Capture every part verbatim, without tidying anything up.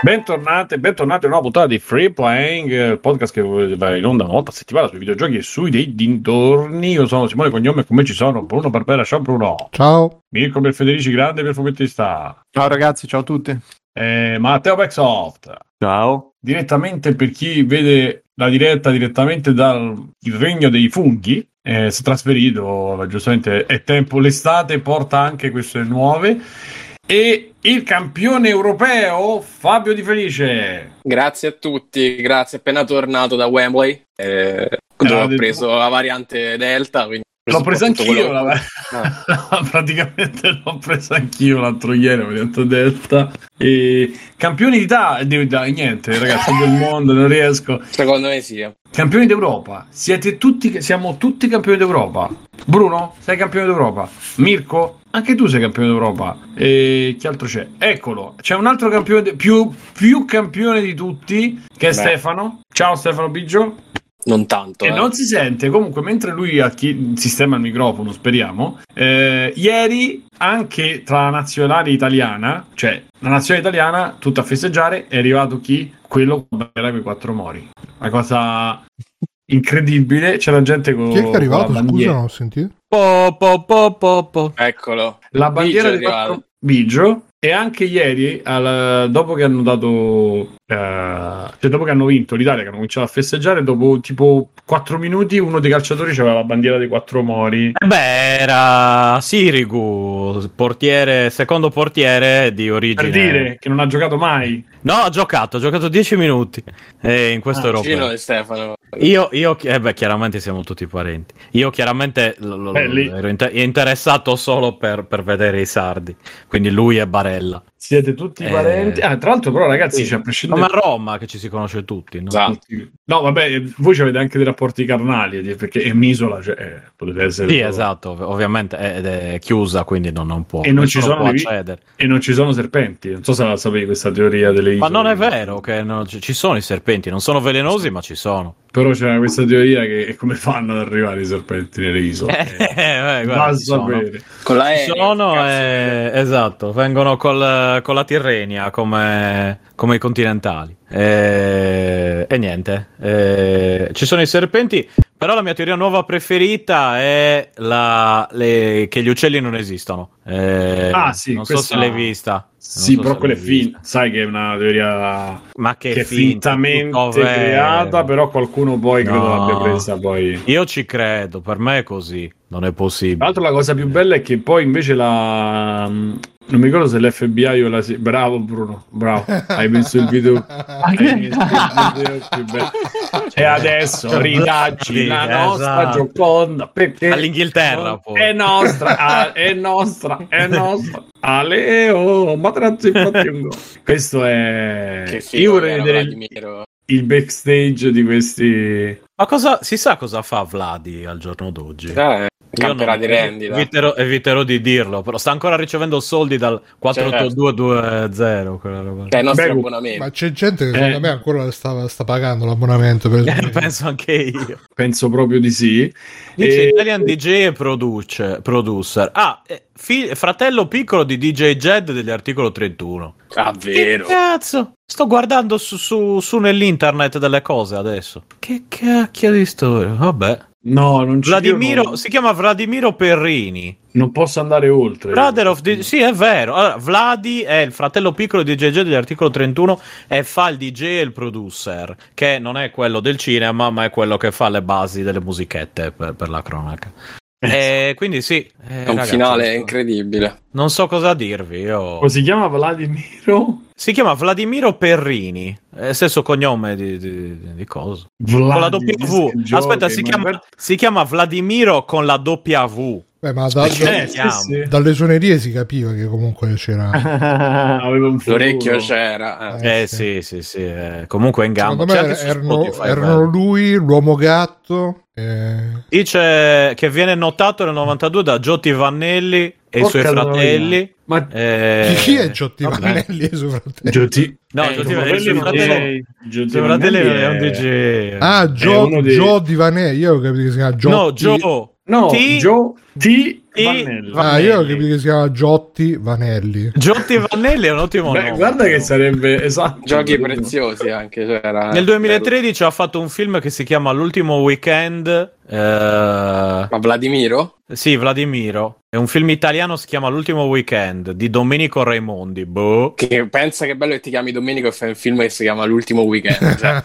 Bentornate, bentornati a una nuova puntata di Free Playing, il podcast che va in onda una volta a settimana sui videogiochi e sui dei dintorni. Io sono Simone Cognome e con me ci sono Bruno Barbera. Ciao Bruno. Ciao. Mirko Belfederici, grande per fumettista. Ciao ragazzi, ciao a tutti. Eh, Matteo Backsoft. Ciao. Direttamente per chi vede la diretta direttamente dal regno dei funghi, eh, si è trasferito, giustamente è tempo, l'estate porta anche queste nuove. E il campione europeo Fabio Di Felice. Grazie a tutti, grazie, appena tornato da Wembley, eh, dove ho preso la variante Delta, quindi l'ho presa anch'io, la... ah. praticamente l'ho presa anch'io l'altro ieri, la variante Delta. E campioni d'Italia, niente ragazzi del mondo, non riesco. Secondo me sì. Campioni d'Europa, siete tutti, siamo tutti campioni d'Europa. Bruno, sei campione d'Europa. Mirko, anche tu sei campione d'Europa. E chi altro c'è? Eccolo, c'è un altro campione de... più, più campione di tutti, che è Beh. Stefano. Ciao Stefano Biggio. Non tanto. E eh. non si sente, comunque, mentre lui a chi... sistema il microfono, speriamo. Eh, ieri, anche tra la nazionale italiana, cioè la nazionale italiana, tutta a festeggiare, è arrivato chi? Quello con la con i quattro mori. Una cosa incredibile. C'era gente con. Chi è che è arrivato? Scusa, non ho sentito. Po, po, po, po, po. Eccolo. La bandiera di quattro Biggio. E anche ieri, al, dopo che hanno dato, eh, cioè dopo che hanno vinto l'Italia, che hanno cominciato a festeggiare, dopo tipo quattro minuti, uno dei calciatori aveva la bandiera dei quattro mori. Beh, era Sirigu, portiere, secondo portiere di origine. Per dire che non ha giocato mai. No, ha giocato, ha giocato dieci minuti eh, in questo ah, europeo. Di Stefano. Io, io eh beh, chiaramente siamo tutti parenti. Io chiaramente l- l- ero inter- interessato solo per, per vedere i sardi. Quindi lui e Barella. Siete tutti eh... parenti. Ah, tra l'altro, però, ragazzi, sì. cioè, a prescindere... come a Roma che ci si conosce tutti, no? Esatto. No, vabbè, voi avete anche dei rapporti carnali, perché è un'isola, cioè, eh, potete essere. Sì, solo... esatto, ovviamente ed è chiusa, quindi non, non può. E non, ci sono può vi... accedere. E non ci sono serpenti. Non so se la sapevi questa teoria delle isole. Ma non è vero che non... ci sono i serpenti, non sono velenosi, ma ci sono. Però c'è questa teoria che come fanno ad arrivare i serpenti nelle isole? Eh, eh, guarda, ci sono. Con la ci sono eh, esatto, vengono col, con la Tirrenia come, come i continentali. E, e niente, e, ci sono i serpenti, però la mia teoria nuova preferita è la, le, che gli uccelli non esistono. E, ah sì, non so se l'hai vista. Sì, so però quella è finta, sai che è una teoria ma che, che è finta, fintamente creata, però qualcuno poi no, credo l'abbia presa poi. Io ci credo, per me è così, non è possibile. Tra l'altro la cosa più bella è che poi invece la... non mi ricordo se l'F B I o la... Bravo Bruno, bravo, hai messo il video, hai messo il video più bello. E adesso ridacci la nostra esatto. Gioconda, perché all'Inghilterra poi. È nostra, è nostra, è nostra. Aleo, Materazzi infatti un gol. Questo è che io vorrei vedere il, il backstage di questi. Ma cosa si sa cosa fa Vladi al giorno d'oggi? Eh, camperà di rendita. Eviterò, eviterò di dirlo, però sta ancora ricevendo soldi dal quattro otto due due zero quella roba. È il nostro Beh, abbonamento. Ma c'è gente che eh. secondo me ancora sta, sta pagando l'abbonamento per eh, penso anche io. Penso proprio di sì. Dice e... Italian D J e produce, producer. Ah, eh, fi- fratello piccolo di D J Jed degli articolo trentuno. Ah, vero. Che cazzo? Sto guardando su, su, su nell'internet delle cose adesso. Che cacchio di storia? Vabbè. No, non ci Vladimiro, non... si chiama Vladimiro Perrini. Non posso andare oltre. Brother of the... Sì, è vero. Allora, Vladi è il fratello piccolo di D J degli articolo trentuno e fa il D J e il producer, che non è quello del cinema, ma è quello che fa le basi delle musichette per, per la cronaca. E quindi sì. Eh, è un ragazzi, finale so... incredibile. Non so cosa dirvi. Io... Come si chiama Vladimiro? Si chiama Vladimiro Perrini, è stesso cognome di, di, di cosa? Vladi, con la W. Aspetta, si chiama, per... si chiama Vladimiro con la W. Beh, ma da, eh, da, sì, sì. dalle suonerie si capiva che comunque c'era aveva un l'orecchio c'era eh, eh sì sì sì eh. Comunque in gamba secondo me erano, erano lui, l'uomo gatto eh. Dice che viene notato nel novantadue da Giotti Vannelli e Porca i suoi fratelli ma eh... chi è Giotti Vannelli e i suoi fratelli? Giotti no eh, Giotti Vannelli i suoi fratelli è un D J ah Gio, dei... Gio di Vanelli io ho capito che si chiama Giotti no Gio no T... Gio T Giotti Vannelli. Ah, io ho capito che si chiama Giotti Vanelli. Giotti Vannelli è un ottimo Beh, nome. guarda che sarebbe esatto. Giochi preziosi anche. Cioè era... Nel duemilatredici ha fatto un film che si chiama L'ultimo weekend. Eh... Ma Vladimiro? Sì, Vladimiro. È un film italiano, si chiama L'ultimo weekend di Domenico Raimondi. Boh. Che pensa che bello che ti chiami Domenico e fai un film che si chiama L'ultimo weekend. Cioè,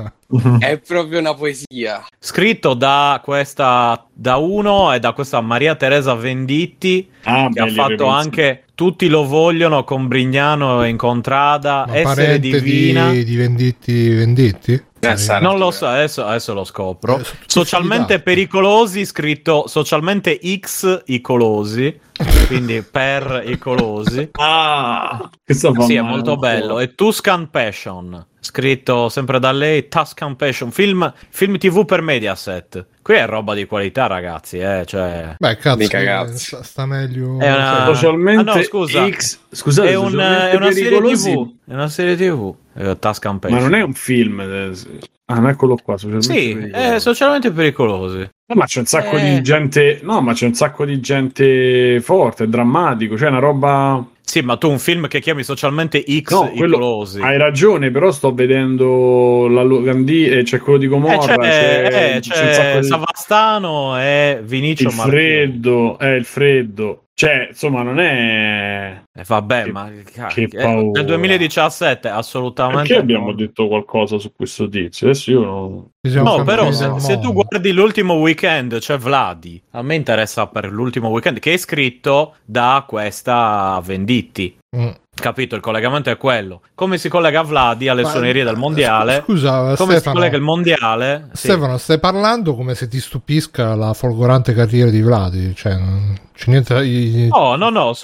è proprio una poesia. Scritto da questa da uno e da questa Maria Teresa Venditti, Ah, che ha belli, fatto belli. anche Tutti lo vogliono con Brignano e Incontrada, Ma Essere parente divina. di, di Venditti Venditti? Eh, sarà. Non lo so, adesso, adesso lo scopro. Eh, sono tutti Socialmente fidati. pericolosi, scritto socialmente X icolosi, quindi per icolosi. Ah, questo fa Sì, è male, molto non so. bello. E Tuscan Passion, scritto sempre da lei, Tuscan Passion, film, film tivù per Mediaset. Qui è roba di qualità, ragazzi, eh, cioè... Beh, cazzo, Mica eh, cazzo. sta, sta meglio. È una- Socialmente Ah, no, scusa. X, scusate, È, un- socialmente è una serie pericolosi, tivù, è una serie tivù, eh, Tuscan Passion. ma non è un film. eh, Ah, ma eccolo qua, socialmente Sì, pericolosi. è socialmente pericolosi. No, ma c'è un sacco Eh. di gente. No, ma c'è un sacco di gente forte, drammatico. Cioè, una roba. Sì, ma tu un film che chiami socialmente X No, quello. icolosi. Hai ragione, però sto vedendo la Lugandì e c'è quello di Eh, Gomorra. c'è, c'è, eh, c'è un c'è sacco di. Savastano e Vinicio Il Martino. freddo, è il freddo. Cioè, insomma, non è. Eh, vabbè, Che- ma che eh, paura. nel duemiladiciassette assolutamente Perché abbiamo no. detto qualcosa su questo tizio? Adesso io non. Ci siamo No, sempre però presi se, al se tu mondo. guardi l'ultimo weekend, c'è Vladi. A me interessa per l'ultimo weekend, che è scritto da questa Venditti. Mm. Capito? Il collegamento è quello. Come si collega Vladi alle Ma- suonerie del mondiale? Scusa, Come si Stefano, collega il mondiale? Sì. Stefano, stai parlando come se ti stupisca la folgorante carriera di Vladi, cioè non c'è niente. i- No, no, no,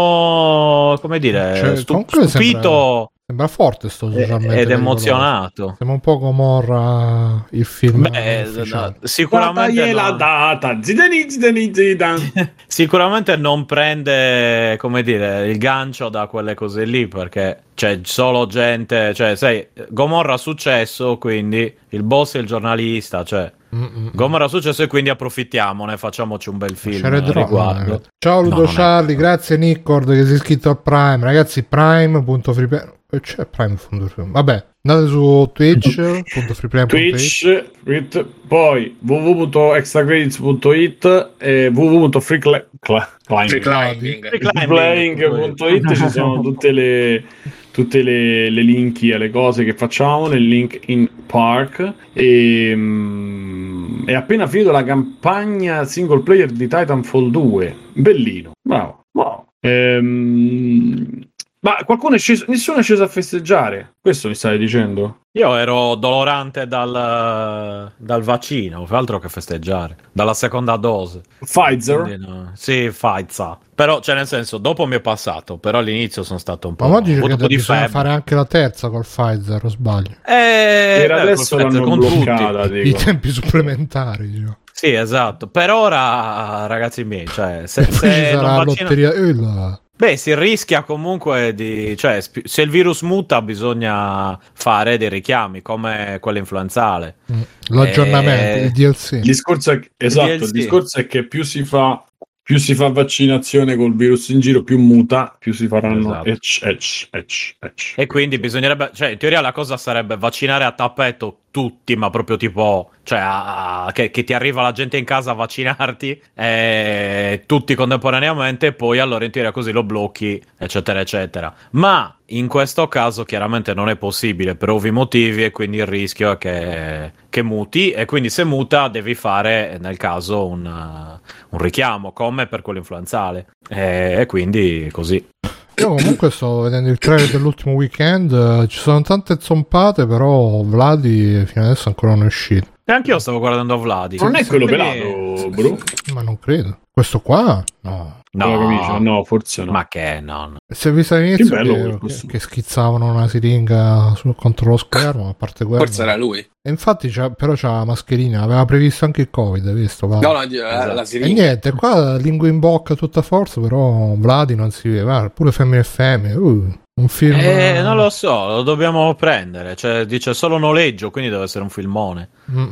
sono, come dire, Cioè, stu- comunque stupito Sembra forte sto e- socialmente ed pericoloso. emozionato. Sembra un po' Gomorra il film Beh, ufficiale. no, sicuramente la non, data. Zidani, zidani, zidani. sicuramente non prende, come dire, il gancio da quelle cose lì, perché c'è solo gente, cioè, sai, Gomorra ha successo, quindi il boss è il giornalista, cioè, Mm-mm. Gomorra ha successo e quindi approfittiamone, facciamoci un bel film Shared a Rock, riguardo. no, ciao Ludo No, non è- Charlie, grazie Nickord che si è iscritto al Prime. Ragazzi, prime.freeplay. C'è Prime punto free. Vabbè, andate su Twitch punto freeplay punto it. Twitch, Twitch, poi w w w punto extracredits punto it e w w w punto freeclimbing punto it ci sono tutte le tutte le, le linki alle cose che facciamo nel link in park e mm, è appena finito la campagna single player di Titanfall due, bellino, bravo, bravo. Ehm, ma qualcuno è sceso, nessuno è sceso a festeggiare, questo mi stai dicendo? Io ero dolorante dal, dal vaccino, che altro che festeggiare, dalla seconda dose. Pfizer? Quindi, no. Sì, Pfizer. Però, cioè, nel senso, dopo mi è passato, però all'inizio sono stato un po'... Ma ho oggi dice avuto che un po' di bisogna febbre. fare anche la terza col Pfizer, o sbaglio? Eh, Era beh, adesso col Pfizer, l'hanno con tutti. bloccata, I dico. tempi supplementari, diciamo. Sì, esatto. Per ora, ragazzi miei, cioè, se, E poi ci se sarà non la vaccina... lotteria. Eh, la- Beh, si rischia comunque di... Cioè, sp- se il virus muta bisogna fare dei richiami, come quello influenzale. mm, L'aggiornamento, Eh, il D L C. Il discorso è esatto, D L C. il discorso è che più si fa più si fa vaccinazione col virus in giro, più muta, più si faranno Esatto. etch, etch, etch, etch. E quindi bisognerebbe, cioè, in teoria la cosa sarebbe vaccinare a tappeto tutti, ma proprio tipo, cioè, a- a- che, che ti arriva la gente in casa a vaccinarti, eh, tutti contemporaneamente, e poi allora in teoria così lo blocchi, eccetera, eccetera. Ma in questo caso chiaramente non è possibile per ovvi motivi, e quindi il rischio è che, che muti, e quindi se muta devi fare, nel caso, un, un richiamo, come per quello influenzale. E, e quindi così. Io comunque sto vedendo il trailer dell'ultimo weekend, eh, ci sono tante zompate, però Vladi fino adesso ancora non è uscito. E anch'io stavo guardando Vladi. Non è quello Quindi- pelato, bro? Ma non credo. Questo qua? No. No, No, capisci? No, forse no. ma che no, no. Si è visto all'inizio Che bello che, quel che, costume. che schizzavano una siringa su- contro lo schermo, a parte quello. Forse era lui. E infatti c'ha, però c'ha la mascherina, aveva previsto anche il Covid, hai visto? Va. No, no, di- Esatto. la E siringa. niente, qua lingua in bocca a tutta forza, però Vladi non si vede, guarda, pure femmine e femmine. Uh. Un film... Eh, non lo so, lo dobbiamo prendere. Cioè, dice solo noleggio, quindi deve essere un filmone.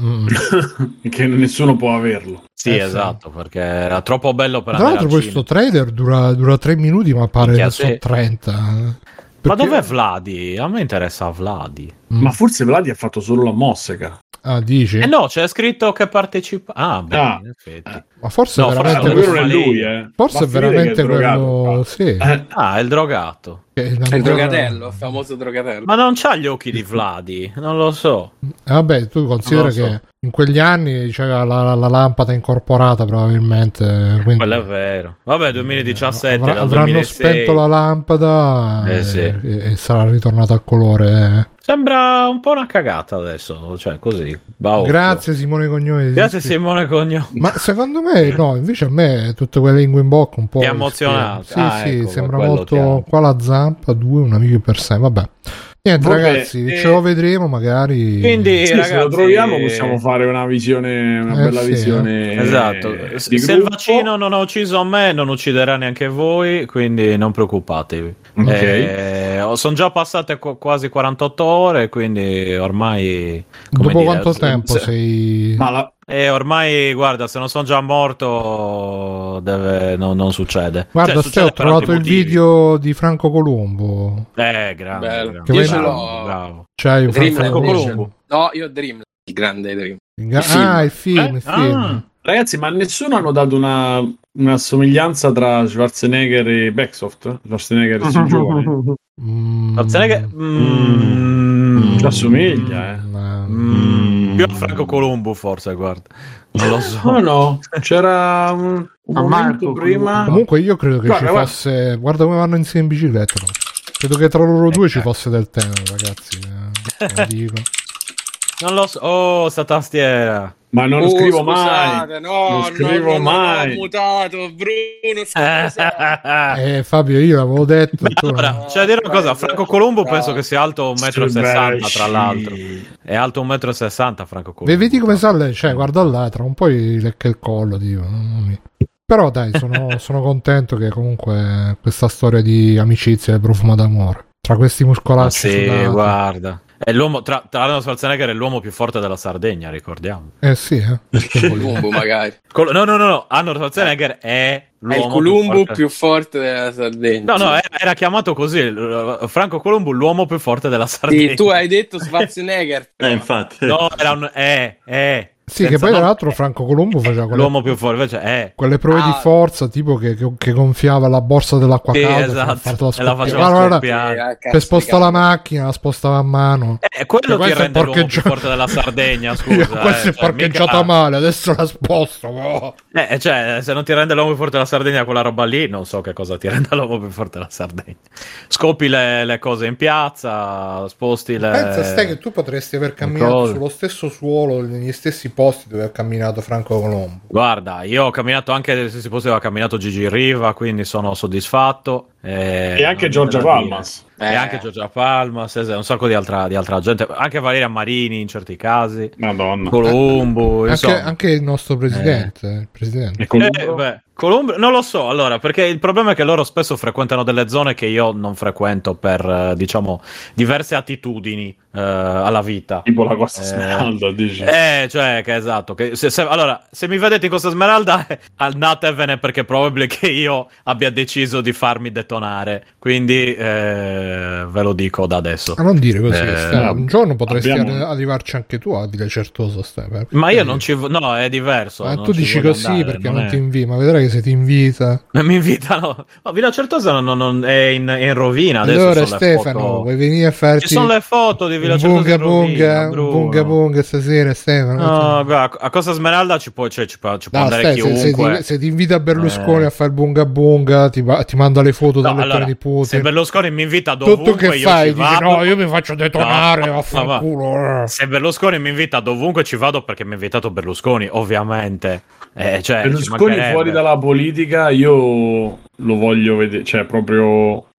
Che nessuno può averlo. Sì, Eh, esatto, sì. Perché era troppo bello per Tra andare l'altro al questo cinema. trailer dura, dura tre minuti, ma pare Minchia, che sono sì. trenta. Ma Perché- dov'è Vladi? A me interessa Vladi. Mm. Ma forse Vladi ha fatto solo la Mosseca. Ah, dici? Eh no, c'è scritto che partecipa. Ah, beh, Ah. in effetti. Eh. Ma forse No, è forse veramente Ma quello quello questo... non è Malegno. lui, eh. Forse Va è a finire veramente che è drogato. quello... Sì. Eh, Ah, è il drogato. Che È il ancora- drogatello, il famoso drogatello. Ma non c'ha gli occhi di Vladi, non lo so. Eh, Vabbè, tu considera Non lo so. che in quegli anni c'era la, la lampada incorporata probabilmente. Quindi, Quello è vero. Vabbè, duemiladiciassette, Avrà- dal avranno duemilasei. spento la lampada Eh, e, sì. e- e sarà ritornata al colore. Sembra un po' una cagata adesso, cioè così. va occhio. Grazie Simone Cognome. Grazie Simone Cogno. Ma secondo me no, invece a me tutte quelle lingue in bocca un po'... Ti ha emozionato? Sì, Ah, sì, ecco, sembra quello molto... ti ha- Qua la zampa, due, un amico per sé, vabbè. Niente Vabbè, ragazzi, eh, ce lo vedremo magari... Quindi, sì, ragazzi, se lo troviamo possiamo fare una visione, una Eh, bella sì, visione. Esatto. eh, Se di se il gruppo. vaccino non ha ucciso me, non ucciderà neanche voi, quindi non preoccupatevi. Ok. Eh, sono già passate qu- quasi quarantotto ore, quindi ormai... come Dopo dire, quanto se- tempo se- sei... Ma la, E ormai, guarda, se non sono già morto, deve, no- non succede. Guarda, Cioè, Ste, succede ho per trovato altri il motivi. video di Franco Colombo. Eh, grande. Bello. grande. Io bravo, ce l'ho. bravo. C'hai un Dream Franco Colombo. Colombo. No, io Dream, il grande Dream. Ga- Il film. Ah, il film, Eh? il film. Ah. ragazzi, ma nessuno hanno dato una, una somiglianza tra Schwarzenegger e Backsoft? Schwarzenegger si giovane. Mm. Schwarzenegger- Mm. Ci assomiglia, eh. Mm. Mm. Più a Franco Colombo, forse, guarda. Non lo so. No, no, c'era un, un A momento Marco prima. Comunque io credo che Guarda, ci guarda. fosse... Guarda come vanno insieme in bicicletta. no? Credo che tra loro due ci fosse del tempo, ragazzi. eh, te lo dico. Non lo so. Oh, sta tastiera. Ma non Oh, scrivo scusate, mai. no, non no, scrivo no, no, mai. ho mutato, Bruno, scusa. Eh, Fabio, io l'avevo detto. tu no. Allora, c'è da dire una cosa, Franco Colombo penso che sia alto un metro e sessanta, tra l'altro. Sì. È alto un metro e sessanta Franco Ve- Colombo. Vedi come sa lei? Cioè, guarda là, tra un po' gli lecca il collo, Dio. mamma mia. Però dai, sono, sono contento che comunque questa storia di amicizia e profumo d'amore tra questi Ah, muscolacci sì, sudati. guarda. È l'uomo, tra, tra l'altro Schwarzenegger è l'uomo più forte della Sardegna, ricordiamo. Eh sì, eh. Che vuol dire? Columbo magari. Col- no, no, no, no, Arnold Schwarzenegger è È l'uomo il Columbo forte. più forte della Sardegna. No, no, era, era chiamato così, il- Franco Colombo, l'uomo più forte della Sardegna. Sì, tu hai detto Schwarzenegger. Eh, però. infatti. No, era un... Eh, eh. Sì, che Senza poi tra no- l'altro Franco Colombo faceva quelle, L'uomo più forte, invece è... quelle prove Ah. di forza, tipo che, che, che gonfiava la borsa dell'acqua Sì, calda esatto, per fartela e la scoppiare. faceva Guarda, guarda, scoppiare. Eh, cazzo per di spostare la cazzo. macchina, la spostava a mano. Eh, quello Cioè, ti questo è rende l'uomo più parcheggia- forte della Sardegna, scusa. Io, questo eh, è cioè, parcheggiata mica- male, adesso la sposto. oh. Eh, cioè, se non ti rende l'uomo più forte della Sardegna quella roba lì, non so che cosa ti renda l'uomo più forte della Sardegna. Scopi le, le cose in piazza, sposti le... Pensa Ste che tu potresti aver camminato cose. sullo stesso suolo, negli stessi posti dove ha camminato Franco Colombo. Guarda, io ho camminato anche, se si poteva, ho camminato Gigi Riva, quindi sono soddisfatto. Eh, E anche non Giorgia c'è da dire. Palmas. E Eh. anche Giorgia Palmas, es- un sacco di altra, di altra gente, anche Valeria Marini in certi casi, Madonna. Colombo, Anche, insomma. anche il nostro presidente, il presidente. E Colombo? Eh, beh, Colombo, non lo so, allora, perché il problema è che loro spesso frequentano delle zone che io non frequento per, eh, diciamo, diverse attitudini eh, alla vita. Tipo la Costa Eh, Smeralda, dici. Eh, cioè, che esatto. Che se, se- allora, se mi vedete in Costa Smeralda, andatevene perché è probabile che io abbia deciso di farmi detonare. Quindi eh, ve lo dico da adesso. Ma non dire così, Eh, Ste, un giorno potresti abbiamo- arri- arrivarci anche tu a dire certoso, Ste, perché- Ma io non ci... vo- No, è diverso. Ma non tu ci dici voglio così andare, perché non non è- ti invita, ma vedrai che se ti invita. Non mi invitano. Ma Villa Certosa non, non- è, in, è in rovina. Adesso Allora sono le Stefano, foto- vuoi venire a farti Ci sono le foto di Villa un Certosa bunga in rovina, bunga, un Bruno. bunga bunga stasera, Stefano? No, guarda, a Costa Smeralda ci può, cioè, ci può, ci può No, andare Ste, se, se chiunque. ti, se ti invita Berlusconi Eh. a fare il bunga bunga, ti, va- ti manda le foto No, dalle allora, di Putin. se Berlusconi mi invita Tu, dovunque, tu che io fai? ci Dici vado. no, io mi faccio detonare, No, vaffanculo. Se Berlusconi mi invita dovunque ci vado perché mi ha invitato Berlusconi, ovviamente. Eh, cioè, ci Berlusconi mancherebbe. fuori dalla politica io lo voglio vedere, cioè proprio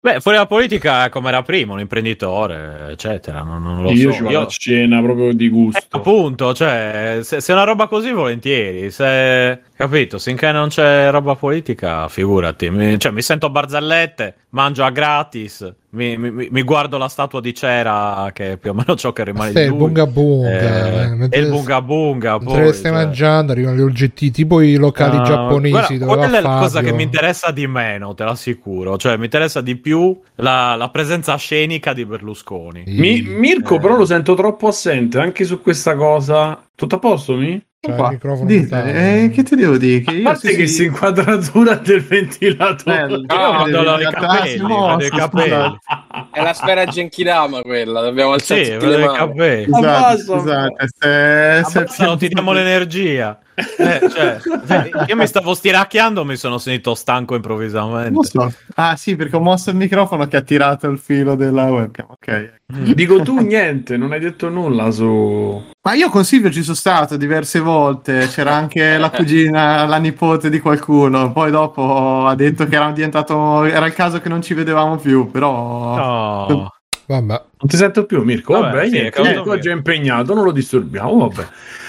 Beh, fuori dalla politica come era prima, un imprenditore, eccetera. Non, non lo io so. ci vado io... a cena proprio di gusto. Eh, appunto, cioè, se, se è una roba così, volentieri. Se, capito, finché non c'è roba politica, figurati. Mi, cioè, mi sento barzellette, mangio a gratis, mi, mi, mi guardo la statua di cera, che è più o meno ciò che rimane sì, di lui. Il bunga bunga. Eh, e il bunga bunga. Mentre le stai cioè... mangiando, arrivano gli O G T, tipo i locali uh, giapponesi. Guarda, quella è la cosa che mi interessa di meno, te l'assicuro. Cioè, mi interessa di più la, la presenza scenica di Berlusconi. Mi, Mirko, eh. però lo sento troppo assente anche su questa cosa. Tutto a posto, mi? Cioè, il microfono Dite, eh, che ti devo dire? Che io a parte sì, che sì. si inquadratura del ventilatore. Bello, no, no, no, i capelli, mossa, i capelli. È la sfera Genkidama quella, dobbiamo alzare sì, tutte le mani. Capelli. Esatto, esatto. Se, se, se non ti diamo l'energia. Eh, cioè, io mi stavo stiracchiando, mi sono sentito stanco improvvisamente. Non so. Ah sì, perché ho mosso il microfono che ha tirato il filo della webcam. Ok. Dico tu niente, non hai detto nulla su... Ma io con Silvio ci sono stato diverse volte, c'era anche la cugina, la nipote di qualcuno, poi dopo ha detto che era diventato, era il caso che non ci vedevamo più, però... Oh. Vabbè. Non ti sento più, Mirko? Vabbè, vabbè sì, niente, Mirko oggi è impegnato, non lo disturbiamo, vabbè.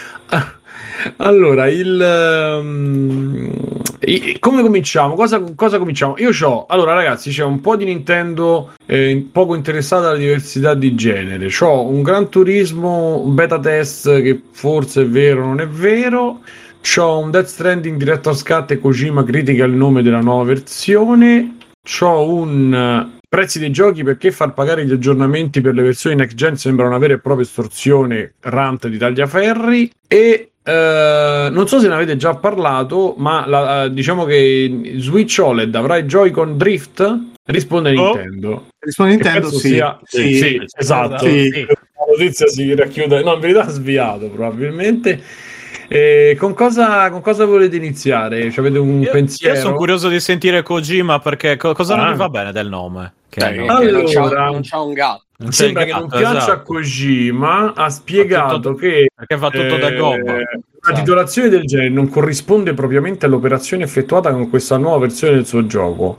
Allora, il um, come cominciamo? Cosa, cosa cominciamo? Io c'ho, allora ragazzi, c'è un po' di Nintendo eh, poco interessata alla diversità di genere. C'ho un Gran Turismo beta test che forse è vero, non è vero. C'ho un Death Stranding Director's Cut e Kojima critica il nome della nuova versione. C'ho un uh, prezzi dei giochi, perché far pagare gli aggiornamenti per le versioni next gen sembra una vera e propria estorsione, rant di tagliaferri. E Uh, non so se ne avete già parlato, ma la, uh, diciamo che Switch O L E D avrà i Joy-Con Drift? Risponde oh. Nintendo. Risponde Nintendo, sì. Sia... Sì, sì, sì, esatto. Sì. Sì. La notizia si racchiude, no, in verità sviato probabilmente. E con cosa, con cosa volete iniziare? Cioè, avete un io, pensiero? Io sono curioso di sentire Kojima, perché co- cosa ah. non mi va bene del nome? Che eh, allora, non, c'ha, non c'ha un gatto. Non sembra che non piaccia esatto. a Kojima, ha spiegato tutto, che perché fa tutto eh, da gomma. Una titolazione del genere non corrisponde propriamente all'operazione effettuata con questa nuova versione del suo gioco.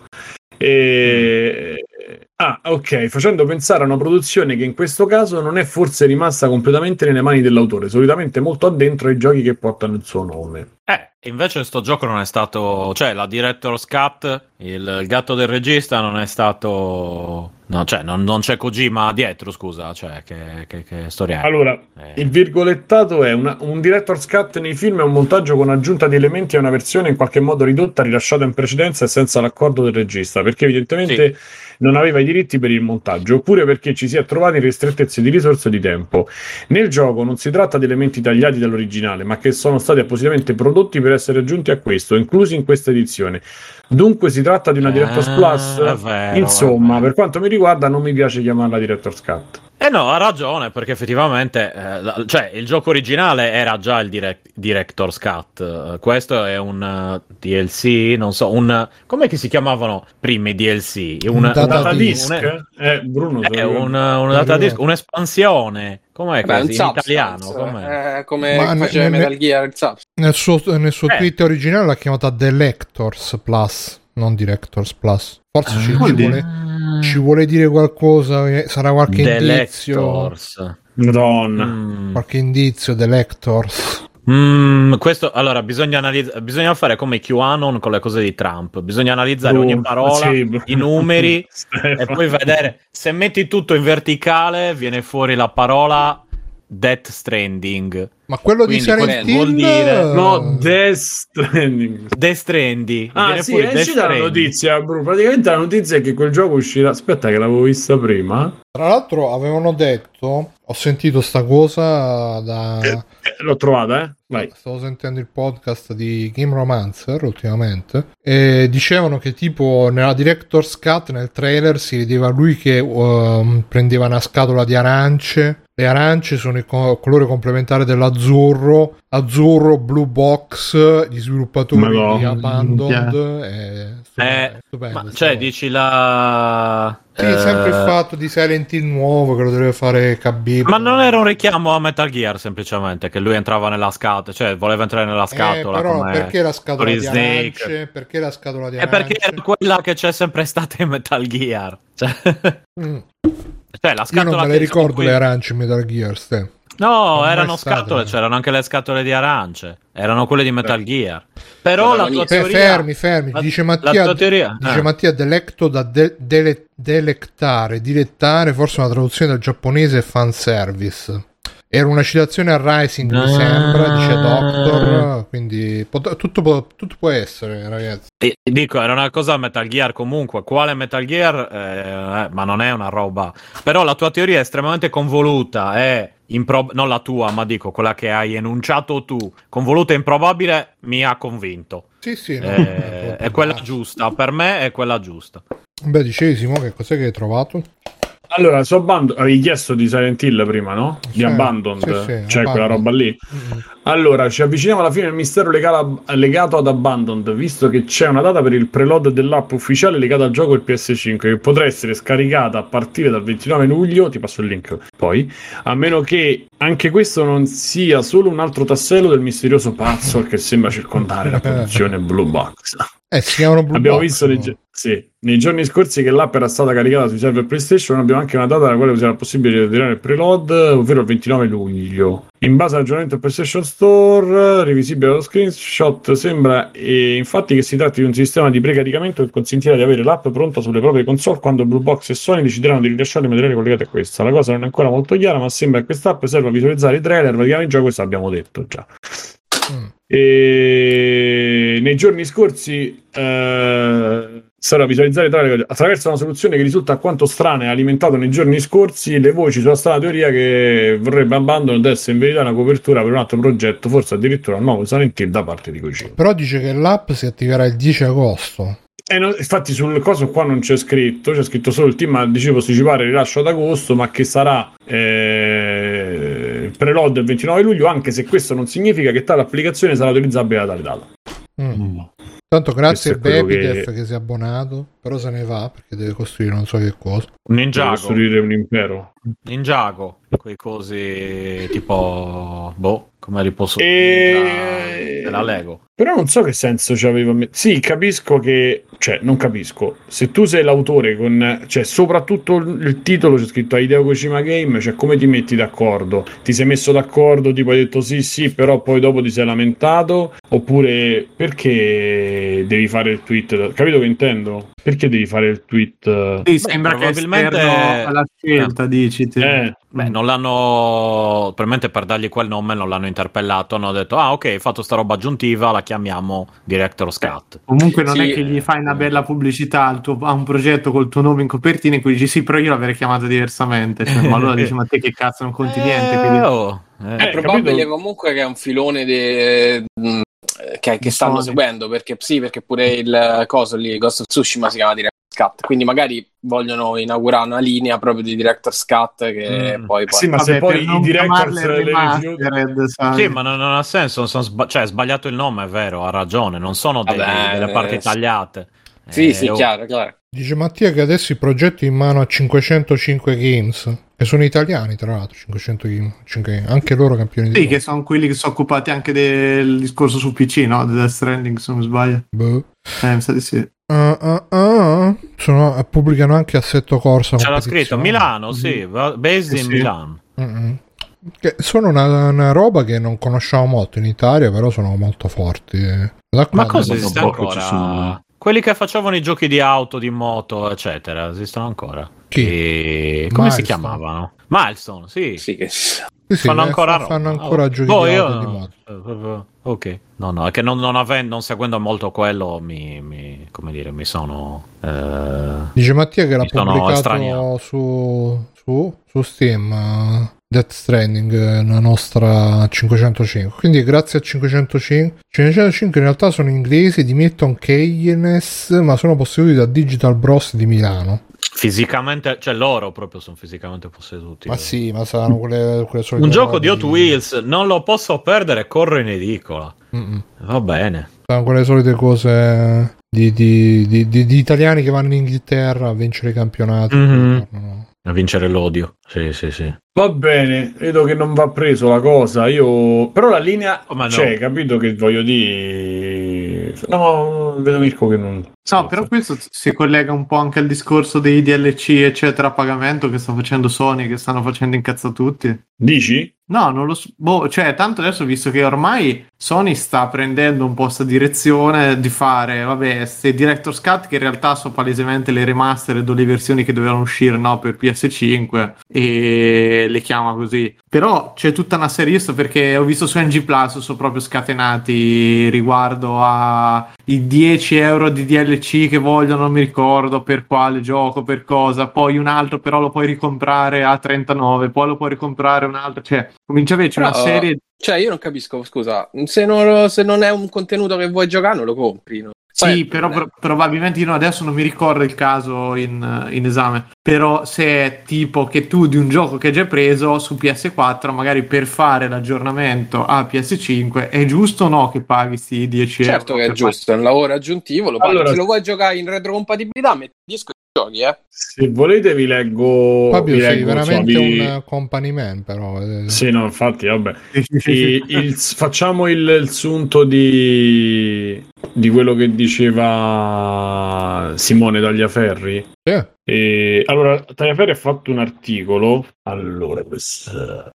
E... Mm. Ah, ok, facendo pensare a una produzione che in questo caso non è forse rimasta completamente nelle mani dell'autore, solitamente molto addentro ai giochi che portano il suo nome. Eh, invece sto gioco non è stato, cioè la Director's Cut, il, il gatto del regista non è stato, no, cioè non, non c'è Kojima dietro, scusa, cioè che, che, che storia è? Allora, eh. il virgolettato è una, un Director's Cut nei film è un montaggio con aggiunta di elementi a una versione in qualche modo ridotta, rilasciata in precedenza e senza l'accordo del regista, perché evidentemente sì. non aveva i diritti per il montaggio, oppure perché ci si è trovati in ristrettezze di risorse e di tempo. Nel gioco non si tratta di elementi tagliati dall'originale, ma che sono stati appositamente prodotti per essere aggiunti a questo, inclusi in questa edizione. Dunque si tratta di una Director's ah, Plus. Vero, insomma, per quanto mi riguarda non mi piace chiamarla Director's Cut. Eh no, ha ragione, perché effettivamente eh, cioè il gioco originale era già il direct, Director's Cut. Uh, questo è un uh, D L C, non so, un come che si chiamavano prima i D L C? Un, un data un, disc? Un, eh, Bruno, è un, un data disc, un'espansione. Com'è Beh, in italiano? Com'è? Eh, come faceva Metal ne, Gear il Substance. Nel suo, nel suo eh. tweet originale l'ha chiamata Delectors Plus, non Directors Plus. Forse ah, ci, ci, vuole, ci vuole dire qualcosa, sarà qualche Delectors. indizio. Madonna. Mm. Qualche indizio, Delectors. Mm, questo allora bisogna analizzare, bisogna fare come QAnon con le cose di Trump, bisogna analizzare uh, ogni parola, sì. i numeri e poi vedere se metti tutto in verticale viene fuori la parola Death Stranding. Ma quello quindi di Silent Hill vuol dire no, Death Stranding. Death Stranding. Ah viene sì, fuori è uscita la notizia, bro. Praticamente la notizia è che quel gioco uscirà. Aspetta che l'avevo vista prima. Tra l'altro avevano detto, ho sentito sta cosa da eh, eh, l'ho trovata, eh. Vai. Stavo sentendo il podcast di Game Romancer ultimamente e dicevano che tipo nella Director's Cut nel trailer si vedeva lui che uh, prendeva una scatola di arance. Le arance sono il co- colore complementare dell'azzurro, azzurro, blue box, gli sviluppatori Madonna. di Abandoned. È Eh, stupendo, ma, sta cioè, cosa. dici la... Sì, eh, sempre il fatto di Silent Hill nuovo che lo deve fare Khabib. Ma non era un richiamo a Metal Gear semplicemente, che lui entrava nella scatola, cioè voleva entrare nella scatola Eh, però come perché la scatola di Solid Snake. arance? Perché la scatola di È arance? perché era quella che c'è sempre stata in Metal Gear. Cioè, Mm. cioè la Io scatola non me le che- ricordo cui- le arance in Metal Gear, Ste. No, Non è erano mai state, scatole, eh. c'erano anche le scatole di arance, erano quelle di Metal Gear. Però la tua Fe- Fe- teoria... fermi, fermi. la- dice la Mattia, tua teoria- dice eh. Mattia delecto da de- dele- delectare, dilettare, forse una traduzione dal giapponese fanservice. Era una citazione a Rising, mi Ah. sembra, dice Doctor, quindi pot- tutto, può- tutto può essere, ragazzi. E- e dico, era una cosa Metal Gear comunque. Quale Metal Gear? Eh, ma non è una roba. Però la tua teoria è estremamente convoluta. È improb- non la tua, ma dico quella che hai enunciato tu. Convoluta e improbabile mi ha convinto. Sì, sì, no, Eh, è quella giusta. giusta. Per me è quella giusta. Beh, dicevi Simo, che cos'è che hai trovato? Allora, su Abandon- avevi chiesto di Silent Hill prima, no? Di Sì, Abandoned, sì, sì, cioè Abandoned. quella roba lì. Mm. Allora, ci avviciniamo alla fine del mistero legato, a- legato ad Abandoned, visto che c'è una data per il preload dell'app ufficiale legata al gioco del P S cinque, che potrà essere scaricata a partire dal ventinove luglio, ti passo il link poi, a meno che anche questo non sia solo un altro tassello del misterioso puzzle che sembra circondare la produzione Blue Box. Eh, si chiamano Blue Abbiamo Box, visto nei, no? gi- sì, nei giorni scorsi che l'app era stata caricata sui server PlayStation. Abbiamo anche una data alla quale sarà possibile ritirare il preload, ovvero il ventinove luglio. In base all'aggiornamento del PlayStation Store, rivisibile dallo screenshot, sembra eh, infatti che si tratti di un sistema di precaricamento che consentirà di avere l'app pronta sulle proprie console quando Blue Box e Sony decideranno di rilasciare i materiali collegati a questa. La cosa non è ancora molto chiara, ma sembra che quest'app serva a visualizzare i trailer, praticamente già questo abbiamo detto già. Mm. E nei giorni scorsi eh, sarà visualizzare i trailer attraverso una soluzione che risulta alquanto strana e alimentato nei giorni scorsi le voci sulla strana teoria che vorrebbe Abandoned essere in verità una copertura per un altro progetto, forse addirittura un nuovo Silent Hill da parte di Kojima. Però dice che l'app si attiverà il dieci agosto. E no, infatti sul coso qua non c'è scritto, c'è scritto solo il team, ma dice posticipare il rilascio ad agosto, ma che sarà eh, preload il ventinove luglio, anche se questo non significa che tale applicazione sarà utilizzabile da tale data. Mm. Tanto grazie a Questo è quello Bepidef che- che... si è abbonato, però se ne va perché deve costruire non so che cosa. Un Per Ninjago. costruire un impero. Ninjago. Quei cosi tipo... Boh, come li posso E- Te la Lego. Però non so che senso c'aveva. me- Sì, capisco che. Cioè, non capisco. Se tu sei l'autore con. Cioè, soprattutto il il titolo c'è scritto Hideo Kojima Game, cioè, come ti metti d'accordo? Ti sei messo d'accordo, tipo hai detto sì, sì, però poi dopo ti sei lamentato? Oppure perché devi fare il tweet? Capito che intendo? Perché devi fare il tweet? Sì, sembra che probabilmente- esterno alla scelta, dici te. Eh, Beh, non l'hanno... Probabilmente per dargli quel nome non l'hanno interpellato, hanno detto, ah ok, hai fatto sta roba aggiuntiva, la chiamiamo Director's Cut. Comunque non Sì, è che gli fai una bella pubblicità al tuo- a un progetto col tuo nome in copertina in cui dici sì, però io l'avrei chiamato diversamente. Cioè, ma allora dici, ma te che cazzo non conti niente? Quindi... Eh, oh, eh. È Eh, probabile capito? comunque che è un filone de- mh, che, che stanno Sony. seguendo, perché sì, perché pure il coso lì, Ghost of Tsushima si chiama Director's Cut, quindi magari vogliono inaugurare una linea proprio di Director's Cut che Mm. poi, poi... sì, ma Vabbè, se poi per i non directors chiamarle le rifiutano. remastered, sai. Sì, ma non, non ha senso, non sono sba- cioè è sbagliato il nome, è vero, ha ragione, non sono dei- Vabbè, delle parti eh, tagliate. Sì, Eh, sì, oh. chiaro, chiaro. Dice Mattia che adesso i progetti in mano a cinquecentocinque Games, che sono italiani tra l'altro, cinquecento Games, cinque- anche loro campioni di Sì, mondo. che sono quelli che sono occupati anche del discorso su P C, no? Di Death Stranding, se non mi sbaglio. Boh. Eh, mi sa di sì. Ah, ah, ah. Sono- pubblicano anche Assetto Corsa. C'era competizione. scritto Milano, sì, va- based Eh, in sì. Milano. Mm-mm. Che sono una, una roba che non conosciamo molto in Italia, però sono molto forti. Da Ma quando- cosa esiste poco ancora? ci sono. Quelli che facevano i giochi di auto, di moto, eccetera, esistono ancora? Chi? E... Come si Milestone. chiamavano? Milestone, sì. Sì, che... Sì, sì, fanno eh, ancora fa- fanno roba. ancora Oh. giochi Boh, di io auto e di no. moto. Eh, proprio- ok, no, no, è che non, non, avendo, non seguendo molto quello, mi, mi- come dire, mi sono. eh, Dice Mattia che l'ha Mi sono pubblicato estraniato. su, su, su Steam, uh, Death Stranding, eh, la nostra cinquecentocinque. Quindi grazie a cinquecentocinque. cinquecentocinque in realtà sono inglesi di Milton Keynes, ma sono posseduti da Digital Bros di Milano. Fisicamente, cioè loro proprio sono fisicamente posseduti. Ma sì, ma saranno quelle, quelle solite un gioco di Hot di... Wheels, non lo posso perdere, corro in edicola. Mm-mm. Va bene. Saranno quelle solite cose di, di, di, di, di italiani che vanno in Inghilterra a vincere i campionati. Mm-hmm. No. A vincere l'odio. Sì, sì, sì. Va bene, vedo che non va preso la cosa. Io però la linea oh, ma no. c'è, capito che voglio dire. No, vedo Mirko che non. No, però questo si collega un po' anche al discorso dei D L C eccetera a pagamento che sta facendo Sony, che stanno facendo incazzare tutti. Dici? No, non lo so. Boh, cioè, tanto adesso, visto che ormai Sony sta prendendo un po' sta direzione di fare, vabbè, queste Director's Cut che in realtà sono palesemente le remastered o le versioni che dovevano uscire, no, per P S cinque e le chiama così. Però c'è tutta una serie, visto perché ho visto su N G Plus, sono proprio scatenati riguardo a i dieci euro di D L C che vogliono, non mi ricordo per quale gioco, per cosa, poi un altro però lo puoi ricomprare a trentanove, poi lo puoi ricomprare un altro, cioè comincia a averci una serie. Cioè io non capisco, scusa, se non, se non è un contenuto che vuoi giocare non lo compri, no? Sì, Poi, però eh. pro- probabilmente io no, adesso non mi ricordo il caso in, in esame, però se è tipo che tu di un gioco che hai già preso su P S quattro, magari per fare l'aggiornamento a P S cinque, è giusto o no che paghi sti dieci certo euro? Che è giusto, è un lavoro aggiuntivo, lo paghi. Allora, se lo vuoi giocare in retrocompatibilità metti il disco e giochi, eh. Se volete vi leggo. Fabio, vi sei leggo, veramente so, vi... un company man, però. Sì, no, infatti, vabbè. E il, facciamo il, il sunto di, di quello che diceva Simone Tagliaferri. Yeah. E, allora, Tagliaferri ha fatto un articolo. Allora, questa,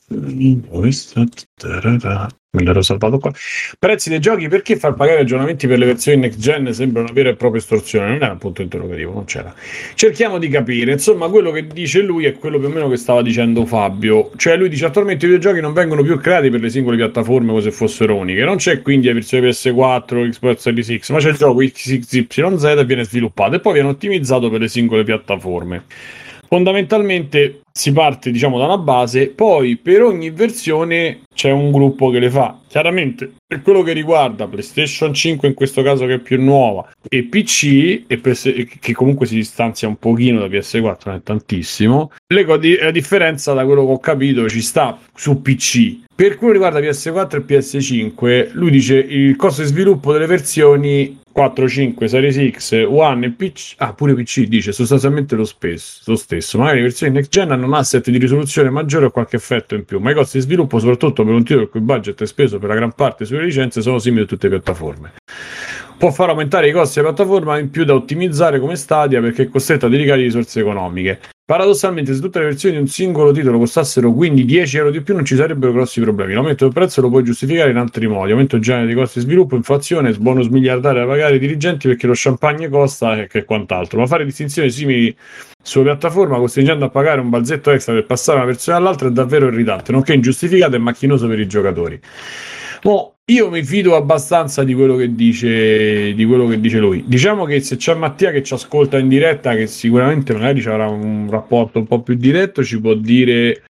questa, questa me l'ero salvato qua. Prezzi dei giochi, perché far pagare aggiornamenti per le versioni next gen sembra una vera e propria estorsione? Non era un punto interrogativo, non c'era. Cerchiamo di capire, insomma, quello che dice lui è quello più o meno che stava dicendo Fabio. Cioè lui dice attualmente i videogiochi non vengono più creati per le singole piattaforme come se fossero uniche, non c'è quindi la versione P S quattro, Xbox Series X, ma c'è il gioco X Y Z e viene sviluppato e poi viene ottimizzato per le singole piattaforme. Fondamentalmente si parte, diciamo, da una base, poi per ogni versione c'è un gruppo che le fa. Chiaramente per quello che riguarda PlayStation cinque, in questo caso che è più nuova, e P C, e P S, che comunque si distanzia un pochino da P S quattro, non è tantissimo, le co- a differenza da quello che ho capito ci sta su P C. Per quello che riguarda P S quattro e P S cinque, lui dice il costo di sviluppo delle versioni quattro, cinque, Series X, One e P C, ah pure P C dice sostanzialmente lo, spesso, lo stesso, magari le versioni next gen hanno un asset di risoluzione maggiore o qualche effetto in più, ma i costi di sviluppo, soprattutto per un titolo il cui budget è speso per la gran parte sulle licenze, sono simili a tutte le piattaforme. Può far aumentare i costi della piattaforma in più da ottimizzare come Stadia perché è costretta a dedicare risorse economiche. Paradossalmente, se tutte le versioni di un singolo titolo costassero quindi dieci euro di più non ci sarebbero grossi problemi. L'aumento del prezzo lo puoi giustificare in altri modi: aumento generale dei costi di sviluppo, inflazione, bonus miliardari da pagare ai dirigenti perché lo champagne costa e che quant'altro. Ma fare distinzioni simili sulla piattaforma costringendo a pagare un balzetto extra per passare da una versione all'altra è davvero irritante, nonché ingiustificato e macchinoso per i giocatori. Mo, io mi fido abbastanza di quello che dice di quello che dice lui. Diciamo che se c'è Mattia che ci ascolta in diretta, che sicuramente magari ci avrà un rapporto un po' più diretto, ci può dire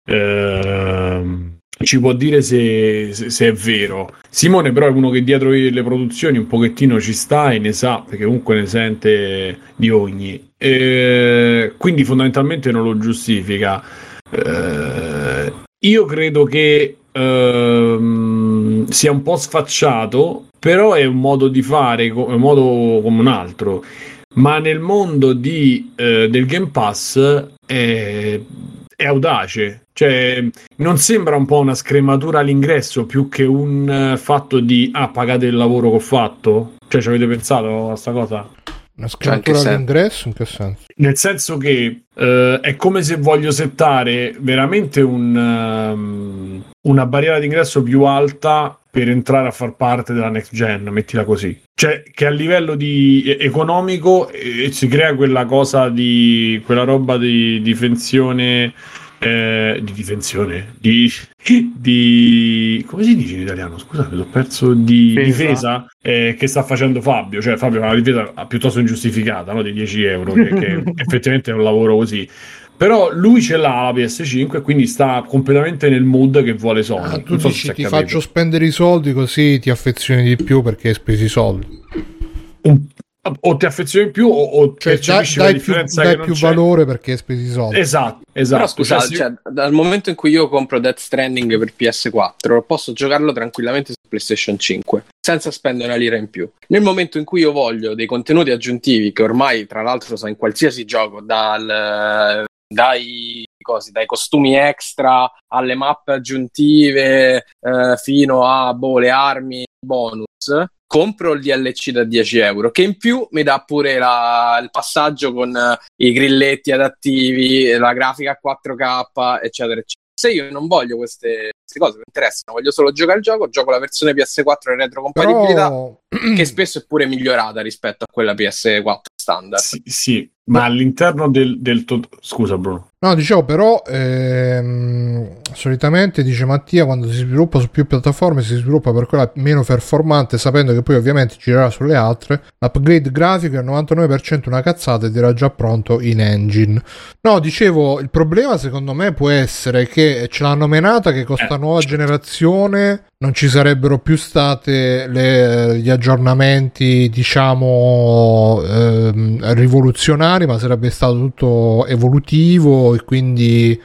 ehm, ci può dire se, se, se è vero. Simone però è uno che dietro le produzioni un pochettino ci sta e ne sa, perché comunque ne sente di ogni, e quindi fondamentalmente non lo giustifica. Eh, io credo che ehm, sia un po' sfacciato, però è un modo di fare, è un modo come un altro. Ma nel mondo di, eh, del Game Pass è, è audace, cioè non sembra un po' una scrematura all'ingresso più che un uh, fatto di ah, pagate il lavoro che ho fatto? Cioè, ci avete pensato a sta cosa? Una scrematura Cioè, all'ingresso? In che senso? Nel senso che uh, è come se voglio settare veramente un, um, una barriera d'ingresso più alta per entrare a far parte della next gen, mettila così. Cioè che a livello di economico eh, si crea quella cosa di quella roba di difensione eh, di difensione di, di come si dice in italiano? Scusate, l'ho perso di difesa, difesa eh, che sta facendo Fabio, cioè Fabio fa una difesa piuttosto ingiustificata, no? Di dieci euro che, che effettivamente è un lavoro così. Però lui ce l'ha la P S cinque e quindi sta completamente nel mood che vuole Sony. Ah, tu non so dici se ti capito. faccio spendere i soldi così ti affezioni di più perché hai speso i soldi. Un... o ti affezioni più o, o cioè, percepisci dai, la dai più, differenza dai che non più c'è. valore perché hai speso i soldi. Esatto, esatto. Però scusate, cioè, cioè, dal momento in cui io compro Death Stranding per P S quattro posso giocarlo tranquillamente su PlayStation cinque senza spendere una lira in più. Nel momento in cui io voglio dei contenuti aggiuntivi, che ormai tra l'altro sono in qualsiasi gioco, dal, dai, cosi, dai costumi extra alle mappe aggiuntive eh, fino a boh, le armi bonus, compro il D L C da dieci euro, che in più mi dà pure la, il passaggio con uh, i grilletti adattivi, la grafica a quattro K, eccetera, eccetera. Se io non voglio queste, queste cose, mi interessano, voglio solo giocare il gioco, gioco la versione P S quattro in retrocompatibilità, Però... che spesso è pure migliorata rispetto a quella P S quattro standard. Sì, sì, ma all'interno del, del to- scusa Bruno. No, dicevo però ehm, solitamente dice Mattia, quando si sviluppa su più piattaforme si sviluppa per quella meno performante, sapendo che poi ovviamente girerà sulle altre. L'upgrade grafico è al novantanove per cento una cazzata ed era già pronto in engine. No, dicevo, il problema secondo me può essere che ce l'hanno menata che con sta Eh, nuova certo. generazione non ci sarebbero più state le, gli aggiornamenti, diciamo, ehm, rivoluzionari, ma sarebbe stato tutto evolutivo e quindi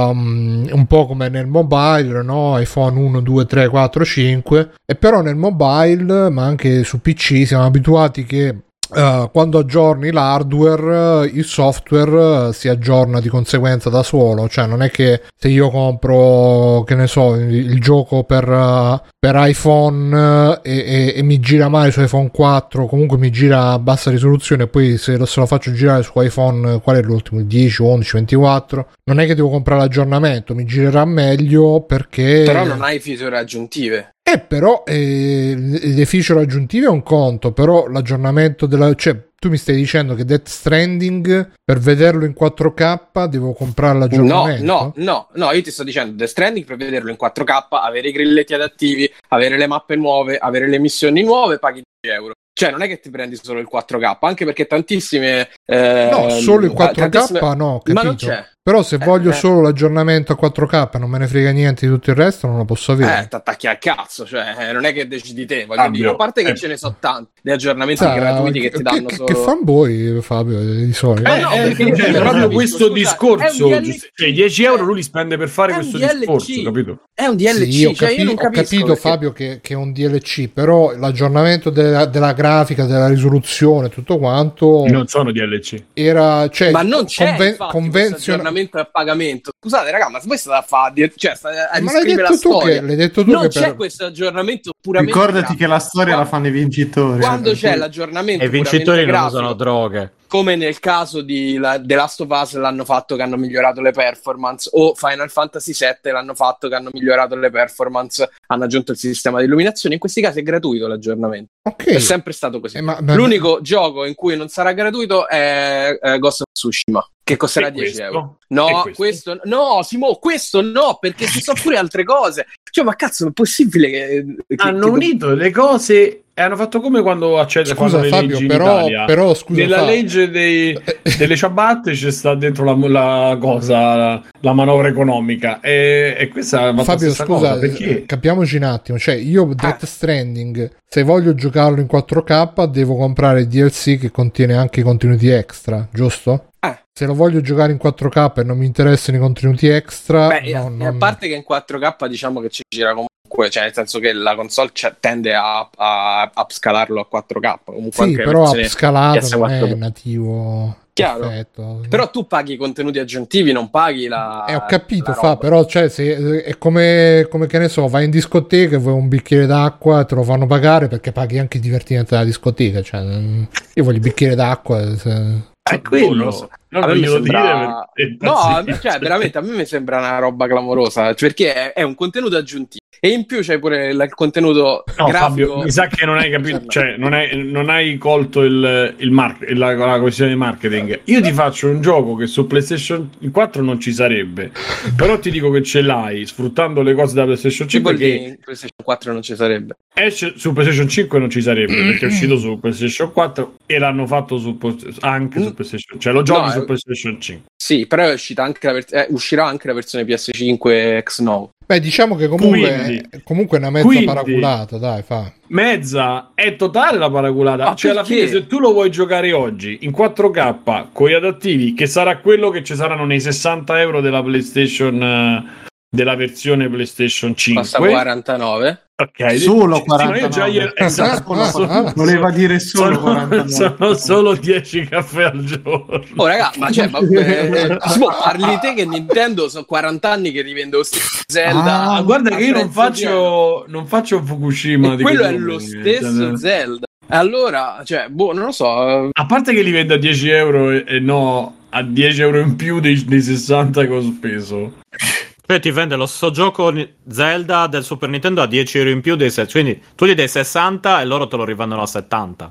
um, un po' come nel mobile, no? iPhone uno, due, tre, quattro, cinque, e però nel mobile, ma anche su P C, siamo abituati che Uh, quando aggiorni l'hardware, il software uh, si aggiorna di conseguenza da solo. Cioè non è che se io compro, che ne so, il, il gioco per, uh, per iPhone uh, e, e, e mi gira male su iPhone quattro, comunque mi gira a bassa risoluzione, e poi se lo, se lo faccio girare su iPhone, qual è l'ultimo? Il dieci, undici, ventiquattro, non è che devo comprare l'aggiornamento, mi girerà meglio perché... Però non hai feature aggiuntive. Eh, però eh, le feature aggiuntive è un conto, però l'aggiornamento della... cioè, tu mi stai dicendo che Death Stranding, per vederlo in quattro K, devo comprare l'aggiornamento? No, no, no, no, io ti sto dicendo Death Stranding per vederlo in quattro K, avere i grilletti adattivi, avere le mappe nuove, avere le missioni nuove, paghi dieci euro. Cioè non è che ti prendi solo il quattro K, anche perché tantissime... Eh, No, solo il quattro K tantissime... no, capito. Ma non c'è. Però se Eh, voglio eh. solo l'aggiornamento a quattro K, non me ne frega niente di tutto il resto, non lo posso avere. Eh, t'attacchi al cazzo, cioè eh, non è che decidi te, voglio Fabio, dire, a parte che eh. ce ne so tanti di aggiornamenti Sa, gratuiti che ti danno che, solo... che fanboy, Fabio, di solito. Eh, Eh, no, eh, perché- cioè, però proprio capisco, questo scusa, discorso, è un D L C. giusto- cioè dieci euro lui li spende per fare È un questo D L C. discorso, capito? È un D L C, Sì, ho, cioè capi- io non ho capisco capito perché- Fabio che, che è un D L C, però l'aggiornamento della, della grafica, della risoluzione, tutto quanto Non sono D L C. era, cioè, Ma non c'è conven- infatti questo convenzion- aggiornamento a pagamento. Scusate raga, ma voi state a fare, cioè state a Ma l'hai riscrivere la detto tu storia. che l'hai detto tu non che c'è per... questo aggiornamento puramente Ricordati grafico. che la storia la fanno i vincitori. Quando eh, c'è per l'aggiornamento E i vincitori puramente non grafico, usano droghe. come nel caso di la, The Last of Us l'hanno fatto che hanno migliorato le performance, o Final Fantasy sette l'hanno fatto che hanno migliorato le performance, hanno aggiunto il sistema di illuminazione. In questi casi è gratuito l'aggiornamento, Ok. è sempre stato così. Eh, ma- ma- L'unico gioco in cui non sarà gratuito è eh, Ghost of Tsushima, che costerà E dieci questo? euro. E No, questo? questo no, Simo, questo no, perché ci sono pure altre cose. Cioè, ma cazzo, è possibile che, che Hanno che- unito le cose e hanno fatto come quando accede Scusa fanno le Fabio, leggi in però, Italia. però scusa Nella Fabio. legge dei- delle ciabatte c'è sta dentro la, la cosa, la, la manovra economica, e, e questa è la Fabio, stessa scusa, cosa, perché capiamoci un attimo. Cioè, io Death Stranding, se voglio giocarlo in quattro K, devo comprare il D L C che contiene anche i contenuti extra, giusto? Eh. Se lo voglio giocare in quatro K e non mi interessano i contenuti extra, Beh, no, a- non- a parte che in quattro K diciamo che ci gira comunque, cioè nel senso che la console c'è- tende a, a upscalarlo a quattro K. Comunque sì, anche però versione upscalato P S non quattro. è nativo. Chiaro. Perfetto. Però tu paghi i contenuti aggiuntivi, non paghi la. Eh, ho capito, la fa, roba. però cioè, se, è come, come che ne so, vai in discoteca e vuoi un bicchiere d'acqua, te lo fanno pagare perché paghi anche il divertimento della discoteca. Cioè, mm, io voglio il bicchiere d'acqua. Se... è quello. non lo so. Non A me mi voglio sembra- dire perché- No, impazzisco. cioè veramente a me mi sembra una roba clamorosa, perché è, è un contenuto aggiuntivo e in più c'hai pure il, il contenuto No, grafico. Fabio, mi sa che non hai capito, cioè non hai, non hai colto il, il mar- la, la questione di marketing. Io ti faccio un gioco che su PlayStation quattro non ci sarebbe, però ti dico che ce l'hai sfruttando le cose da PlayStation Che cinque, vuol dire che in PlayStation quattro non ci sarebbe. esce su PlayStation cinque non ci sarebbe perché è uscito su PlayStation quattro e l'hanno fatto su, anche su PlayStation, cioè lo giochi No, su eh. PlayStation cinque. Sì, però è uscita anche la ver- eh, uscirà anche la versione P S cinque X nove. Beh, diciamo che comunque, Quindi- comunque è una mezza quindi- paraculata, dai, fa. Mezza è totale la paraculata. Ma Cioè, alla perché? fine, se tu lo vuoi giocare oggi in quattro K con gli adattivi, che sarà quello che ci saranno nei sessanta euro della PlayStation, eh, della versione PlayStation Costa cinque. quarantanove. Ok, Solo sì, ma io già quarantanove. ieri- esatto, Ah, sono- ah, voleva dire solo sono, quarantanove. sono solo dieci caffè al giorno. Oh raga, ma cioè, ma, eh, Simo, parli te che Nintendo sono quaranta anni che rivende lo stesso Zelda. Ah, guarda che io non prezzo pieno. faccio non faccio Fukushima E di quello quei è lo numeri, stesso cioè, Zelda. Allora, cioè, boh, non lo so. a parte che li vendo a dieci euro e, e no a dieci euro in più dei, dei sessanta che ho speso. Cioè ti vende lo sto gioco ni- Zelda del Super Nintendo a dieci euro in più dei sessanta, quindi tu gli dai sessanta e loro te lo rivendono a settanta.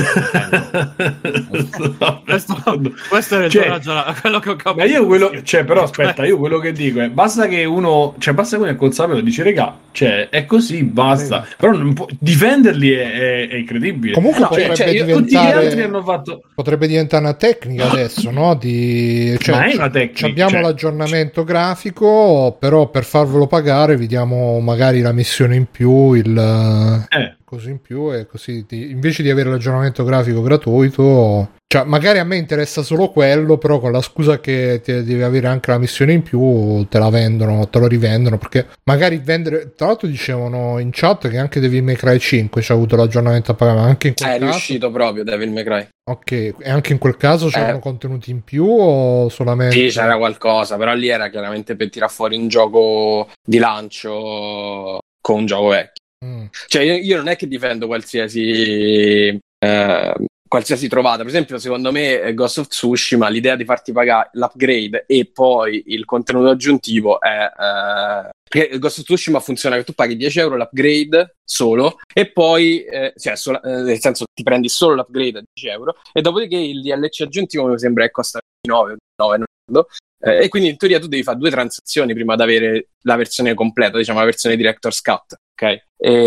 questo, questo è il Cioè, tuo ragionamento, quello che ho capito. ma io quello, cioè, però aspetta, io quello che dico è basta che uno, cioè, basta che uno è consapevole, dice, regà, cioè, è così, basta. Però non può, difenderli è, è, è incredibile. Comunque No, potrebbe cioè, io- diventare tutti gli altri hanno fatto. potrebbe diventare una tecnica adesso, no? Di, cioè, Ma è una tecnica, abbiamo cioè- l'aggiornamento grafico, però per farvelo pagare vi diamo magari la missione in più, il Eh. così in più, e così ti- invece di avere l'aggiornamento grafico gratuito, cioè magari a me interessa solo quello, però con la scusa che ti devi avere anche la missione in più te la vendono, te lo rivendono, perché magari vendere, tra l'altro dicevano in chat che anche Devil May Cry cinque c'ha avuto l'aggiornamento a pagamento, anche in quel È caso. riuscito proprio Devil May Cry. Ok, e anche in quel caso c'erano Eh. contenuti in più o solamente... Sì, c'era qualcosa, però lì era chiaramente per tirar fuori un gioco di lancio con un gioco vecchio. Mm. Cioè, io, io non è che difendo qualsiasi eh, qualsiasi trovata. Per esempio, secondo me eh, Ghost of Tsushima, l'idea di farti pagare l'upgrade e poi il contenuto aggiuntivo è eh, perché Ghost of Tsushima funziona che tu paghi dieci euro l'upgrade solo e poi eh, cioè sola- eh, nel senso ti prendi solo l'upgrade a dieci euro e dopodiché il D L C aggiuntivo mi sembra che costa nove, nove non ricordo. Eh, e quindi in teoria tu devi fare due transazioni prima di avere la versione completa, diciamo la versione Director's Cut, ok?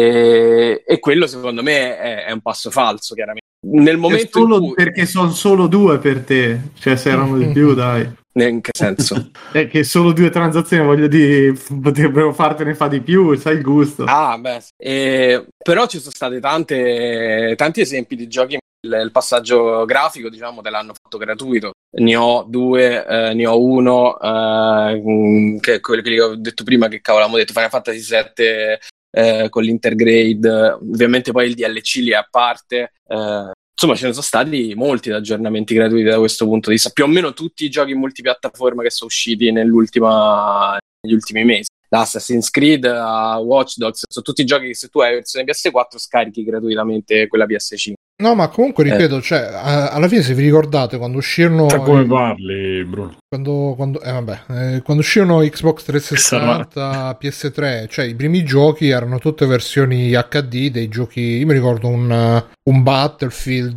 E, e quello secondo me è, è un passo falso, chiaramente. Nel È momento solo in cui... perché sono solo due per te, cioè se erano di più, dai. In che senso? È che solo due transazioni, voglio dire, potrebbero fartene fa di più, sai il gusto. Ah, beh, sì. Eh, però ci sono state tante, tanti esempi di giochi il, il passaggio grafico, diciamo, te l'hanno fatto gratuito. Ne ho due, eh, ne ho uno, eh, che è quello che ho detto prima, che cavolo avevamo detto, Final Fantasy sette eh, con l'Intergrade, ovviamente poi il D L C lì è a parte. Eh, insomma, ce ne sono stati molti aggiornamenti gratuiti da questo punto di vista. Più o meno tutti i giochi multipiattaforma che sono usciti nell'ultima, negli ultimi mesi. Da Assassin's Creed a Watch Dogs, sono tutti giochi che se tu hai la versione P S quattro scarichi gratuitamente quella P S cinque. No, ma comunque ripeto, cioè, a- alla fine se vi ricordate quando uscirono Cioè, come i- parli, Bruno? quando, quando, eh, vabbè, eh, quando uscirono Xbox trecentosessanta, P S tre, cioè i primi giochi erano tutte versioni acca di dei giochi. Io mi ricordo un, uh, un Battlefield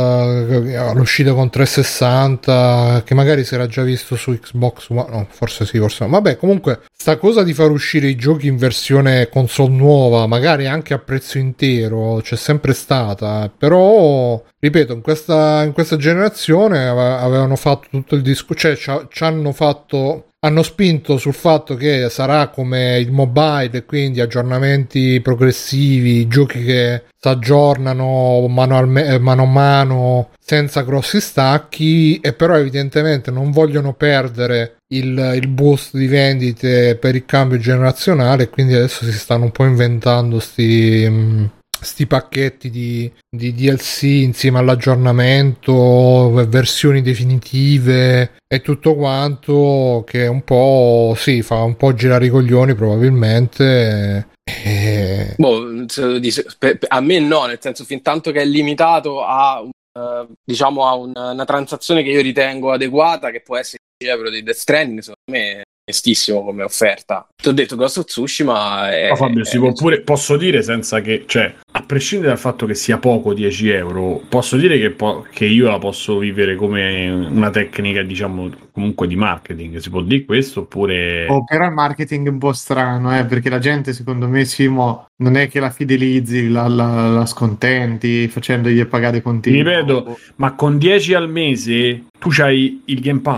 uh, all'uscita con trecentosessanta che magari si era già visto su Xbox One, no, forse sì, forse no. Vabbè, comunque sta cosa di far uscire i giochi in versione console nuova, magari anche a prezzo intero, c'è sempre stata, però ripeto, in questa, in questa generazione ave- avevano fatto tutto il disco, cioè ci ha- ci hanno fatto, hanno spinto sul fatto che sarà come il mobile e quindi aggiornamenti progressivi, giochi che si aggiornano manualme- mano a mano senza grossi stacchi, e però evidentemente non vogliono perdere il, il boost di vendite per il cambio generazionale, e quindi adesso si stanno un po' inventando sti... mh, sti pacchetti di, di D L C insieme all'aggiornamento, versioni definitive e tutto quanto, che un po' sì, fa un po' girare i coglioni probabilmente. E... Boh, se- dice- per- per- a me no, nel senso, fin tanto che è limitato a eh, diciamo a un- una transazione che io ritengo adeguata, che può essere dieci euro di Death Stranding, secondo me è onestissimo come offerta. Ti ho detto, Ghost of Tsushima è, Ma Fabio, si è- può pure, posso dire senza che, cioè, a prescindere dal fatto che sia poco dieci euro, posso dire che, po- che io la posso vivere come una tecnica, diciamo, comunque di marketing, si può dire questo, oppure... Oh, però il marketing è un po' strano, eh, perché la gente, secondo me, Simo, non è che la fidelizzi, la, la, la scontenti, facendogli pagare Ti continui. ripeto, ma con dieci al mese tu c'hai il Game Pass.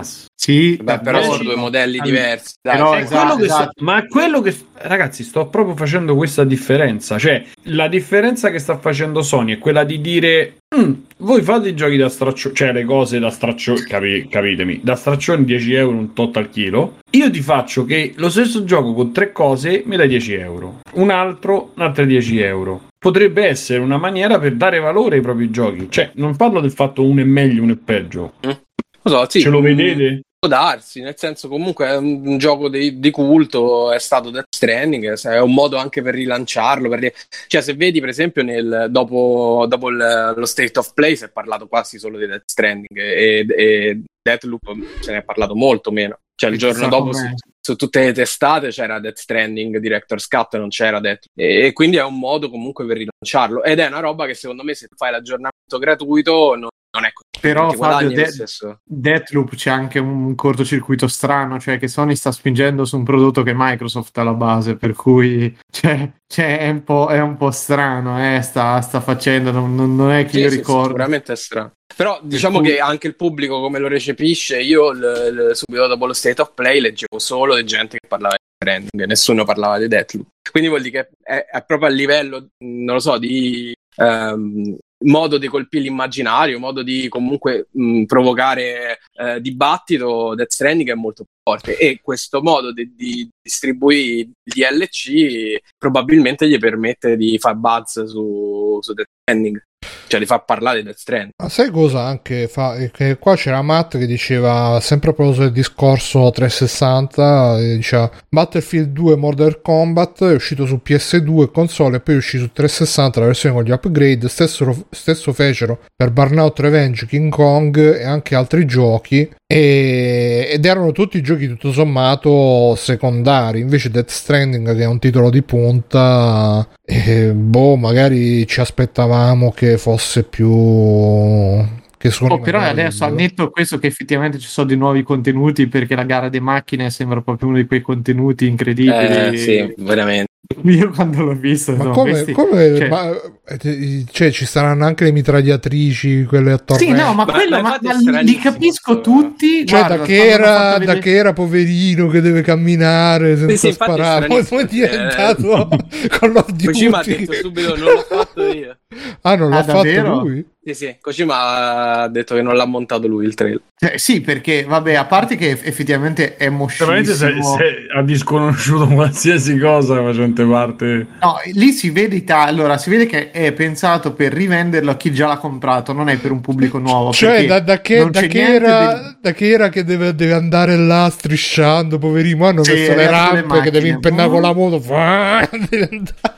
Sì, Beh, però davvero. sono due modelli Allora, diversi. Dai, però sì. È esatto, quello che sto- esatto. ma è quello che ragazzi sto proprio facendo questa differenza, cioè la differenza che sta facendo Sony è quella di dire "Mm, voi fate i giochi da straccione, cioè le cose da straccione, capi- capitemi, da straccione dieci euro un tot al chilo, io ti faccio che lo stesso gioco con tre cose mi dai dieci euro, un altro un'altra dieci euro". Potrebbe essere una maniera per dare valore ai propri giochi, cioè non parlo del fatto uno è meglio, uno è peggio. Mm. Lo so, sì, Ce lo mm, vedete? può darsi, nel senso comunque è un, un gioco di, di culto, è stato Death Stranding, è un modo anche per rilanciarlo, per ri- cioè se vedi per esempio nel, dopo, dopo il- lo State of Play si è parlato quasi solo di Death Stranding e, e Deathloop se ne è parlato molto meno, cioè il Perché giorno sa dopo su, com'è. su tutte le testate c'era Death Stranding, Director's Cut, non c'era Death, e, e quindi è un modo comunque per rilanciarlo ed è una roba che secondo me se fai l'aggiornamento gratuito non, non è così. Però non ti Fabio, guadagni lo De- stesso. Deathloop c'è anche un cortocircuito strano, cioè che Sony sta spingendo su un prodotto che Microsoft ha alla base, per cui cioè, cioè, è, un po', è un po' strano, eh, sta, sta facendo, non, non- non è che Sì, io sì, ricordo. sicuramente è strano. Però diciamo cui- che anche il pubblico come lo recepisce, io l- l- subito dopo lo State of Play leggevo solo di gente che parlava di Stranding, nessuno parlava di Deathloop. Quindi vuol dire che è, è proprio a livello, non lo so, di ehm, modo di colpire l'immaginario, modo di comunque mh, provocare eh, dibattito. Death Stranding è molto più forte e questo modo di, di distribuire i D L C probabilmente gli permette di fare buzz su, su Death Stranding, cioè di far parlare di Death Stranding. Ma sai cosa anche fa? Che qua c'era Matt che diceva, sempre a proposito del discorso trecentosessanta, eh, diceva Battlefield due Modern Combat è uscito su P S due console e poi è uscito su trecentosessanta la versione con gli upgrade, stesso, stesso fecero per Burnout Revenge, King Kong e anche altri giochi, e, ed erano tutti giochi tutto sommato secondari. Invece Death Stranding, che è un titolo di punta, eh, boh, magari ci aspettavamo che fosse più che Sony Oh, però magari- adesso al netto questo che effettivamente ci sono di nuovi contenuti, perché la gara delle macchine sembra proprio uno di quei contenuti incredibili. Eh, sì, veramente. Io quando l'ho visto Ma no, come, questi- come cioè- ma, eh, cioè, ci saranno anche le mitragliatrici, quelle a Sì, torrente? no, ma, Ma- quello ma ma, infatti ma è li stranissimo capisco questo- tutti. Cioè, Guarda, da, che quando mi ha era, fatto da vedere- che era poverino che deve camminare senza sì, infatti è sparare, poi stranissimo, è diventato Call of Duty. Kojima ha detto subito non l'ho fatto io. Ah, non l'ha Ah, fatto davvero? lui? Sì, sì, Kojima ha detto che non l'ha montato lui il trailer. Cioè, sì, perché vabbè, a parte che effettivamente è Veramente se, moscissimo. se ha disconosciuto qualsiasi cosa facente parte. No, lì si vede Ita- allora si vede che è pensato per rivenderlo a chi già l'ha comprato, non è per un pubblico nuovo. Cioè, perché da, da che, non da c'è che niente era, di- da che era che deve, deve andare là strisciando, poverino, hanno Sì, messo le adesso le rampe che devi macchine. impennare con la Mm. moto. Deve andare.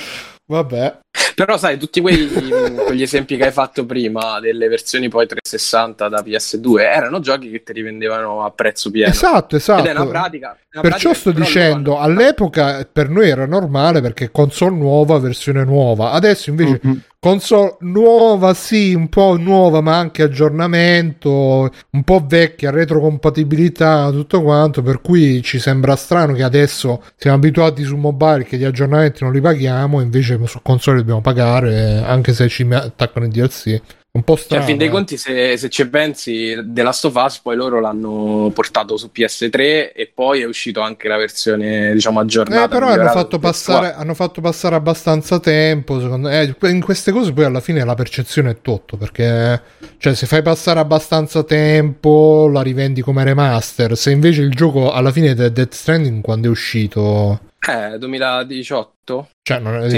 Vabbè. Però sai, tutti quei, quegli esempi che hai fatto prima delle versioni poi trecentosessanta da P S due erano giochi che ti rivendevano a prezzo pieno. Esatto, esatto. Ed è una pratica. una Perciò pratica sto che però dicendo, loro hanno- all'epoca per noi era normale perché console nuova, versione nuova. Adesso invece Mhm. console nuova, sì, un po' nuova, ma anche aggiornamento, un po' vecchia, retrocompatibilità, tutto quanto, per cui ci sembra strano che adesso siamo abituati su mobile che gli aggiornamenti non li paghiamo, invece su console dobbiamo pagare, anche se ci attaccano i D L C. Un po' Cioè, strano. a fin dei eh. conti, se, se ci pensi, The Last of Us poi loro l'hanno portato su P S tre e poi è uscito anche la versione, diciamo, aggiornata. Eh, però hanno migliorata fatto, su P S quattro. passare, hanno fatto passare abbastanza tempo, secondo me. Eh, in queste cose poi alla fine la percezione è tutto, perché cioè se fai passare abbastanza tempo la rivendi come remaster, se invece il gioco alla fine è Death Stranding quando è uscito, Eh, duemiladiciotto? cioè non è, Sì.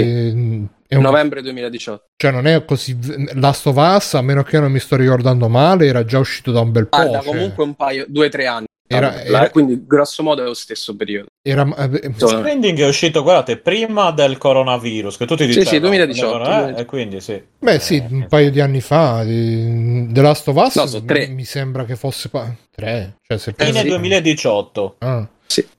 è un- Novembre duemiladiciotto. cioè non è così. Last of Us, a meno che non mi sto ricordando male, era già uscito da un bel po'. Guarda, cioè, comunque un paio, due o tre anni. Era- La- era- Quindi, grosso modo, è lo stesso periodo. era, eh, Insomma, Stranding è uscito, guardate, prima del coronavirus, che tutti Sì, dicevano. sì, duemiladiciotto. eh, e quindi sì. beh sì, Eh, un paio di anni fa di- The Last of Us No, sono tre. mi sembra che fosse pa- tre, cioè se Fine Eh, sì. duemiladiciotto. Ah. sì.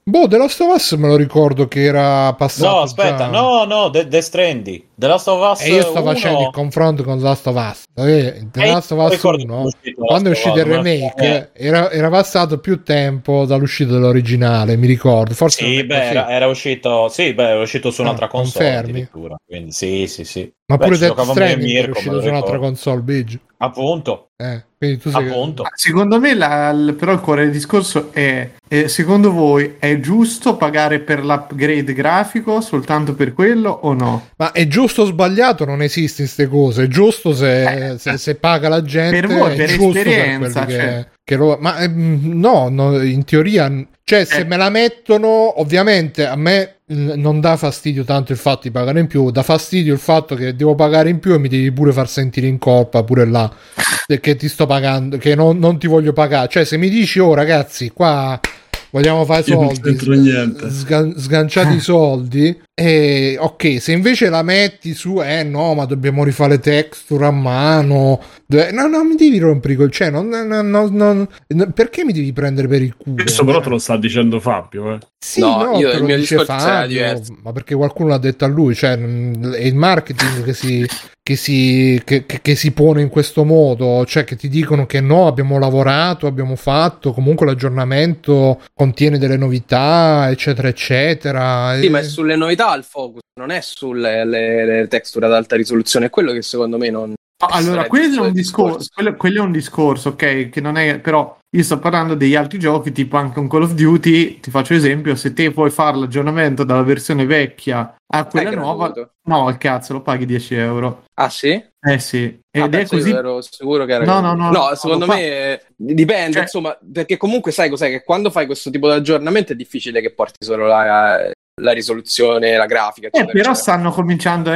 Boh, The Last of Us me lo ricordo che era passato. No, aspetta, già. no, no, The, The Stranding. The Last of Us E io sto uno... facendo il confronto con The Last of Us. Eh, The Eh, Last of Us ricordo uno, che è uscito quando è Last of uscito il Us, ma- remake, era, era passato più tempo dall'uscita dell'originale, mi ricordo. Forse non Sì, è beh, così. era, era uscito, sì, beh, era uscito su Ah, un'altra console confermi? addirittura. Quindi sì, sì, sì. Ma Beh, pure ci Death giocavamo io e Stranding era Mirko, me uscito lo su un'altra ricordo. console, Biggio. Appunto, Eh, quindi tu sei appunto. Secondo me la- il- però il cuore del discorso è, eh, secondo voi è giusto pagare per l'upgrade grafico soltanto per quello o no? Ma è giusto o sbagliato? Non esiste queste cose. È giusto se, se, se paga la gente. Per voi, è per giusto esperienza, per quelli cioè. che, che lo. Ma ehm, no, no, in teoria. Cioè, se Eh. me la mettono, ovviamente a me mm, non dà fastidio tanto il fatto di pagare in più, dà fastidio il fatto che devo pagare in più e mi devi pure far sentire in colpa pure là che ti sto pagando, che non, non ti voglio pagare. Cioè, se mi dici, oh ragazzi, qua vogliamo fare Io non soldi, c'entro niente. sgan- sganciati i soldi, e ok, se invece la metti su, eh no, ma dobbiamo rifare le texture a mano, dove- no, no, mi devi rompere col, cioè, non, non, non, non- non- perché mi devi prendere per il culo? Questo però Cioè, te lo sta dicendo Fabio, eh. sì, No, no, io- te il lo mio dice discorso era Fabio, diverso. ma perché qualcuno l'ha detto a lui, cioè mh, è il marketing che si, che, si, che, che- che si pone in questo modo, cioè che ti dicono che no, abbiamo lavorato, abbiamo fatto, comunque l'aggiornamento contiene delle novità, eccetera, eccetera. Sì, e- ma è sulle novità il focus, non è sulle le, le texture ad alta risoluzione. È quello che secondo me non. Allora, è quello è un il discorso, quello, quello è un discorso, ok, che non è, però io sto parlando degli altri giochi, tipo anche un Call of Duty, ti faccio esempio, se te puoi fare l'aggiornamento dalla versione vecchia a quella È nuova, gratuito. no, al cazzo, lo paghi dieci euro. Ah, sì? Eh sì, ed Ah, è penso così. io ero sicuro che era No, gratuito. no, no, no, secondo lo fa- me eh, dipende, Cioè- insomma, perché comunque sai cos'è che quando fai questo tipo di aggiornamento è difficile che porti solo la, la risoluzione, la grafica, Eh, eccetera, però eccetera. stanno cominciando a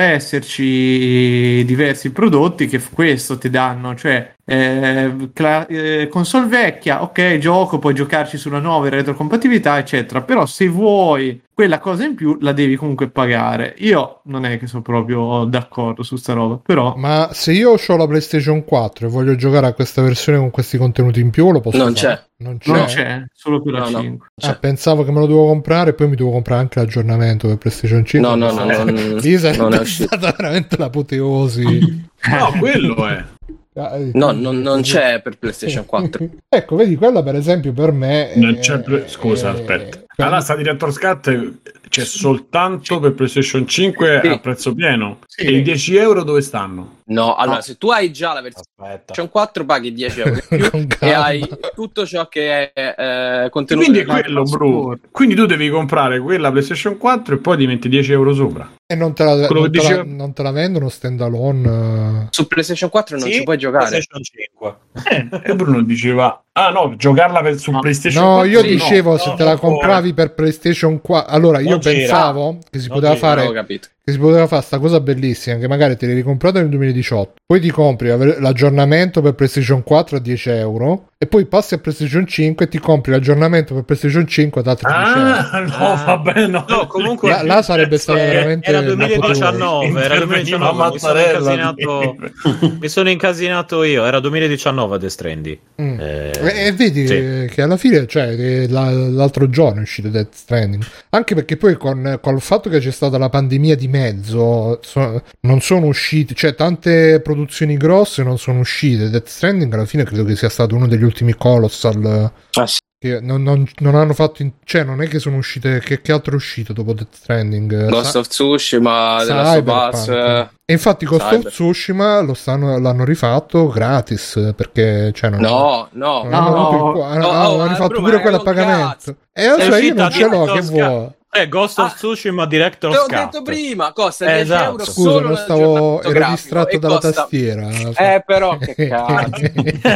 esserci diversi prodotti che f- questo ti danno, cioè eh, cla- eh, console vecchia, ok, gioco, puoi giocarci sulla nuova in retrocompatibilità, eccetera, però se vuoi quella cosa in più la devi comunque pagare. Io non è che sono proprio d'accordo su sta roba, però Ma se io ho la PlayStation quattro e voglio giocare a questa versione con questi contenuti in più, lo posso Non fare? c'è. Non c'è. non c'è, solo per la No, no. cinque. Ah, Cioè, pensavo che me lo dovevo comprare e poi mi dovevo comprare anche l'aggiornamento per PlayStation cinque. no, no, no, Eh, non, lì sarebbe non è uscito. stata veramente l'apoteosi. No, quello è. Ah, eh, No, quindi- non, non c'è per PlayStation quattro. Ecco, vedi, quella per esempio per me Non è- c'è pre- Scusa, è- aspetta. per- Allora, sta Director's Cut c'è soltanto per PlayStation cinque Sì. a prezzo pieno. Sì. E i dieci euro dove stanno? No, allora, No. se tu hai già la versione Aspetta. PlayStation quattro paghi dieci euro in più Con e calma. hai tutto ciò che è eh, contenuto Quindi è nel- quello, bro. Sport. Quindi tu devi comprare quella PlayStation quattro e poi ti metti dieci euro sopra. E non te la, Quello non che te la- diceva- non te la vendono standalone. su PlayStation quattro non Sì, ci puoi giocare. PlayStation cinque. Eh, e Bruno diceva: ah no, giocarla per, su No. PlayStation No, quattro. io sì, dicevo no, se no, te la non può. compravi per PlayStation quattro. Allora io Non gira. pensavo che si Non poteva gira, fare Non ho capito. che si poteva fare sta cosa bellissima, che magari te l'hai ricomprata nel duemiladiciotto, poi ti compri la- l'aggiornamento per PlayStation quattro a dieci euro e poi passi a PlayStation cinque e ti compri l'aggiornamento per PlayStation cinque ad altri dieci euro. Ah, no, vabbè, no. No, comunque- Là, là sarebbe stato Eh, veramente era l'apoteosi. duemiladiciannove, era Interveniva duemiladiciannove, mi sono Mattarella, incasinato, dicevi. mi sono incasinato io, era duemiladiciannove Death Stranding. Mm. Eh, E, e vedi sì. che, che alla fine, cioè, che la- l'altro giorno è uscito Death Stranding. Anche perché poi con, con il fatto che c'è stata la pandemia di mezzo, so- non sono usciti, cioè tante produzioni grosse non sono uscite. Death Stranding alla fine credo che sia stato uno degli ultimi Colossal Ah, sì. che non, non- non hanno fatto, in- cioè non è che sono uscite, che, che altro è uscito dopo Death Stranding? Ghost Sa- of Tsushima, The Last of Us, Cyberpunk. E infatti Ghost Cyber. of Tsushima lo stanno, l'hanno rifatto gratis perché cioè, non no, no, non No, hanno avuto no. il qua- hanno, Oh, hanno oh, rifatto Bruno, pure ma quella a che pagamento. cazzo? E lo È so, io uscita non ce l'ho, che Director's vuoi? Eh, Ghost of Ah. Tsushima Te Director's l'ho Cut. detto prima, costa Eh, dieci esatto. euro Scusa, solo non stavo, l'aggiornamento ero grafico distratto e dalla costa- tastiera. Eh, però che cazzo.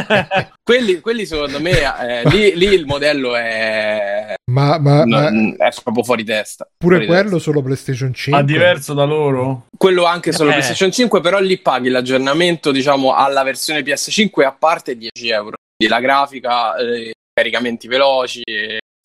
quelli, quelli secondo me eh, lì, lì il modello è, ma, ma, ma no, è proprio fuori testa. pure fuori quello testa. solo PlayStation cinque. Ma diverso da loro? Quello anche solo Eh. PlayStation cinque, però lì paghi l'aggiornamento, diciamo, alla versione P S cinque a parte dieci euro. Quindi la grafica, eh, caricamenti veloci, e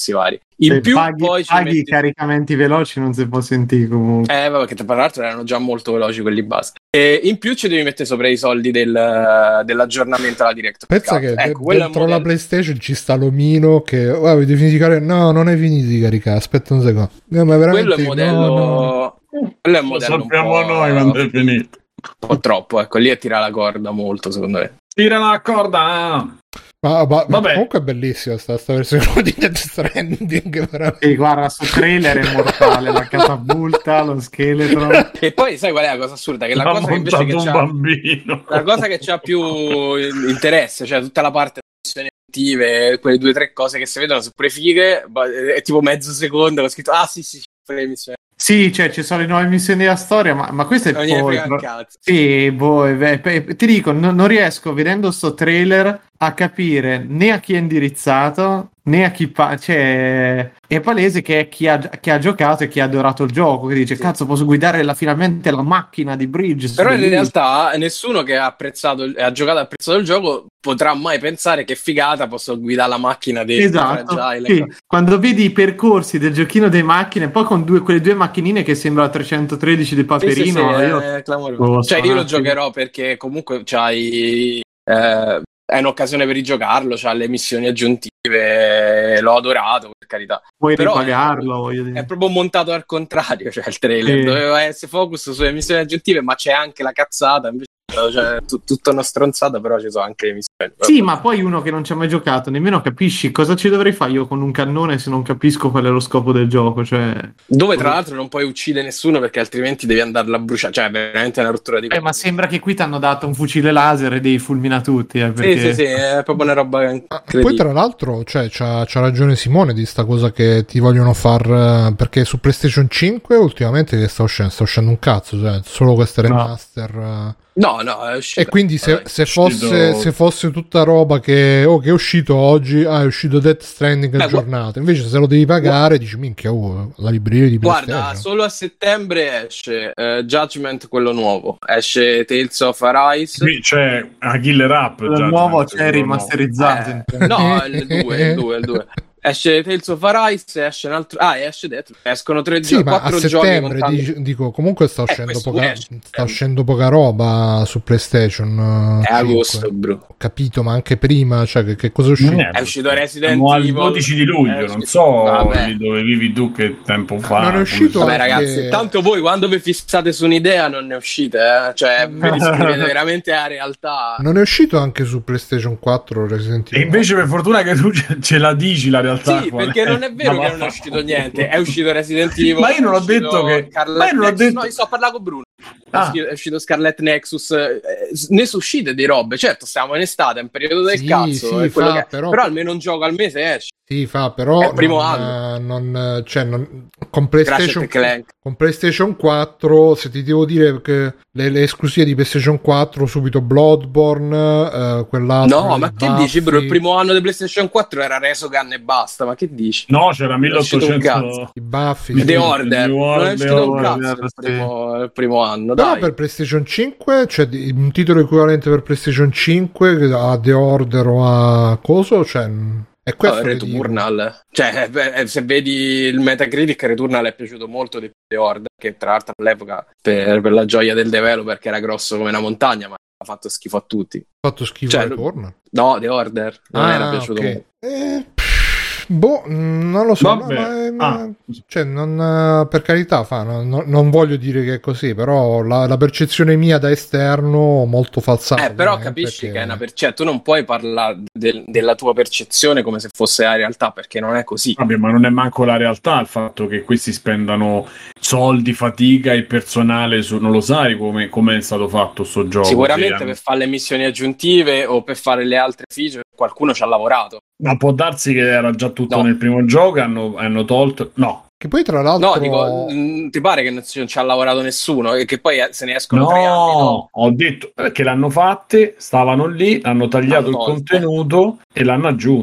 vari. In Se più paghi, poi ci paghi metti... i caricamenti veloci non si può sentire comunque. Eh, vabbè, che tra l'altro erano già molto veloci quelli base. E in più ci devi mettere sopra i soldi del, dell'aggiornamento alla Director's Pensa Cut. che Ecco, de- quello è un dentro la modello... PlayStation ci sta l'omino che oh, avete finito di caricare? No, non hai finito di caricare, aspetta un secondo. No, ma veramente Quello è un modello... no, no. Quello è un Lo modello un sappiamo po'... noi quando è finito. un po' troppo, ecco, lì è tira la corda molto, secondo me. Tira la corda! Ma, ma- ma Vabbè. comunque è bellissima sta, sta versione di Death Stranding, veramente. E guarda, sul trailer è mortale, la catapulta, lo scheletro. E poi sai qual è la cosa assurda? Che la L'ha cosa che invece montato che un c'ha... bambino. La cosa che c'ha più interesse, cioè tutta la parte delle missioni attive, quelle due o tre cose che si vedono sono pure fighe, ma è tipo mezzo secondo che ho scritto ah sì sì, sì le missioni. Sì, cioè ci sono le nuove missioni della storia, ma, ma questo è Non gliene poi... frega un cazzo. Sì, boh, e beh, pe- ti dico, no- non riesco vedendo sto trailer a capire né a chi è indirizzato né a chi fa, cioè è palese che è chi ha, chi ha giocato e chi ha adorato il gioco, che dice Sì. cazzo posso guidare la, finalmente la macchina di Bridges. Però in bellissimo. realtà nessuno che ha apprezzato il- ha giocato e ha apprezzato il gioco potrà mai pensare che figata posso guidare la macchina dei Esatto, Fragile. sì. Quando vedi i percorsi del giochino delle macchine, poi con due, quelle due macchinine che sembra trecentotredici di Sì, sì, sì, Paperino, io... è clamoroso. Oh, Cioè io lo sono- giocherò perché comunque c'hai eh, è un'occasione per rigiocarlo, c'ha le missioni aggiuntive, l'ho adorato per carità. puoi Però ripagarlo, voglio dire. È proprio montato al contrario, cioè il trailer Sì. doveva essere focus sulle missioni aggiuntive, ma c'è anche la cazzata, invece cioè, t- tutta una stronzata, però ci sono anche le missioni. Sì, ma poi uno che non ci ha mai giocato, nemmeno capisci cosa ci dovrei fare io con un cannone se non capisco qual è lo scopo del gioco, cioè... Dove tra l'altro non puoi uccidere nessuno perché altrimenti devi andarla a bruciare, cioè è veramente una rottura di Eh, ma sembra che qui ti hanno dato un fucile laser e devi fulmina tutti, eh, Sì, perché... sì, sì, è proprio una roba Ah, incredibile. poi tra l'altro cioè, c'ha, c'ha ragione Simone di sta cosa che ti vogliono far eh, perché su PlayStation cinque ultimamente che sta uscendo sta uscendo un cazzo, cioè, solo queste No. remaster eh. No, no, è uscito. E quindi se, Vabbè. se è uscito- fosse se fosse tutta roba che oh, che è uscito oggi, ah è uscito Death Stranding Beh, aggiornato, invece se lo devi pagare dici minchia oh, la libreria di PlayStation. Guarda, solo a settembre esce eh, Judgment, quello nuovo, esce Tales of Arise. Qui c'è a Killer App. Quello già, nuovo quello c'è nuovo. rimasterizzato. Eh, intendo. no, il due, il due, il due. Esce Tales of Arise, esce un altro... Ah, esce Death. Escono tre Sì, gio- ma a quattro giochi settembre contando... dic- dico comunque sta Eh, uscendo questo poca esce a sta settembre. uscendo poca roba su PlayStation eh, È agosto, cinque. bro. Ho capito, ma anche prima, cioè che, che cosa è uscito? Eh, È uscito Resident siamo al Evil. dodici di È luglio, non uscito- so Vabbè. lì dove vivi tu che tempo fa. non è come uscito- si- Vabbè ragazzi, Perché- tanto voi quando vi fissate su un'idea non ne uscite, eh? Cioè vi riscrivete veramente alla realtà. Non è uscito anche su PlayStation quattro Resident E Evil? invece per fortuna che tu ce ce la dici la realtà. Sì, qual perché non è vero Ma che non è va- uscito niente, è uscito Resident Evil. Ma io non è ho uscito detto che- Scarlet ma io non ho Nexus- detto- No, io sto a parlare con Bruno. È Ah. uscito- È uscito Scarlet Nexus, eh, ne sono uscite di robe. Certo, stiamo in estate, è un periodo del Sì, cazzo, sì, è quello fa, che è. però- Però... almeno un gioco al mese esce. Sì, fa, però È il primo non, anno. eh, non, cioè, non- con Ratchet PlayStation and Clank. con PlayStation quattro, se ti devo dire che le, le esclusive di PlayStation quattro subito Bloodborne, eh, quell'altro No, ma che Buffy. dici, bro? Il primo anno di PlayStation quattro era Resogun e basta, ma che dici? No, c'era è uscito un milleottocento. i Buffi, The The sì. Order, The non è uscito un Order, cazzo il sì. primo, il primo anno, Però dai. per PlayStation cinque c'è di- un titolo equivalente per PlayStation cinque che a The Order o a coso, cioè è questo No, che dico. Returnal, cioè beh, se vedi il Metacritic, Returnal è piaciuto molto di più di The Order, che tra l'altro all'epoca per, per la gioia del developer che era grosso come una montagna, ma ha fatto schifo a tutti. Ha fatto schifo Cioè, Returnal. No, The Order non Ah, era piaciuto ok. molto. Eh, pff, boh, mm, non lo so, Vabbè. ma- ma- ma- Ah. cioè, non, eh, per carità, fa, no- no- non voglio dire che è così, però la, la percezione mia da esterno molto falsata. Eh, però ovviamente, capisci che- che è una per- cioè, tu non puoi parlare del- della tua percezione come se fosse la realtà, perché non è così. Vabbè, ma non è manco la realtà il fatto che questi spendano soldi, fatica e personale su... non lo sai come, come è stato fatto sto gioco. Sicuramente Sì, per fare le missioni aggiuntive o per fare le altre feature qualcuno ci ha lavorato. ma può darsi che era già tutto No. nel primo gioco, hanno, hanno tolto... No, Che poi tra l'altro... No, dico, mh, ti pare che non ci non ci ha lavorato nessuno e che poi eh, se ne escono tre anni? no, No. ho detto perché l'hanno fatte, stavano lì, hanno tagliato L'hanno il tolte. contenuto e l'hanno aggiunto.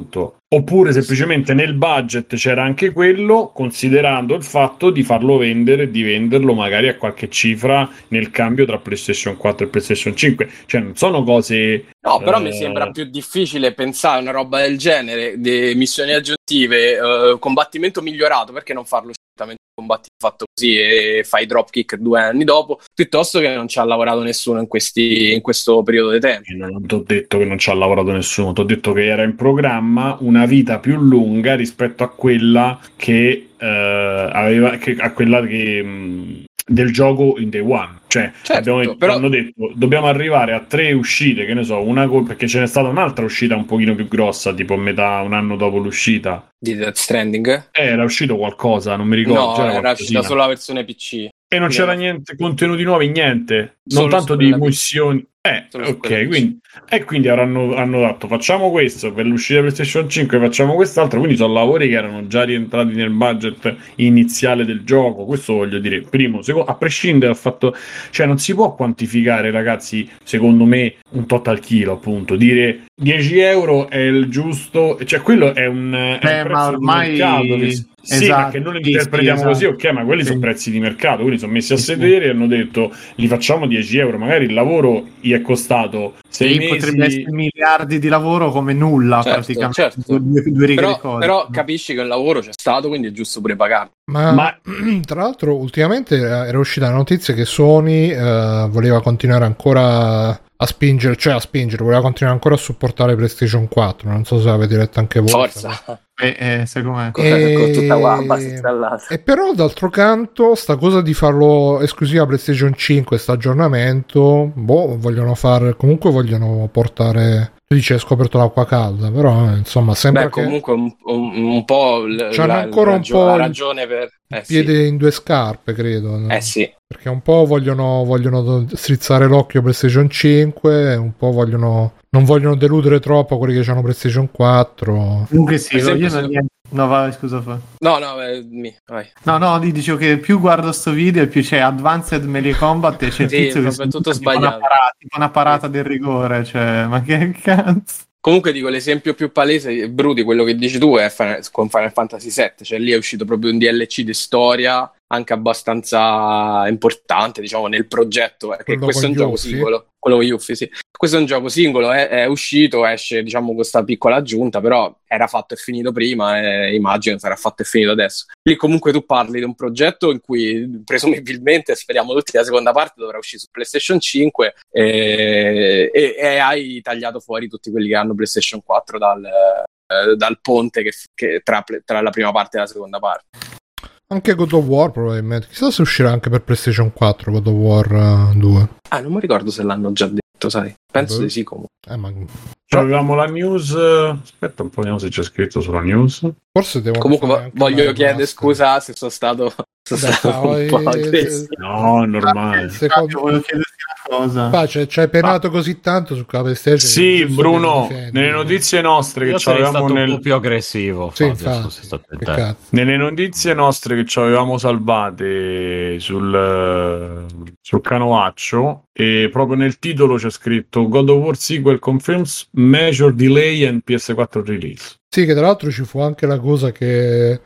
oppure semplicemente nel budget c'era anche quello, considerando il fatto di farlo vendere e di venderlo magari a qualche cifra nel cambio tra PlayStation quattro e PlayStation cinque. Cioè non sono cose... No, però eh... mi sembra più difficile pensare una roba del genere, di missioni aggiuntive, eh, combattimento migliorato, perché non farlo certamente combattimento fatto così e fai dropkick due anni dopo, piuttosto che non ci ha lavorato nessuno in, questi, in questo periodo di tempo. Non ti ho detto che non ci ha lavorato nessuno, ti ho detto che era in programma una vita più lunga rispetto a quella che eh, aveva, che, a quella che... Mh, del gioco in day one, cioè certo, abbiamo detto, però... hanno detto dobbiamo arrivare a tre uscite, che ne so, una co- perché ce n'è stata un'altra uscita un pochino più grossa, tipo metà un anno dopo l'uscita di Death Stranding? Eh, era uscito qualcosa, non mi ricordo. No, c'era era uscita solo la versione P C. E non c'era niente, contenuti nuovi, niente. Non Solo tanto di missioni. Eh, Solo ok, quindi, e quindi avranno, hanno detto facciamo questo per l'uscita PlayStation cinque, facciamo quest'altro, quindi sono lavori che erano già rientrati nel budget iniziale del gioco. Questo voglio dire, primo, secondo, a prescindere dal fatto, cioè non si può quantificare, ragazzi, secondo me, un tot al chilo, appunto, dire dieci euro è il giusto, cioè quello è un, è eh, un prezzo ma ormai... di mercato che, sì, esatto, ma che noi lo sì, interpretiamo sì, così, esatto. ok, ma quelli sì. sono prezzi di mercato, quindi sono messi a sì, sedere sì. e hanno detto li facciamo dieci euro, magari il lavoro gli è costato sei sì, mesi. Potrebbe essere miliardi di lavoro come nulla, certo, praticamente. Certo. Due, due righe però, di cose. però capisci che il lavoro c'è stato, quindi è giusto pure pagarlo. Ma, Ma... tra l'altro ultimamente era uscita la notizia che Sony eh, voleva continuare ancora a spingere, cioè a spingere, voleva continuare ancora a supportare PlayStation quattro, non so se avete letto anche voi. Forza. Eh, eh, secondo me. E... con tutta guamba installata. E però d'altro canto sta cosa di farlo esclusiva PlayStation cinque, sta aggiornamento, boh, vogliono fare, comunque vogliono portare, tu dici hai scoperto l'acqua calda, però eh, insomma sembra Beh, che comunque un, un, un po' l- c'hanno la, ancora la, un ragio- po' la il ragione per eh, piede sì. in due scarpe, credo, no? Eh sì. Perché un po' vogliono, vogliono strizzare l'occhio PlayStation cinque, un po' vogliono non vogliono deludere troppo quelli che hanno PlayStation quattro. Comunque sì, Per esempio, io non se- niente. No, vai, scusa, fa. No, no, eh, mi, vai. No, no, di- dicevo che più guardo sto video e più c'è Advanced Melee Combat e c'è il Sì, tizio che proprio tutto tipo una sbagliato. parata, tipo una parata del rigore, cioè, ma che cazzo? Comunque dico, l'esempio più palese, Bruti, quello che dici tu è Final- con Final Fantasy sette, cioè lì è uscito proprio un D L C di storia anche abbastanza importante, diciamo, nel progetto, eh, che Quello questo è con un gioco Yuffie? singolo, quello con Yuffie, sì. Questo è un gioco singolo, è, è uscito, esce, diciamo, questa piccola aggiunta, però era fatto e finito prima e immagino sarà fatto e finito adesso. Lì comunque tu parli di un progetto in cui presumibilmente, speriamo tutti, la seconda parte dovrà uscire su PlayStation cinque e, e, e hai tagliato fuori tutti quelli che hanno PlayStation quattro dal, eh, dal ponte che, che tra, tra la prima parte e la seconda parte. Anche God of War probabilmente, chissà se uscirà anche per PlayStation quattro God of War uh, due. Ah, non mi ricordo se l'hanno già detto, sai. Penso Beh. di sì comunque. Eh, ma... Cioè, avevamo la news. Aspetta un po', vediamo se c'è scritto sulla news. forse devo Comunque fare vo- anche voglio una chiedere remaster. scusa se sono stato, sono Vabbè, stato no, un po' eh, aggressivo. No, è normale. Secondo... Io volevo chiederti una cosa. Pace, ci hai penato così tanto su PlayStation. Sì, che giusto Bruno, che lo difendi. nelle notizie nostre Io che sarei avevamo stato un nel... po' più aggressivo. Sì, Fabio, infatti, scusa, sto che attento. cazzo. Nelle notizie nostre che ci avevamo salvate sul, sul canovaccio, e proprio nel titolo c'è scritto God of War sequel confirms major delay and P S quattro release. Sì, che tra l'altro ci fu anche la cosa che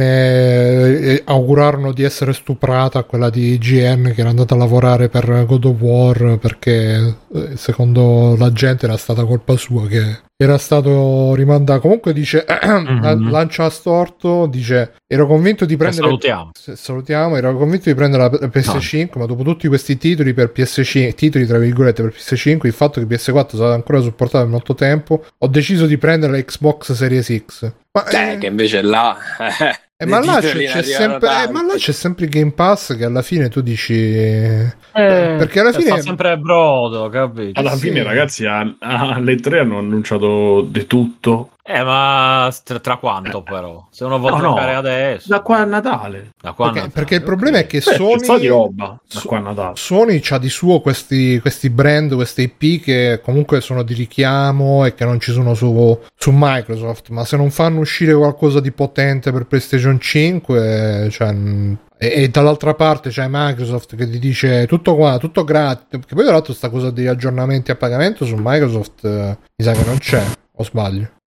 venne eh, augurarono di essere stuprata quella di I G N che era andata a lavorare per God of War perché eh, secondo la gente era stata colpa sua che era stato rimandato. Comunque dice Mm-hmm. lancia a storto, dice ero convinto di Che prendere salutiamo. S- salutiamo, ero convinto di prendere la P S cinque, no. Ma dopo tutti questi titoli per P S cinque, titoli tra virgolette per P S cinque, il fatto che P S quattro sarà ancora supportato per molto tempo, ho deciso di prendere la Xbox Series X. Ma, Eh, eh, che invece là... eh, ma, là c'è, titoli c'è ne arrivano sempre, eh, tanti. ma là c'è sempre il Game Pass che alla fine tu dici... Eh, perché alla fine... fa sempre brodo, capito? Alla sì. fine, ragazzi, a- a- alle tre hanno annunciato di tutto. Eh, ma tra, tra quanto però? Se uno vuole No, no, giocare adesso, Da qua a Natale. da qua a Perché, Natale, perché il ok. problema è che Beh, c'è Sony... sta di roba da Su- qua a Natale. Sony c'ha di suo questi, questi brand, queste I P che comunque sono di richiamo e che non ci sono su, su Microsoft, ma se non fanno uscire qualcosa di potente per PlayStation cinque, cioè, e, e dall'altra parte c'è Microsoft che ti dice tutto qua, tutto gratis, che poi tra l'altro sta cosa degli aggiornamenti a pagamento su Microsoft eh, mi sa che non c'è, o sbaglio?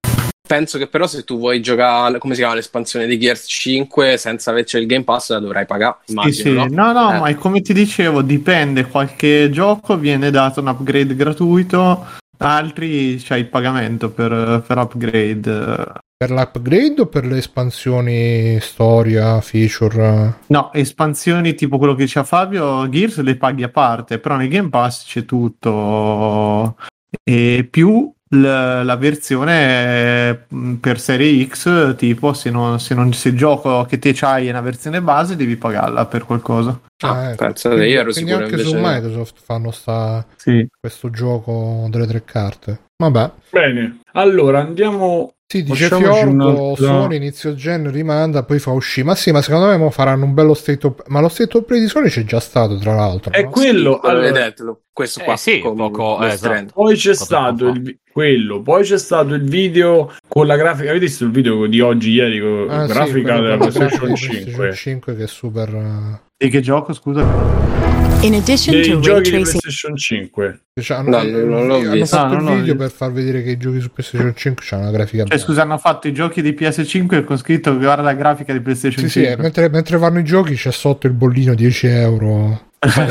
Penso che però se tu vuoi giocare, come si chiama, l'espansione di Gears cinque senza averci il Game Pass la dovrai pagare, immagino, sì, sì. no? No, no, Eh. ma come ti dicevo, dipende, qualche gioco viene dato un upgrade gratuito, altri c'è il pagamento per, per upgrade. Per l'upgrade o per le espansioni storia, feature? No, espansioni tipo quello che diceva Fabio, Gears le paghi a parte, però nel Game Pass c'è tutto e più l- la versione mh, per serie X, tipo se, non, se, non, se il gioco che te c'hai è una versione base devi pagarla per qualcosa. Ah, ecco. pensate, Quindi- io ero quindi sicuro anche invece su no. Microsoft fanno sta, Sì. questo gioco delle tre carte. Vabbè. Bene, allora andiamo. Sì, dice Facciamoci Fiorgo, un'altra- Sony inizio gen rimanda, poi fa uscire. Ma sì, ma secondo me mo faranno un bello state of... Ma lo state of play di Sony c'è già stato, tra l'altro. È no? quello. Allora, allora, vedetelo, questo Eh, qua sì, con poco- lo eh, Strand. esatto. poi c'è Qualche stato tempo il vi- quello, poi c'è stato il video con la grafica. Avete visto il video di oggi, ieri, con Ah, sì, grafica quello della con la grafica PlayStation di PlayStation cinque? cinque che è super... eh, E che gioco, scusa? In addition Dei to ray giochi di tracing, PlayStation cinque. cioè, No, hanno, non- non l'ho hanno visto. fatto No, il non l'ho video visto. per far vedere che i giochi su PlayStation cinque c'hanno una grafica Cioè, bella. scusa, hanno fatto i giochi di P S cinque con scritto guarda la grafica di PlayStation Sì, sì, eh, cinque. mentre, mentre vanno i giochi c'è sotto il bollino dieci euro.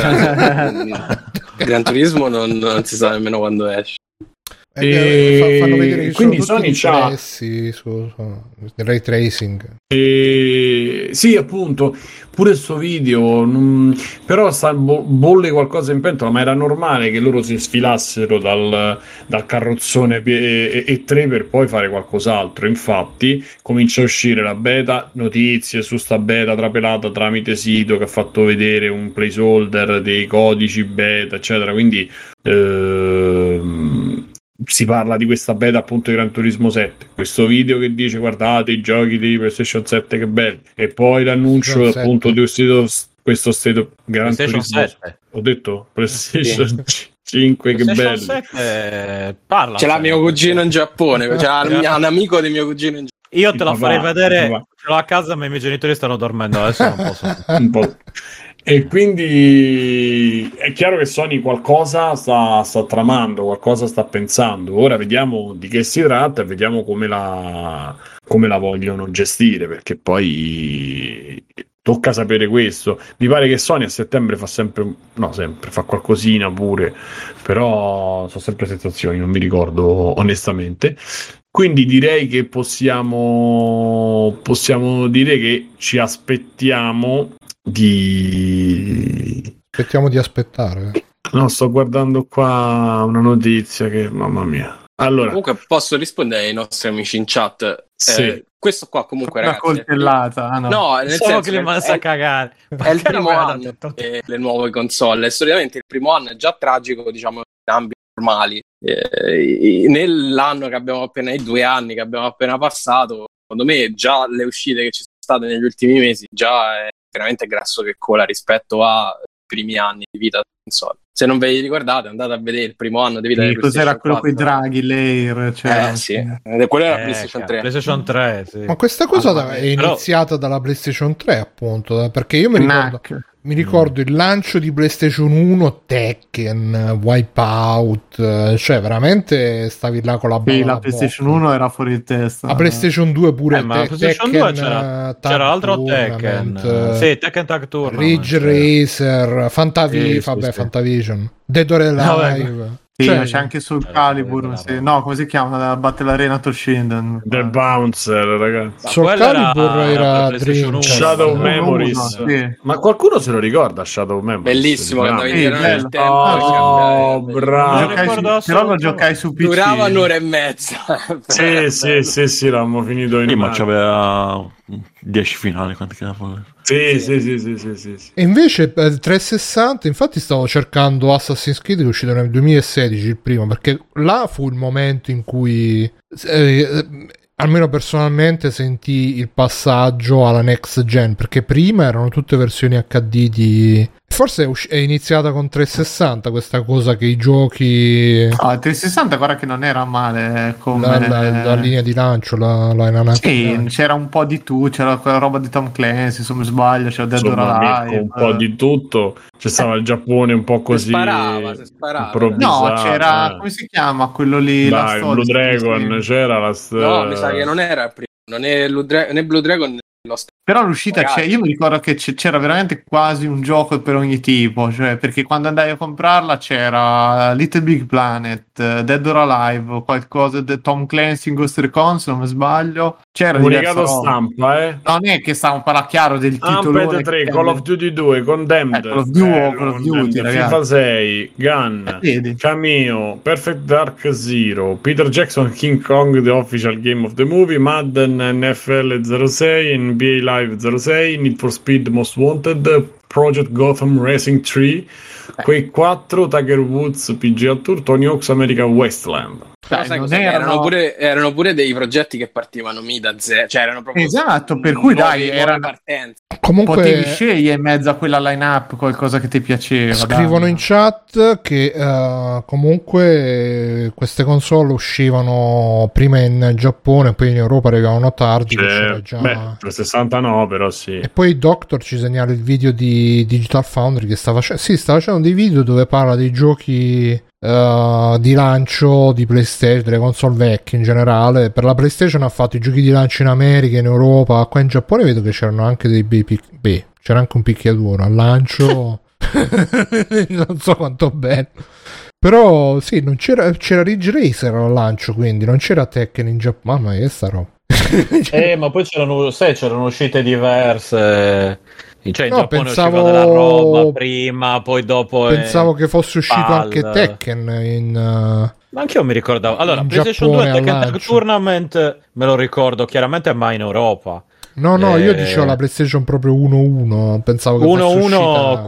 Gran Turismo non, non si sa nemmeno quando esce. E, E fa- fanno vedere che quindi sono tutti Sony c'ha- riflessi su, su ray tracing. E... Sì, appunto, pure sto video, non- però sta bo- bolle qualcosa in pentola, ma era normale che loro si sfilassero dal, dal carrozzone e, e tre per poi fare qualcos'altro. Infatti, comincia a uscire la beta, notizie su sta beta trapelata tramite sito che ha fatto vedere un placeholder dei codici beta, eccetera. Quindi ehm, si parla di questa beta appunto di Gran Turismo sette, questo video che dice guardate i giochi di PlayStation sette che belli, e poi l'annuncio PlayStation appunto sette. di uscito questo state Gran PlayStation Turismo sette. ho detto PlayStation cinque che PlayStation bello. sette, parla. Ce l'ha sempre. mio cugino in Giappone, c'è un amico di mio cugino in Giappone. Io te Il la papà, farei vedere, il papà. ce l'ho a casa ma i miei genitori stanno dormendo, adesso non posso. Un po'. E quindi è chiaro che Sony qualcosa sta, sta tramando, qualcosa sta pensando. Ora vediamo di che si tratta e vediamo come la, come la vogliono gestire, perché poi tocca sapere questo. Mi pare che Sony a settembre fa sempre, no sempre, fa qualcosina pure, però sono sempre sensazioni, non mi ricordo onestamente. Quindi direi che possiamo, possiamo dire che ci aspettiamo di... Aspettiamo di aspettare. No, sto guardando qua una notizia che, mamma mia. Allora, Comunque posso rispondere ai nostri amici in chat. Sì. Eh, questo qua comunque Una ragazzi, è- coltellata. Ah, no. no, nel Solo senso che li è- manda è- a cagare. è il Perché primo non me l'ha anno detto? eh, le nuove console. Solitamente il primo anno è già tragico, diciamo, in ambiti normali. Eh, nell'anno che abbiamo appena, i due anni che abbiamo appena passato, secondo me già le uscite che ci sono state negli ultimi mesi già è veramente grasso che cola rispetto ai primi anni di vita della console. Se non ve li ricordate, andate a vedere il primo anno di vita Sì, della cos'era quello con i PlayStation draghi, Lair, cioè, quattro. Eh sì, Eh, quello era Eh, PlayStation cazzo, tre. PlayStation tre, sì. Ma questa cosa Ah, da- è però- iniziata dalla PlayStation tre, appunto, perché io mi ricordo, Knack. mi ricordo il lancio di PlayStation uno, Tekken, Wipeout, eh, cioè veramente stavi là con la balla Sì, alla la PlayStation bocca. uno era fuori di testa. La PlayStation due pure, Eh, ma Te- PlayStation Tekken, due c'era, eh, Tag c'era altro Tekken. Tournament, Sì, Tekken Tag Tournament. Ridge sì. Racer, Fantavi, Sì, vabbè, sì, sì. Fantavision, Dead or No, Alive. Sì, Cioè, ma c'è anche sul c'era Calibur, quella sì. roba. No, come si chiama? La Battle Arena Toshinden. The Bouncer, ragazzi. Ma Soul quello era- Calibur era era PlayStation Dream. uno. Shadow no, Memories. uno, sì. Ma qualcuno se lo ricorda Shadow Memories? Bellissimo, che Bravo. andavi Sì, in bello. nel tempo. Oh, e- bravo. Non Giocai su- ricordo però lo assolutamente. giocai su P C. Durava un'ora e mezza. Sì, sì, sì, sì, l'abbiamo finito in Sì, ma mano. c'aveva dieci finali, quanti che erano? Sì, sì, sì, sì, sì, sì, sì. E invece eh, trecentosessanta, infatti stavo cercando Assassin's Creed che è uscito nel duemilasedici il primo, perché là fu il momento in cui eh, almeno personalmente sentì il passaggio alla next gen, perché prima erano tutte versioni acca di di Forse è, usci- è iniziata con trecentosessanta questa cosa che i giochi Ah, trecentosessanta guarda che non era male come... la, la- la linea di lancio, la, la linea Sì, di lancio. c'era un po' di tu, c'era quella roba di Tom Clancy, se non mi sbaglio, c'era Dead or Insomma, Mirko, Alive. un po' di tutto. C'è stato il Giappone un po' così Si sparava, si sparava. improvvisato, No, c'era, eh. come si chiama quello lì? la Dai, storia, Blue sì, Dragon, sì. c'era la st- No, mi sa che non era il primo. Non è Blue Dra- né Blue Dragon né Lost. Però l'uscita c'è, io mi ricordo che c- c'era veramente quasi un gioco per ogni tipo, cioè perché quando andai a comprarla c'era Little Big Planet, eh, Dead or Alive, qualcosa di Tom Clancy in Ghost Recon, se non mi sbaglio. C'era diversa comunicato roba. stampa, eh. Non è che stavamo parlando chiaro del titolo. Amped tre, Call of Duty due, Condemned, Eh, Call of Duty, eh, Call of Duty, Condemned, ragazzi. FIFA sei, Gun, Eh, vedi. Cameo, Perfect Dark Zero, Peter Jackson, King Kong, The Official Game of the Movie, Madden, N F L zero sei, N B A Live zero sei, Need for Speed Most Wanted, Project Gotham Racing tre, Quake quattro, Tiger Woods P G A Tour, Tony Hawk's American Wasteland. Dai, sai non cos'è? erano- erano, pure, erano pure dei progetti che partivano mi da zero, cioè erano proprio Esatto, per cui nuovi- dai, nuove era... partenze. Comunque potevi scegliere in mezzo a quella line-up qualcosa che ti piaceva. scrivono dai. in chat che eh, comunque queste console uscivano prima in Giappone, poi in Europa arrivavano tardi, che c'era Cioè, già... beh, trecentosessanta no, però sì. E poi Doctor ci segnala il video di Digital Foundry che sta facendo, sì, sta facendo dei video dove parla dei giochi eh, di lancio di PlayStation, delle console vecchie in generale. Per la PlayStation ha fatto i giochi di lancio in America, in Europa, qua in Giappone vedo che c'erano anche dei bei pic- beh, c'era anche un picchiaduro al lancio. Non so quanto bello. Però sì, non c'era, c'era Ridge Racer al lancio, quindi non c'era Tekken in Giappone. Mamma mia, che sta roba. Eh, ma poi c'erano, sai, c'erano uscite diverse. Cioè, in No, Giappone pensavo- usciva della roba prima, poi dopo. è- Pensavo che fosse uscito palla. anche Tekken in... uh, Ma anche io mi ricordavo. Allora, in PlayStation Giappone due Tekken al Tag lancio. Tournament me lo ricordo chiaramente, ma in Europa. No, no, io Eh, dicevo la PlayStation proprio uno uno. Pensavo che fosse uno uno uscita...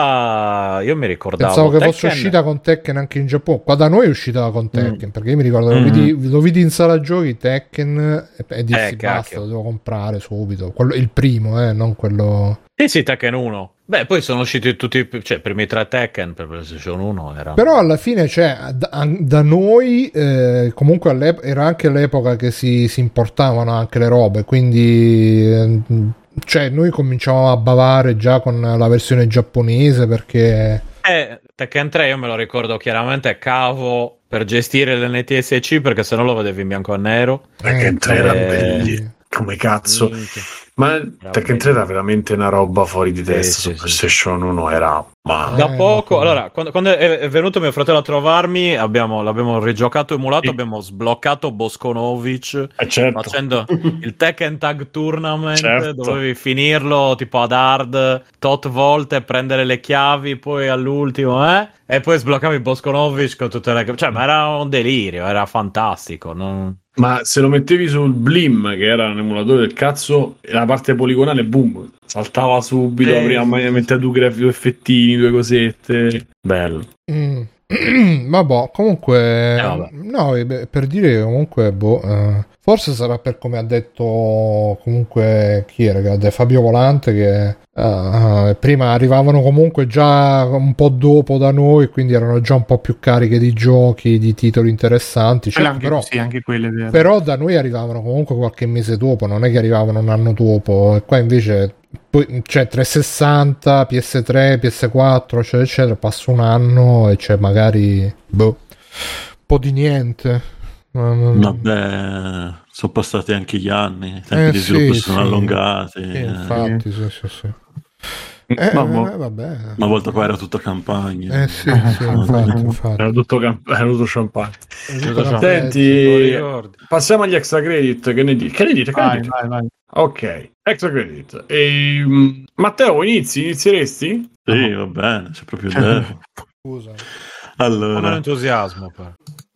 qua io mi ricordavo. Pensavo che fosse Tekken- uscita con Tekken anche in Giappone. Qua da noi è uscita con Tekken, perché io mi ricordo, lo, Mm. vidi, lo vidi in sala giochi Tekken e, e dissi Eh, basta, cacchio. lo devo comprare subito. Quello, il primo, eh, non quello... Sì, sì, Tekken uno. Beh, poi sono usciti tutti, cioè, i primi tre Tekken per PlayStation uno. Era... Però alla fine, cioè, da, da noi eh, comunque all'ep- era anche l'epoca che si, si importavano anche le robe, quindi eh, cioè noi cominciavamo a bavare già con la versione giapponese perché... Eh, Tekken tre io me lo ricordo chiaramente, cavo per gestire l'N T S C perché sennò lo vedevi in bianco e nero. Tekken tre era eh, belli. Come cazzo. Minchia. Ma Era Tekken tre era veramente una roba fuori di Sì, testa. sì, Su sì. PlayStation uno era... Ma... Da Eh, poco, ma- allora, quando, quando è, è venuto mio fratello a trovarmi, abbiamo, l'abbiamo rigiocato emulato, Sì. abbiamo sbloccato Boskonovic Eh, certo. facendo il Tekken Tag Tournament, Certo. dovevi finirlo tipo ad hard tot volte, prendere le chiavi, poi all'ultimo, eh? E poi sbloccavi Boskonovic con tutte le... Cioè, ma era un delirio, era fantastico, non... Ma se lo mettevi sul Blim, che era un emulatore del cazzo, la parte poligonale, boom, saltava subito, Eh, prima sì, mettere due, graf- due effettini, due cosette. Bello. Mm. Vabbè, comunque, Eh, vabbè. no, eh, beh, per dire che comunque, boh, eh, forse sarà per come ha detto comunque chi era, che ha detto Fabio Volante, che eh, prima arrivavano comunque già un po' dopo da noi, quindi erano già un po' più cariche di giochi, di titoli interessanti, Quelle certo, anche, però, sì, anche quelle vere. però da noi arrivavano comunque qualche mese dopo, non è che arrivavano un anno dopo, e qua invece... Poi c'è trecentosessanta, P S tre, P S quattro, eccetera, eccetera, passa un anno e c'è magari boh, un po' di niente. Mm, Vabbè, sono passati anche gli anni, i tempi Eh, di sviluppo sì, si sono sì. allungati. sì, eh. infatti, sì, sì, sì. Eh, Vabbè. eh, vabbè. Una volta poi era tutta campagna. Eh sì, sì, infatti, infatti. Era tutto, camp- era tutto champagne. Tutto Senti, Senti, lo ricordi? passiamo agli extra credit. Che ne dite? Che ne dite? Che ne Vai, dite? vai, vai. Ok, extra credit. E, Matteo, inizi? Inizieresti? Sì, va bene, c'è proprio tempo. Scusa. Con Allora, entusiasmo, però.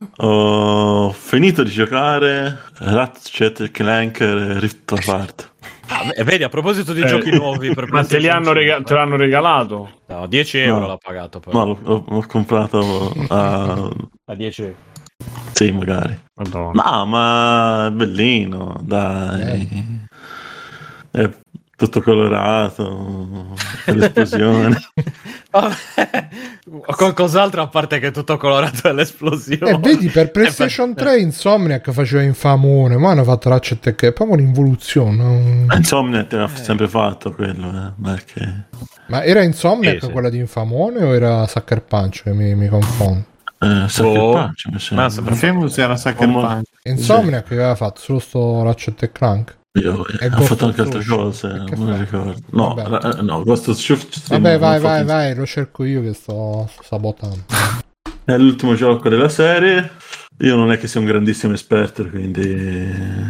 ho finito di giocare Ratchet and Clank Rift Apart. Ah, beh, vedi, a proposito di Eh, giochi nuovi per Ma te li hanno rega- PlayStation te l'hanno regalato? cinque. No, dieci euro No. l'ha pagato però. No, l'ho, l'ho comprato a... A dieci euro. Sì, magari. Madonna. No, ma è bellino, dai. È tutto colorato, l'esplosione. Vabbè, qualcos'altro a parte che tutto colorato e l'esplosione. E vedi, per PlayStation tre Insomniac faceva infamone, ma hanno fatto Ratchet e Clank, è proprio un'involuzione. Insomniac ha sempre fatto quello, eh, perché... Ma era Insomniac sì, sì. quella di Infamone o era Sucker Punch? Che mi, mi confondo. Eh, Sucker Oh. Punch, mi sembra. Ma sembra- Famous era Sucker Come- Punch. Insomniac che aveva fatto solo sto Ratchet e Clank. Io, E ha Ghost fatto of anche altre Tsushima. cose, E che non mi fa? ricordo. No, Vabbè. ra- no, Ghost of Tsushima. Vabbè, vai, l'ho vai, fatto- vai, lo cerco io che sto sabotando. È l'ultimo gioco della serie. Io non è che sia un grandissimo esperto, quindi...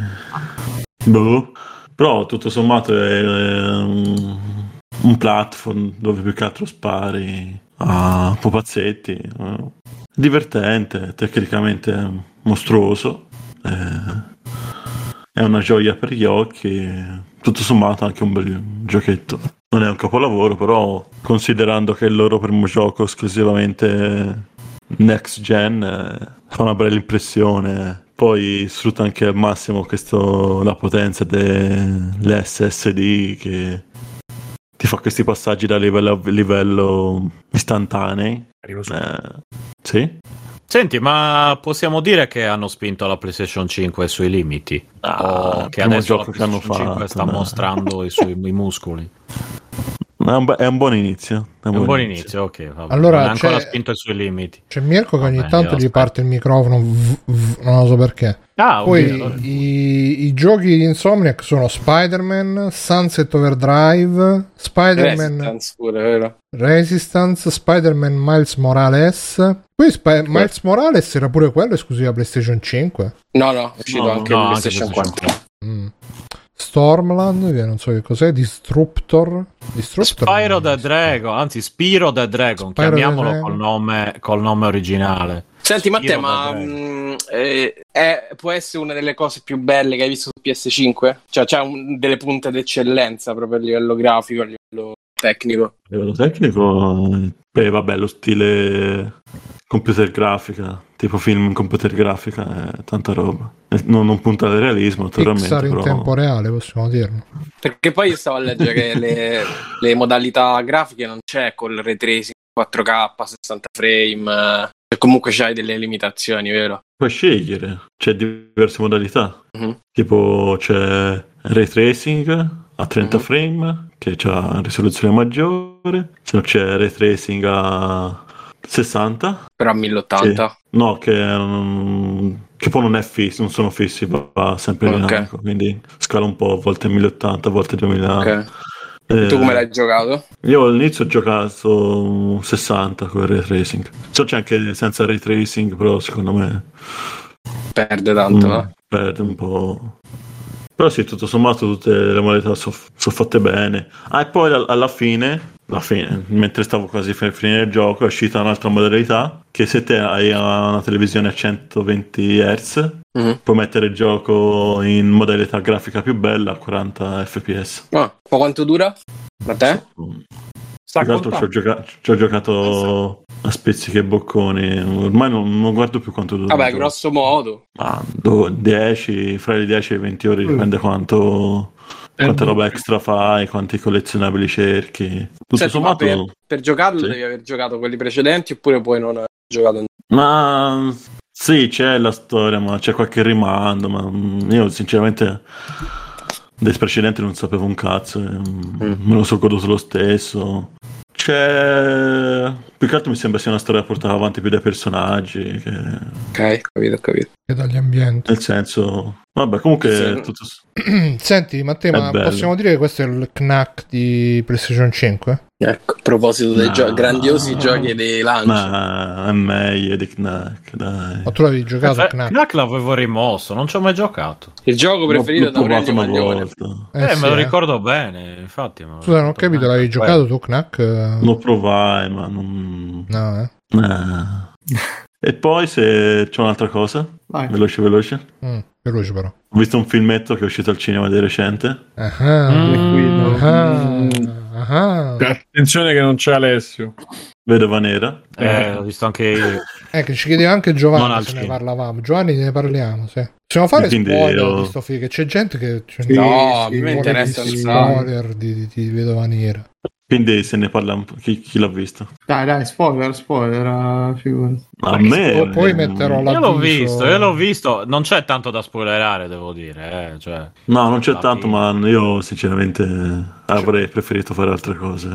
Boh. Però tutto sommato è un, un platform dove più che altro spari a pupazzetti. eh. Divertente, tecnicamente mostruoso. eh, È una gioia per gli occhi. Tutto sommato anche un bel giochetto. Non è un capolavoro, però considerando che è il loro primo gioco esclusivamente next gen, eh, fa una bella impressione. Poi sfrutta anche al massimo questo, la potenza delle S S D che ti fa questi passaggi da livello a livello istantanei. Arrivo su. Eh, sì? Senti, ma possiamo dire che hanno spinto la PlayStation cinque sui limiti? Ah, o il che primo adesso la gioco che hanno PlayStation cinque sta fatto, no. mostrando i suoi i muscoli? È un, be- è un buon inizio. È un buon inizio, ok. Vabbè. Allora, non ha ancora c'è- spinto i suoi limiti. C'è Mirko che ogni Vabbè, tanto io gli aspetto. parte il microfono, v- v- non lo so perché. Ah, Poi oddio, allora. i, i giochi di Insomniac sono Spider-Man, Sunset Overdrive, Spider-Man Resistance pure, vero? Resistance, Spider-Man Miles Morales. Poi Sp- Miles Morales era pure quello esclusiva PlayStation cinque. No, no, è uscito No, anche no, il anche PlayStation PlayStation quattro. Mm. Stormland, che non so che cos'è, Disruptor. Disruptor Spyro the Dragon, anzi Spyro the Dragon, Spyro the chiamiamolo Dragon. col nome, col nome originale. Senti, Matteo, Spyro the ma Dragon. mh, eh, è- può essere una delle cose più belle che hai visto su P S cinque? Cioè, c'è un- delle punte d'eccellenza proprio a livello grafico, a livello tecnico. A livello tecnico, eh, beh, vabbè, lo stile computer grafica, tipo film in computer grafica, è tanta roba. Eh, Non, non punta al realismo, naturalmente, Pixar in però... tempo reale, possiamo dirlo. Perché poi io stavo a leggere che le, le modalità grafiche non c'è col ray tracing quattro K, sessanta frame, eh, e comunque c'hai delle limitazioni, vero? Puoi scegliere, c'è diverse modalità. Mhm. Tipo c'è ray tracing a trenta Mhm. frame, che ha risoluzione maggiore, se no c'è ray tracing a sessanta. Però a mille ottanta. Sì. No, che, mm, che poi non è fisso, non sono fissi, va, va sempre Ok. dinamico, quindi scala un po', a volte mille ottanta, a volte duemila. Ok. Eh, Tu come l'hai giocato? Io all'inizio ho giocato sessanta con il ray tracing. So c'è anche senza ray tracing, però secondo me Perde tanto, mm, no? perde un po'. Però sì, tutto sommato tutte le modalità sono fatte bene. Ah, e poi all- alla fine, alla fine, mentre stavo quasi per finire il gioco, è uscita un'altra modalità che se te hai una televisione a centoventi hertz Mhm. puoi mettere il gioco in modalità grafica più bella a quaranta F P S. Ah, ma quanto dura? Da te? Sta Più che altro ci ho, gioca- ci ho giocato a spizzichi e bocconi. Ormai non, non guardo più quanto dura. Vabbè, il gioco. grosso modo. Ma do- dieci, fra le dieci e i venti ore, dipende quanto, quanta Eh, roba extra fai, quanti collezionabili cerchi. Tutto Senti, ma sommato. per, per giocarlo Sì. devi aver giocato quelli precedenti oppure poi non hai giocato? Ma sì, c'è la storia, ma c'è qualche rimando. Ma mm, io sinceramente dei precedenti non sapevo un cazzo. e, mm, Me lo so goduto lo stesso. C'è. Più che altro mi sembra sia una storia portata avanti più dai personaggi. Che... Ok, capito, ho capito. E dagli ambienti. Nel senso. Vabbè, comunque. Sì. è tutto... Senti, Matteo, È ma bello. possiamo dire che questo è il Knack di PlayStation cinque? Ecco, a proposito dei No. gio- grandiosi giochi dei lanci. Ma è meglio di Knack, dai. Ma tu l'avevi giocato Eh, Knack? Knack l'avevo rimosso, non ci ho mai giocato. Il gioco preferito L'ho da provato Aurelio una Maglione. volta. Eh, sì, me lo eh. ricordo bene, infatti. me lo Scusa, non ho ricordo capito, bene. l'avevi Beh, giocato tu Knack? Eh, Lo provai, ma non. No, eh. Eh. E poi se c'è un'altra cosa, Vai. veloce veloce. Mm, veloce però. Ho visto un filmetto che è uscito al cinema di recente. Ah, Mm. ah, ah. Attenzione che non c'è Alessio. Vedova Nera. Eh, l'ho visto anche io. Eh, che ci chiedeva anche Giovanni Non al se ne cinema. parlavamo. Giovanni ne parliamo, sì. Possiamo fare Quindi spoiler io- di sto film, che c'è gente che cioè, Sì, No, sì, mi vuole interessa di un sacco. spoiler di, di, di Vedova Nera. Quindi se ne parla un po'. Chi, chi l'ha visto? Dai, dai, spoiler, spoiler, ah, figurati. A me. Poi- poi metterò la- Io l'ho l'avviso. visto, io l'ho visto. Non c'è tanto da spoilerare, devo dire. Eh. Cioè, No, non c'è alla tanto, fine. ma io sinceramente avrei preferito fare altre cose.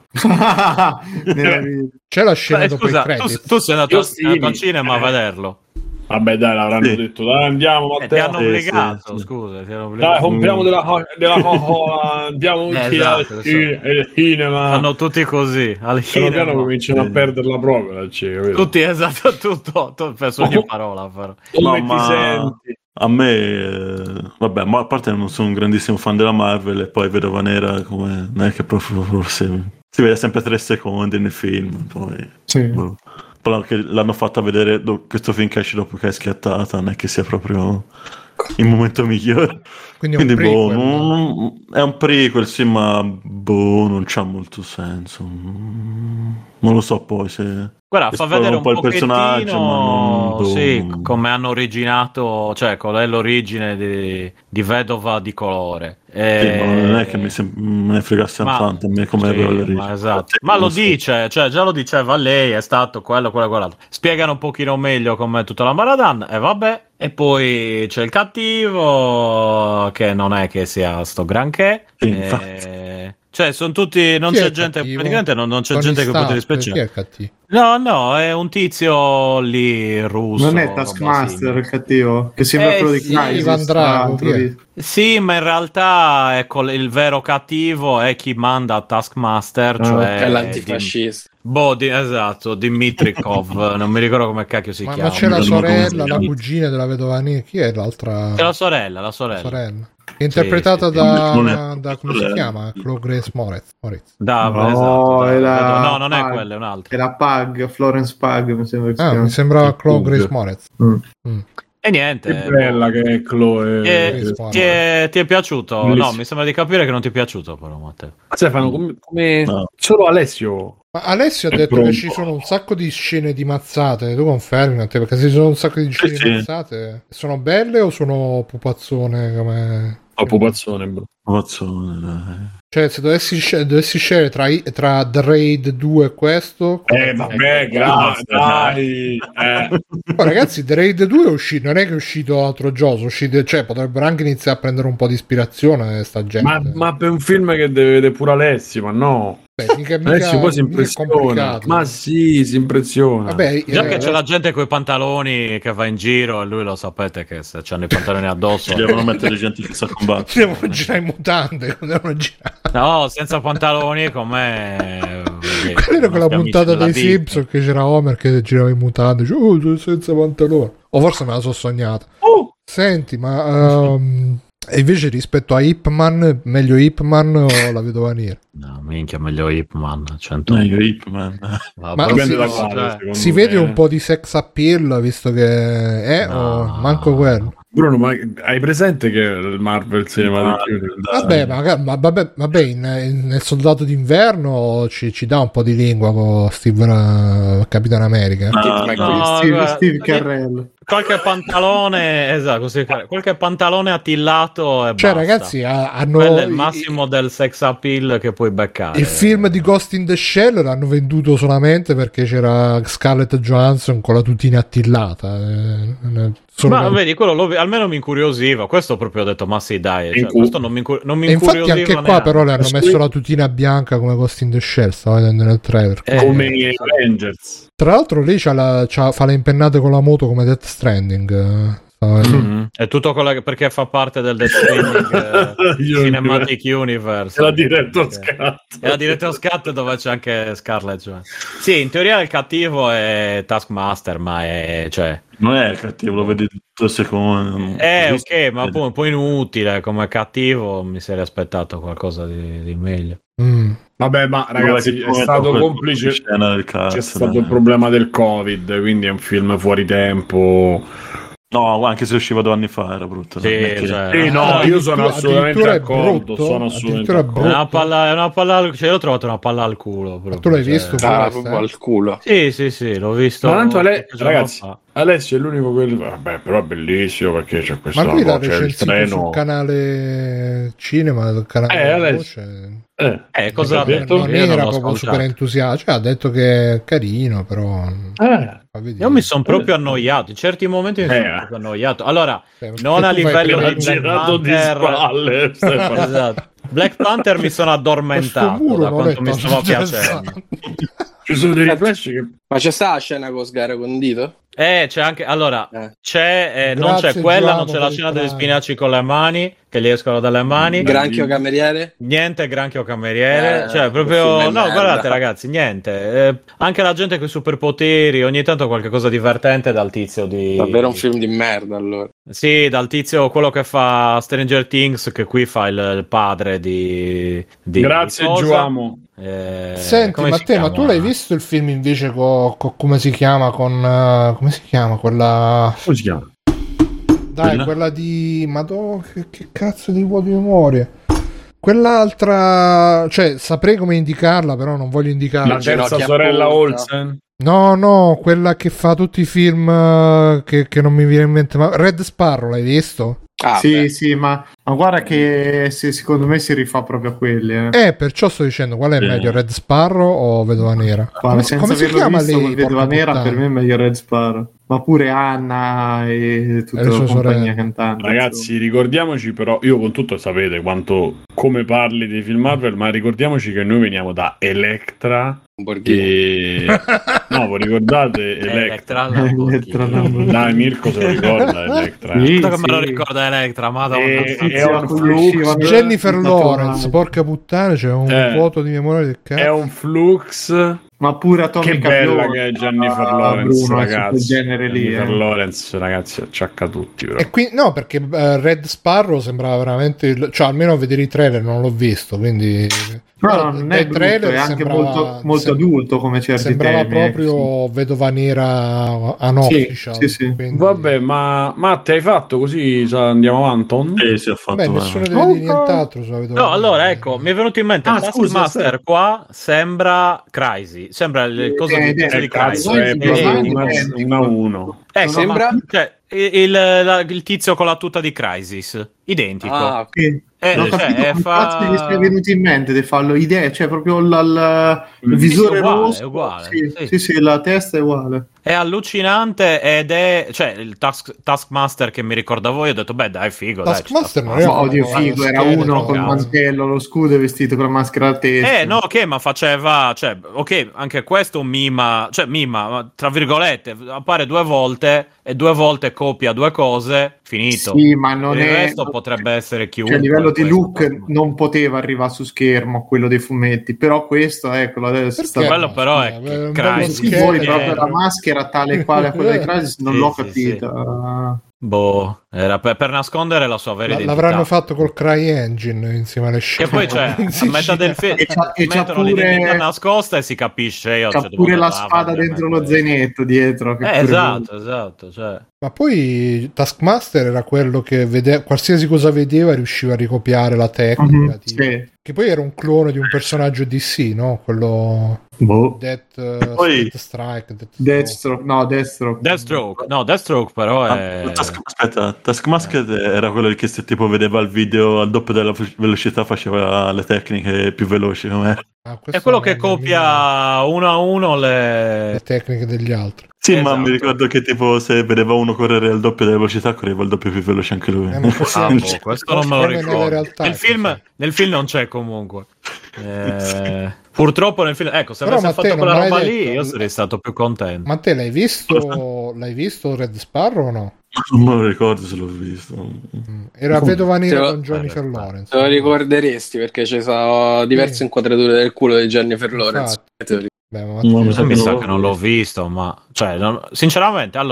Nella vita. C'è la scena Beh, dopo scusa, i tu, credit. tu sei andato, Io sei andato al sì. cinema a vederlo. Vabbè, dai, l'avranno Sì. detto. Dai, andiamo, Eh, ti Matteo. hanno Sì, obbligato, sì, sì. scusa, ti hanno Dai, obbligato. compriamo della, co- della Coca-Cola, andiamo Eh, tutti esatto, al lo ci- al cinema. Fanno tutti così, al Piano piano cinema. cominciano Sì. a perderla proprio la C, capito? Tutti, esatto, tutto, tu, penso ogni parola. Però. Come No, ti ma- senti? A me, eh, vabbè, ma a parte non sono un grandissimo fan della Marvel e poi Vedova Nera come non è che proprio forse si vede sempre tre secondi nel film, poi Sì. boh. Però che l'hanno fatta vedere do- questo film che esce dopo che è schiattata, non è che sia proprio il momento migliore. Quindi è un Quindi boh, prequel. non- è un prequel, sì, ma boh, non c'ha molto senso. Mm, Non lo so poi se Guarda, fa esplora vedere un un po' il pochettino, personaggio, ma non- boh, sì, non- come hanno originato, cioè qual è l'origine di, di Vedova di colore. Sì, ma non è che Eh, mi sem- me ne fregasse Ma- tanto a me come sì, aveva ma l'origine. esatto. Sì, Ma lo non so. dice, cioè già lo diceva lei, è stato quello, quello, quell'altro. Spiegano un pochino meglio com'è tutta la Maradan e vabbè. E poi c'è il cattivo che non è che sia sto granché. Sì, Eh, infatti. cioè sono tutti, non Chi è c'è il gente, cattivo? praticamente non, non c'è Tony gente che Stark, poteri chi è speciali. il cattivo? No, no, è un tizio lì russo. Non è roba Taskmaster simile. il cattivo, che sembra Eh, quello di sì, Crysis, Ivan tra Drago, l'altro, chi è? lì. Sì, ma in realtà ecco, il vero cattivo è chi manda a Taskmaster, Ah, cioè È l'antifascista. Dim- boh, di- esatto, Dimitrikov, non mi ricordo come cacchio si Ma, chiama. ma c'è la Non lo sorella, conosco. la cugina della Vedova Nera. Chi è l'altra? C'è la sorella, la sorella. sorella. È interpretata sì, sì. da, Non è- da come si sorella. chiama? Chloe Grace Moretz. Moretz. Da, No, esatto, da- è la- no, non è Pug. quella, è È un'altra. la Pug, Florence Pug, mi sembra che si Ah, chiama. mi sembrava Chloe Pug. Grace Moretz. Mm. Mm. E niente. Che bella boh. che è Chloe. Eh, Grace ti, è, ti è piaciuto? Bellissimo. No, mi sembra di capire che non ti è piaciuto però, Matteo. Stefano, come, come... No. solo Alessio. Ma Alessio ha È detto pronto. che ci sono un sacco di scene di mazzate. Tu confermi a te? Perché se ci sono un sacco di scene Sì, di sì. mazzate, sono belle o sono pupazzone? Come... A pupazzone, bro. Mazzone, dai. Cioè, se dovessi, scel- dovessi scegliere tra, i- tra The Raid due e questo, Eh, vabbè, gra- dai. Eh. ma ragazzi, The Raid due è uscito, non è che è uscito l'altro giorno, è uscito, cioè potrebbero anche iniziare a prendere un po' di ispirazione sta gente. Ma, ma per un film che deve vedere pure Alessio, ma no. Beh, mica, mica, Alessio poi si mica è impressiona. complicato. Ma sì, si impressiona. Vabbè, Già eh, che c'è la gente con i pantaloni che va in giro e lui lo sapete che se c'hanno i pantaloni addosso. Ci devono mettere gente che sa combattere. devono girare in mutande, devono girare. No, senza pantaloni come Quella era quella puntata dei Simpson che c'era Homer che girava in mutande, dice, oh, sono senza pantaloni. O forse me la sono sognata. Oh! Senti, ma um, e invece rispetto a Ip Man, meglio Ip Man o la Vedova Nera? No, minchia, meglio Ip Man. cento... Meglio Ip Man. Vabbè, Ma Dipende si- da cioè, quale, secondo Si me. vede un po' di sex appeal visto che è No. o manco quello. Bruno, ma hai presente che il Marvel Cinematic Universe? Vabbè, ma, ma vabbè, vabbè in, in- nel Soldato d'inverno ci, ci dà un po' di lingua con Steve uh, Capitan America. Ah, Ma no. no, Steve, guarda, Steve perché- Carrell. Qualche pantalone, esatto, così, qualche pantalone attillato e Cioè, basta. ragazzi, ha- hanno Quello è il i- massimo del sex appeal che puoi beccare. il film di Ghost in the Shell l'hanno venduto solamente perché c'era Scarlett Johansson con la tutina attillata. eh, non è solo Ma per- vedi, quello lo- almeno mi incuriosiva. Questo proprio ho detto, ma sì, dai, cioè, Incu- questo non mi, incur- non mi E infatti incuriosiva anche qua neanche. però le hanno Squid- messo la tutina bianca come Ghost in the Shell, stavo vedendo nel trailer. Eh, Come in Avengers. Tra l'altro lei c'ha la, c'ha- fa le impennate con la moto come Death Stranding. eh, stavo vedendo. Mhm. È tutto quello che- perché fa parte del Death Stranding eh, Io- Cinematic Universe. È la Director Perché- Scott. È la Director Scat dove c'è anche Scarlett Johansson. Sì, in teoria il cattivo è Taskmaster, ma è... Cioè, Non è cattivo, lo vedi tutto secondo. eh, ok, ma poi un po' inutile come cattivo. Mi sarei aspettato qualcosa di, di meglio. Mm. Vabbè, ma ragazzi, è stato complice. Scena del cazzo, C'è stato dai. il problema del Covid, quindi è un film fuori tempo. No, anche se usciva due anni fa era brutto. Sì, non è che- cioè, Sì, no, Ah, io sono addirittura- assolutamente addirittura è d'accordo. brutto, Sono assolutamente addirittura è d'accordo. è una brutto. palla, è una palla al- cioè, io l'ho trovato una palla al culo. proprio, tu l'hai cioè- visto? Ah, Questa, proprio eh? al culo. Sì, sì, sì, l'ho visto. Ma tanto Ale- qualche giorno ragazzi, fa. Alessio è l'unico quello. Vabbè, però è bellissimo perché c'è questo. Ma lui l'ha c'è il recensito treno. sul canale cinema, sul canale Eh, della Alessio. voce. Eh, Eh, cosa ha Cosa ha detto? Non Io non era l'ho proprio ascoltato. super entusiasta, cioè ha detto che è carino, però Eh. fa vedere. Io mi sono proprio annoiato. In certi momenti mi sono Eh. proprio annoiato. Allora, Eh, non che a tu fai livello prima di di Black girato di Panther. spalle, Stefano. Esatto. Black Panther mi sono Questo addormentato muro da non quanto è mi tanto stava interessante. piacendo. Ci sono dei riflessi che. Ma c'è sta la scena con Sgara condito? Eh, c'è anche. Allora, Eh. c'è. Eh, non Grazie, c'è quella, Giuliano, non c'è la per il scena degli trailer. spinaci con le mani che gli escono dalle mani. Granchio cameriere? Niente granchio cameriere, Eh, cioè quel proprio film è no, merda. guardate ragazzi, niente. Eh, anche la gente con i superpoteri, ogni tanto qualche cosa divertente dal tizio di Davvero un film di merda, allora. Sì, dal tizio quello che fa Stranger Things, che qui fa il, il padre di, di Grazie, di cosa? Giuamo. Eh, Senti, come ma si te, ma chiama? tu l'hai visto il film invece con, come si chiama? Con eh, come si chiama quella? Come si chiama? Dai, Quella? quella di Madò, che, che cazzo di vuoto di memoria. Quell'altra, cioè saprei come indicarla, però non voglio indicarla. La terza ginocchia sorella porca. Olsen. No, no, quella che fa tutti i film eh, che, che non mi viene in mente. Ma Red Sparrow l'hai visto? Ah, sì, beh. sì, ma, ma guarda che se- secondo me si rifà proprio a quelli. Eh. Eh, perciò sto dicendo qual è Sì. meglio, Red Sparrow o Vedova Nera? Guarda, Come, senza come si averlo chiama visto lei? con Vedova porca Nera, puttana? per me è meglio Red Sparrow. Ma pure Anna e tutta E le la sue compagnia sorelle. cantante. Ragazzi, ricordiamoci però, io con tutto sapete quanto come parli dei film Marvel, ma ricordiamoci che noi veniamo da Electra Borghini. e no, vi ricordate Electra? Electra Lamborghini. Electra Lamborghini. Dai, Mirko se lo ricorda Electra. eh. Sì, Guarda che me lo sì. ricorda Electra, madonna. E- santa. è un Con gli flux. uscivano- Jennifer Sì, Lawrence, naturale. porca puttana, c'è un Eh. vuoto di memoria del cazzo. È un flux. Ma pure Atomic Che bella Avion, che è Jennifer ah, Lawrence, Bruno, è su ragazzi. quel genere lì. Jennifer eh. Lawrence, ragazzi, acciacca tutti. Però. E qui, no, perché eh, Red Sparrow sembrava veramente, il- cioè almeno a vedere i trailer non l'ho visto, quindi No, però no, non dai è brutto, trailer è anche sembrava- molto, molto sem- adulto come certi sembrava temi. ecco, proprio Vedova Nera unofficial. Sì, sì, sì. quindi- Vabbè, ma Matte, hai fatto così? sa- Andiamo avanti? Sì, sì, ho fatto. Vabbè, ma- nessuno deve dire nient'altro sulla Vedova No, Nera. allora ecco, mi è venuto in mente Ah, il scusa, Taskmaster sì. qua sembra Crazy, sembra il coso Eh, di, eh, di Cazzo, Crazy. è Eh, proprio eh, una, eh, una uno. Ecco, Sembra? ma- cioè, il, la- il tizio con la tuta di Crisis, identico. Ah, ok. Sì. Eh, Non ho cioè, capito eh, come fa- cazzo gli sia venuto in mente di farlo idea, cioè proprio l- l- il Sì, visore sì, uguale, rosso. uguale, Sì, sì. sì, sì, la testa è uguale. È allucinante ed è, cioè, il task, Taskmaster che mi ricordavo io, ho detto, beh, dai, figo, dai, ci Taskmaster sta non fatto. era- Ma oddio, no, figo, era scheletro, uno col cazzo. mantello, lo scudo e vestito con la maschera alla testa. Eh, no, ok, ma faceva, cioè, ok, anche questo mima, cioè, mima, ma tra virgolette, appare due volte e due volte copia due cose, finito. Sì, ma non Per il è... resto potrebbe essere chiunque. Cioè, a livello di questo, look Taskmaster. non poteva arrivare su schermo quello dei fumetti, però questo, eccolo, adesso Perché? sta... Quello però è Scusa, che un Crysis bello Sì, poi scheletro. proprio la maschera tale e quale a quella di Crysis non Sì, l'ho sì, capita. Boh, era per, per nascondere la sua vera L- identità. l'avranno fatto col CryEngine insieme alle Che scene. poi c'è, a metà del film E c'ha- e c'ha mettono pure- l'identità nascosta e si capisce io C'ha cioè, pure devo la andare, spada ovviamente. dentro lo zainetto dietro. che Eh, pure esatto, esatto, cioè. Ma poi Taskmaster era quello che vede- qualsiasi cosa vedeva riusciva a ricopiare la tecnica. Mhm, tipo. sì. Che poi era un clone di un personaggio D C, no? Quello Boh. Death, uh, poi- Death Strike. Death Deathstroke, no, Deathstroke. Deathstroke, no, Deathstroke però Ah, è... Task- aspetta, Taskmaster era quello che se tipo vedeva il video al doppio della ve- velocità faceva le tecniche più veloci com'è. Ah, questo è quello che non mi- copia uno a uno le... le tecniche degli altri. Sì, Esatto. ma mi ricordo che tipo se vedeva uno correre al doppio della velocità correva il doppio più veloce anche lui. Eh, ma questo- Ah, boh, questo non me lo Come nella ricordo. realtà, Nel film, sì. nel film non c'è comunque. Eh, purtroppo nel film... Ecco, se Però, avesse Matteo, fatto quella non me roba l'hai lì detto. io sarei stato più contento. Ma te l'hai visto? L'hai visto Red Sparrow o no? Non me lo ricordo se l'ho visto. Mm. Era Come? Vedova Nera Te lo- con Jennifer Eh, Lawrence. Te lo ricorderesti perché ci sono diverse Sì. inquadrature del culo di Jennifer Lawrence. Infatti. Te lo ricordi? Beh, ma No, mi Matteo- sa Mi che sa non che non l'ho visto, ma cioè, non- sinceramente, allora,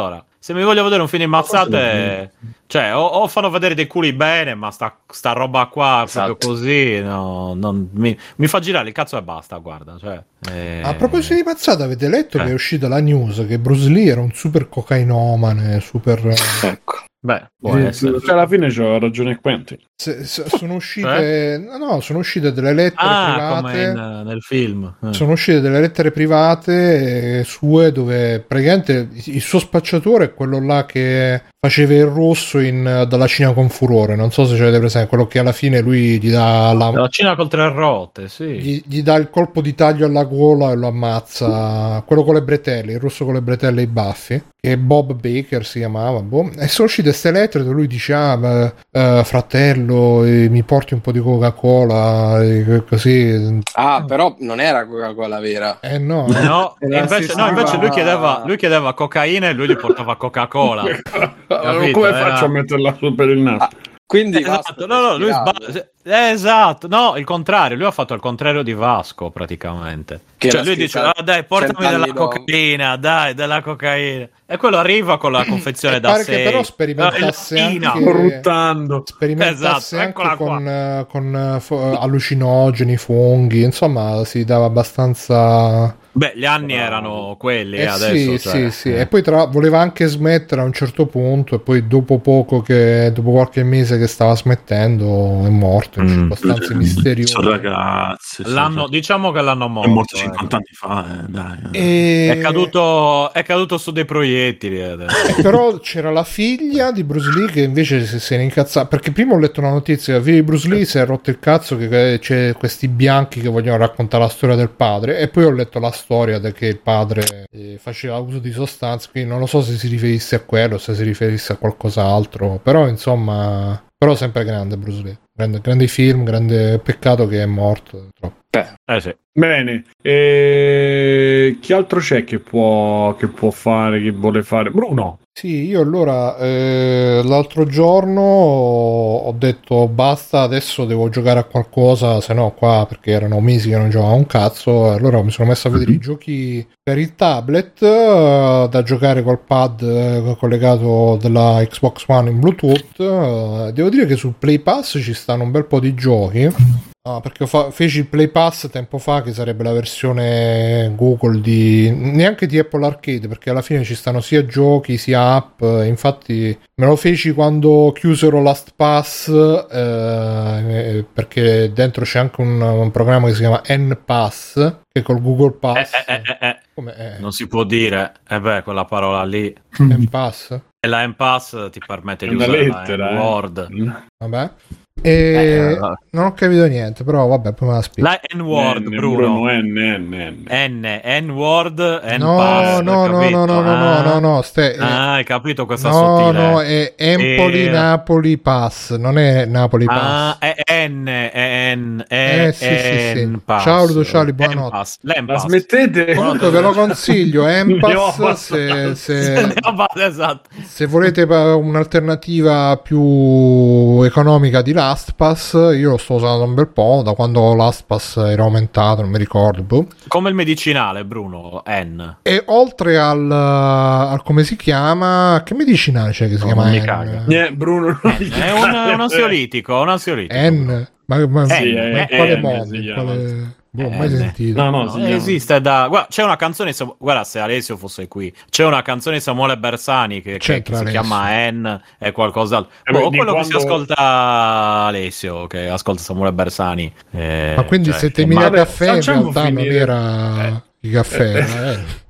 se mi voglio vedere un film di mazzate, cioè o, o fanno vedere dei culi bene, ma sta, sta roba qua Esatto. proprio così no, non, mi, mi fa girare il cazzo e basta, guarda, cioè, eh... A proposito di mazzate, avete letto Eh. che è uscita la news che Bruce Lee era un super cocainomane, super... Ecco. Beh, può Sì, essere. cioè, alla fine c'ho ragione Quentin. Se- se- sono uscite no, no, sono uscite delle lettere Ah, come private in, nel film. Eh. sono uscite delle lettere private eh, sue dove praticamente il suo spacciatore è quello là che faceva il rosso in Dalla Cina con furore, non so se ce l'avete presente, quello che alla fine lui gli dà la, La Cina con tre rotte, sì. gli, gli dà il colpo di taglio alla gola e lo ammazza, quello con le bretelle, il rosso con le bretelle e i baffi, che Bob Baker si chiamava, boh. E sono uscite queste lettere dove lui dice ah beh, eh, fratello eh, mi porti un po' di Coca-Cola e così Ah, però non era Coca-Cola vera. eh no No, Era invece, no, invece lui chiedeva, lui chiedeva cocaina e lui gli portava Coca-Cola. Capito? Come Era- faccio a metterla su per il naso? Ah, quindi Esatto, Vasco no, no, per lui ispirarlo. sbaglia. Eh, esatto, no, il contrario, lui ha fatto il contrario di Vasco praticamente. Che Cioè l'ha lui dice, scritta ah, dai, portami cent'anni della dopo. cocaina, dai, della cocaina. E quello arriva con la confezione E da pare che sei. però sperimentasse Eh, il anche- Ruttando. sperimentasse Esatto, anche eccola qua. con, eh, con eh, fo- allucinogeni, funghi, insomma si dava abbastanza Beh, gli anni erano quelli, eh adesso. sì, cioè, sì, sì. E poi tra... voleva anche smettere a un certo punto e poi dopo poco che dopo qualche mese che stava smettendo è morto in Mm. circostanze misteriose. Sono ragazzi. sì, L'anno, sì. diciamo che l'hanno morto. È morto eh. cinquanta anni fa, eh, dai. eh. E... È caduto, è caduto su dei proiettili. adesso. E però c'era la figlia di Bruce Lee che invece si, se ne incazzava perché prima ho letto una notizia, la figlia di Bruce Lee si è rotto il cazzo che c'è questi bianchi che vogliono raccontare la storia del padre e poi ho letto la storia del che il padre eh, faceva uso di sostanze, quindi non lo so se si riferisse a quello, se si riferisse a qualcos'altro, però insomma, però sempre grande Bruce Lee, grande, grandi film, grande peccato che è morto troppo. Eh sì. Bene, e chi altro c'è che può, che può fare, che vuole fare? Bruno. Sì, io allora eh, l'altro giorno ho detto basta, adesso devo giocare a qualcosa, se no qua perché erano mesi che non giocavo a un cazzo, allora mi sono messo a vedere i giochi per il tablet eh, da giocare col pad eh, collegato della Xbox One in Bluetooth. Eh, devo dire che sul Play Pass ci stanno un bel po' di giochi. Ah, perché ho fa- feci il Play Pass tempo fa, che sarebbe la versione Google di neanche di Apple Arcade, perché alla fine ci stanno sia giochi sia app. Infatti me lo feci quando chiusero LastPass eh, perché dentro c'è anche un, un programma che si chiama N-Pass che col Google Pass Eh, eh, eh, eh. come è? Non si può dire, eh beh, quella parola lì. N-Pass? E la M-Pass ti permette È di una usare lettera, la eh. N-word. Vabbè. E Eh, non ho capito niente, però vabbè, poi me la spiego. La N-word, N, Bruno. N, N, N. N, N-word, No, N-pass. no, no, capito? no, no, no, Ah. no, no, ste- Ah, hai capito questa no, sottile? no, è Empoli Eh. Napoli Pass, non è Napoli Ah, Pass. è N, è N, è Eh, sì, sì, sì. N-pass. Ciao, Ludo Ciali, buonanotte. N-pass, La l'N-pass. smettete? Comunque ve lo consiglio, Ne ho Empass, abbastanza. se, se, No, esatto. se volete pa- un'alternativa più economica di LastPass, io lo sto usando un bel po', da quando LastPass era aumentato, non mi ricordo, boh. Come il medicinale, Bruno, N. E oltre al, al come si chiama, che medicinale c'è che si No, chiama non mi N? caga. Eh, Bruno. non gli È un, cade. un ansiolitico, un ansiolitico. N? Ma, ma Sì, in è- quale N modo? si In chiama. quale... Boh, mai N. sentito. No, no, No, si chiama. esiste da guarda, c'è una canzone di Sam- guarda se Alessio fosse qui c'è una canzone di Samuele Bersani che, che- che C'entra si Alessio. chiama N e qualcos'altro. Eh Boh, beh, di quello che si quando- ascolta Alessio che ascolta Samuele Bersani eh, Ma quindi cioè, settemila Vabbè, caffè in facciamo realtà non finire. era i caffè, era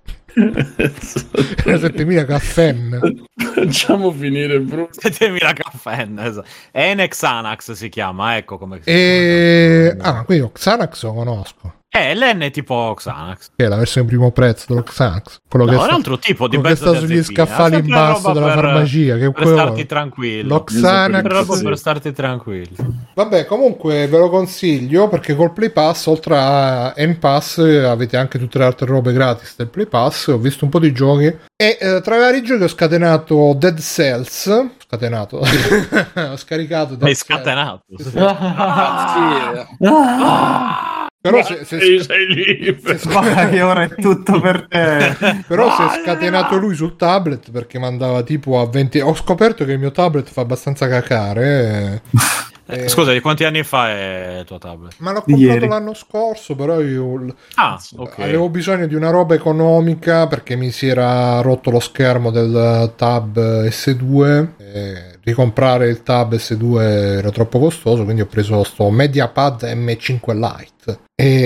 era settemila caffè. Facciamo finire, Bruno. settemila caffè esatto. N Xanax si chiama, ecco come si E... chiama. Ah, quindi Xanax lo conosco. Eh, l'N è tipo Xanax. Che è la versione primo prezzo dello Xanax. Quello No, che è un sta, altro tipo di quello che sta sugli benzodiazepina. scaffali in Sempre basso roba della per- farmacia. Che è per quello- starti tranquillo. Lo Xanax. Proprio Sì. per starti tranquillo. Vabbè, comunque ve lo consiglio perché col Play Pass, oltre a N-Pass, avete anche tutte le altre robe gratis del Play Pass. Ho visto un po' di giochi e eh, tra i vari giochi ho scatenato Dead Cells. Scatenato, ho scaricato Dead Hai Cells. scatenato. Sì. Però se, se, Vai, sei libero. se- Guarda che ora è tutto per te. però si è Vai, scatenato lui sul tablet perché mandava tipo a venti. Ho scoperto che il mio tablet fa abbastanza cacare. eh. Eh, Scusa, di quanti anni fa è il tuo tablet? Ma l'ho Di comprato ieri. l'anno scorso, però io l- Ah, ok. avevo bisogno di una roba economica perché mi si era rotto lo schermo del Tab S due. E ricomprare il Tab S due era troppo costoso, quindi ho preso sto MediaPad M cinque Lite.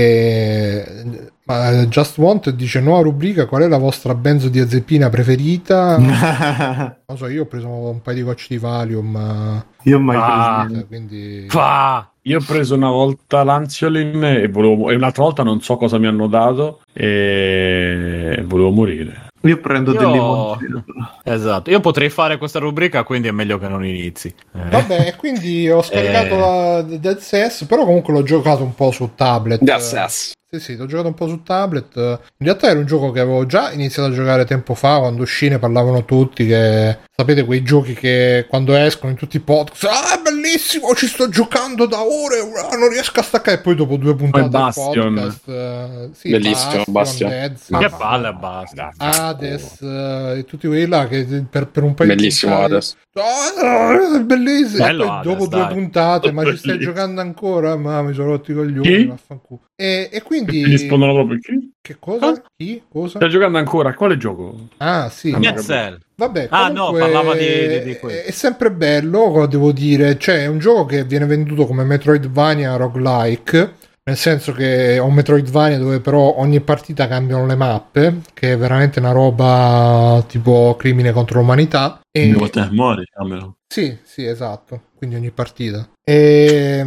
E ma Just Want dice: nuova rubrica, qual è la vostra benzodiazepina preferita? Non so, io ho preso un paio di gocce di Valium, Io ho mai Ah. preso niente. quindi Fa! Io ho preso una volta l'Ansiolin e, volevo, e un'altra volta non so cosa mi hanno dato e volevo morire. Io prendo Io- del limoncino. Esatto, io potrei fare questa rubrica, quindi è meglio che non inizi. Eh. vabbè, quindi ho scaricato Eh. la Dead Cells, però comunque l'ho giocato un po' su tablet. That's us. Sì, sì, l'ho giocato un po' su tablet. In realtà era un gioco che avevo già iniziato a giocare tempo fa, quando uscì ne parlavano tutti, che sapete quei giochi che quando escono in tutti i podcast, ah, è bellissimo, ci sto giocando da ore, ah, non riesco a staccare, e poi dopo due puntate del Bastion. podcast, eh, sì, Bellissimo, Bastion. Dead, Che sì, palle, basta. Hades, eh, e tutti quelli là che per, per un paio Bellissimo di puntate, Hades. ah, è bellissimo. Bello E poi Hades, dopo due dai. puntate, ma ci stai Bellissimo. giocando ancora? Ma mi sono rotti i coglioni, Chi? vaffanculo. E, e Gli quindi rispondono proprio chi? che cosa? Chi? Cosa? Stai giocando ancora? Quale gioco? Ah, sì. Ah, Dead Cell. Vabbè, Ah, no, comunque parlava di- di- di quello. è sempre bello, devo dire. Cioè, è un gioco che viene venduto come Metroidvania roguelike, nel senso che è un Metroidvania dove però ogni partita cambiano le mappe, che è veramente una roba tipo crimine contro l'umanità. E... Ogni volta che muori, cambia. Sì, sì, esatto. Quindi ogni partita. E,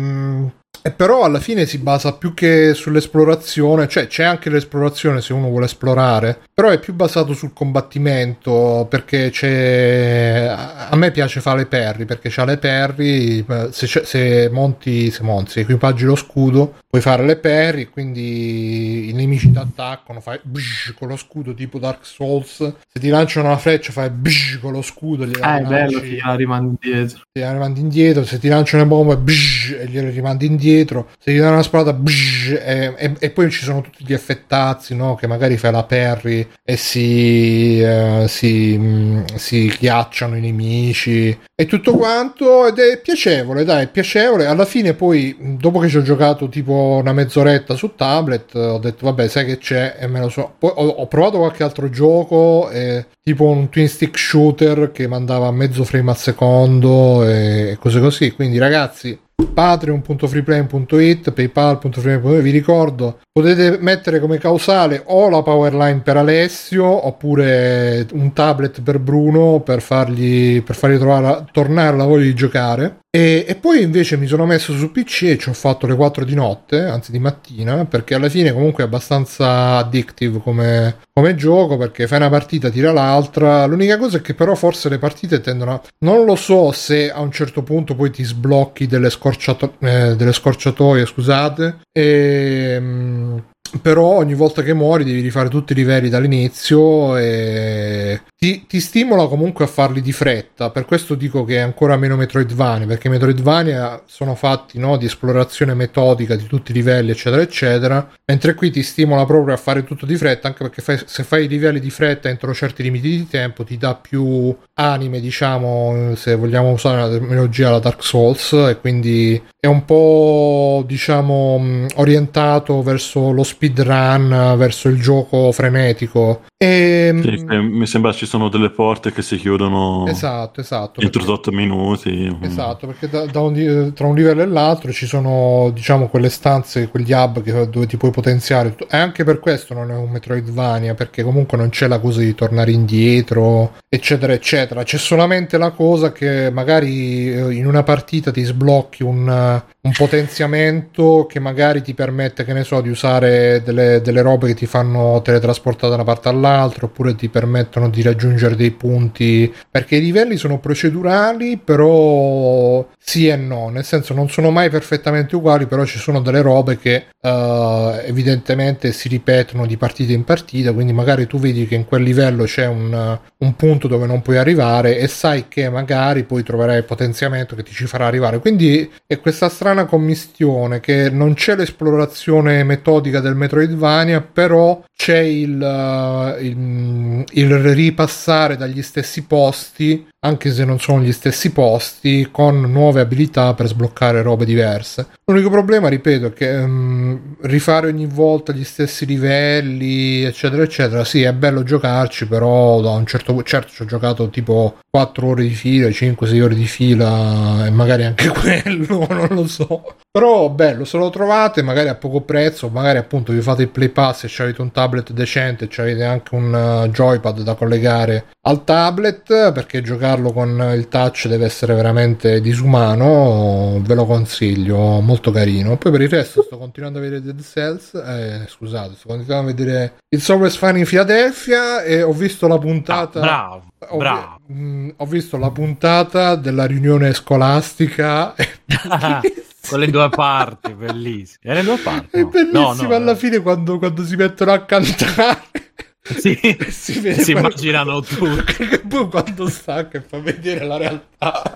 e però alla fine si basa più che sull'esplorazione, cioè c'è anche l'esplorazione se uno vuole esplorare, però è più basato sul combattimento, perché c'è... A me piace fare le parry, perché c'ha le parry, se, c'è- se monti, se monti, se equipaggi lo scudo, puoi fare le parry, quindi i nemici ti attaccano, fai bsh con lo scudo tipo Dark Souls, se ti lanciano una freccia fai bsh con lo scudo, gliela Ah, è bello lanci- che la rimandi indietro. ti rimandi indietro, se ti lanciano una bomba bsh, e gliele rimandi indietro, se ti danno una spada bsh, e, e- e poi ci sono tutti gli effettazzi, no? Che magari fai la parry e si, eh, si, mh, si ghiacciano i nemici e tutto quanto, ed è piacevole, dai, è piacevole. Alla fine poi, mh, dopo che ci ho giocato tipo una mezz'oretta su tablet, ho detto vabbè, sai che c'è, e me lo so. Poi ho, ho provato qualche altro gioco, eh, tipo un twin stick shooter che mandava a mezzo frame al secondo e cose così. Quindi ragazzi, patreon punto freeplane punto it, paypal punto freeplane punto it, vi ricordo, potete mettere come causale o la powerline per Alessio oppure un tablet per Bruno per fargli, per fargli trovare, tornare la voglia di giocare. E, e poi invece mi sono messo su P C e ci ho fatto le quattro di notte, anzi di mattina, perché alla fine comunque è abbastanza addictive come, come gioco, perché fai una partita, tira l'altra. L'unica cosa è che però forse le partite tendono a... Non lo so se a un certo punto poi ti sblocchi delle, scorciato... eh, delle scorciatoie, scusate, e... mh, però ogni volta che muori devi rifare tutti i livelli dall'inizio e ti, ti stimola comunque a farli di fretta. Per questo dico che è ancora meno Metroidvania, perché Metroidvania sono fatti, no, di esplorazione metodica di tutti i livelli eccetera eccetera, mentre qui ti stimola proprio a fare tutto di fretta, anche perché fai, se fai i livelli di fretta entro certi limiti di tempo ti dà più anime, diciamo, se vogliamo usare la terminologia la Dark Souls, e quindi è un po', diciamo, mh, orientato verso lo speedrun, verso il gioco frenetico. E, Sì, che mi sembra ci sono delle porte che si chiudono esatto, esatto. entro perché- otto minuti. Esatto, perché da, da un, di- tra un livello e l'altro ci sono, diciamo, quelle stanze, quegli hub che, dove ti puoi potenziare. E anche per questo non è un Metroidvania, perché comunque non c'è la cosa di tornare indietro, eccetera, eccetera. C'è solamente la cosa che magari eh, in una partita ti sblocchi un, un potenziamento che magari ti permette, che ne so, di usare delle, delle robe che ti fanno teletrasportare da una parte all'altra, oppure ti permettono di raggiungere dei punti, perché i livelli sono procedurali, però sì e no, nel senso non sono mai perfettamente uguali, però ci sono delle robe che eh, evidentemente si ripetono di partita in partita, quindi magari tu vedi che in quel livello c'è un, un punto dove non puoi arrivare e sai che magari poi troverai il potenziamento che ti ci farà arrivare, quindi è questa strana strana commistione che non c'è l'esplorazione metodica del Metroidvania, però c'è il, uh, il, il ripassare dagli stessi posti, anche se non sono gli stessi posti, con nuove abilità per sbloccare robe diverse. L'unico problema, ripeto, è che um, rifare ogni volta gli stessi livelli, eccetera eccetera, sì, è bello giocarci, però da un certo punto, certo ci ho giocato tipo quattro ore di fila, cinque sei ore di fila, e magari anche quello, non lo so. Però bello, se lo trovate magari a poco prezzo, magari appunto vi fate il Play Pass e ci avete un tablet decente, ci avete anche un uh, joypad da collegare al tablet, perché giocarlo con il touch deve essere veramente disumano, ve lo consiglio, molto carino. Poi per il resto sto continuando a vedere Dead Cells, eh, scusate, sto continuando a vedere It's Always Fun in Philadelphia e ho visto la puntata... Ah, bravo, ho, bravo. mh, ho visto la puntata della riunione scolastica con le due parti, bellissime. E le due parti, è no. bellissimo no, no, alla no. fine quando, quando si mettono a cantare. Sì, si, vede si quello- immaginano tutti. che poi quando stacca e fa vedere la realtà.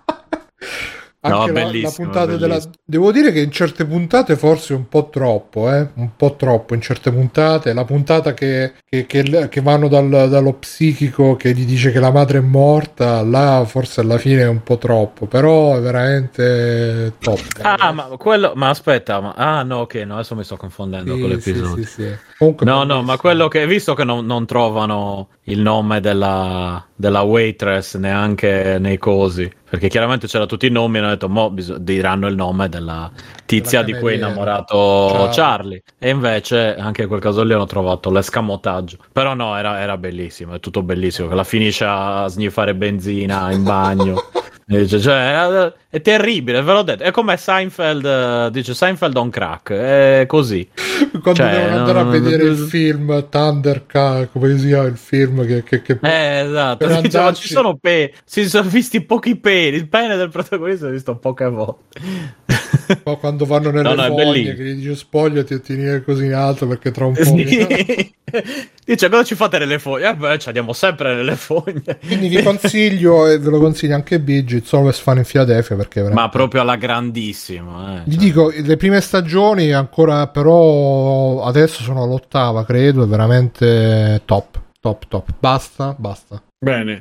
No, Anche la, bellissimo, la puntata della... bellissimo. Devo dire che in certe puntate forse un po' troppo, eh? Un po' troppo in certe puntate. La puntata che, che, che, che vanno dal, dallo psichico che gli dice che la madre è morta, là forse alla fine è un po' troppo, però è veramente top. Ah, ma quello... Ma aspetta, ma... Ah, no, ok, no, adesso mi sto confondendo Sì, con sì, l'episodio. sì, sì. Comunque No, no, bellissimo. ma quello che... Visto che non, non trovano il nome della, della waitress neanche nei cosi, perché chiaramente c'era tutti i nomi e hanno detto, mo bis- diranno il nome della tizia Della di cui è cameriera. innamorato Charlie. Charlie. E invece anche in quel caso lì hanno trovato l'escamotaggio. Però no, era, era bellissimo, è tutto bellissimo, che la finisce a sniffare benzina in bagno. E dice, cioè, è, è terribile, ve l'ho detto. È come Seinfeld, eh, dice Seinfeld on crack, è così. Quando Cioè, devono andare non- a vedere il film Thundercat, come si chiama il film che, che, che... Eh, esatto. Per Dice, ma andarci- ci sono peli, si sono visti pochi peli, il pene del protagonista si è visto poche volte. Poi quando vanno nelle No, no, è fogne bellissimo. che gli dice spogliati e tieni così in alto perché tra un po' Sì. Dice, cosa ci fate nelle fogne? Eh beh, ci andiamo sempre nelle fogne. quindi vi consiglio e ve lo consiglio anche Bigi It's Always Fun in Philadelphia, perché veramente... Ma proprio alla grandissima. Eh. Vi Cioè, dico, le prime stagioni ancora, però adesso sono all'ottava credo, è veramente top, top, top. Basta, basta. Bene.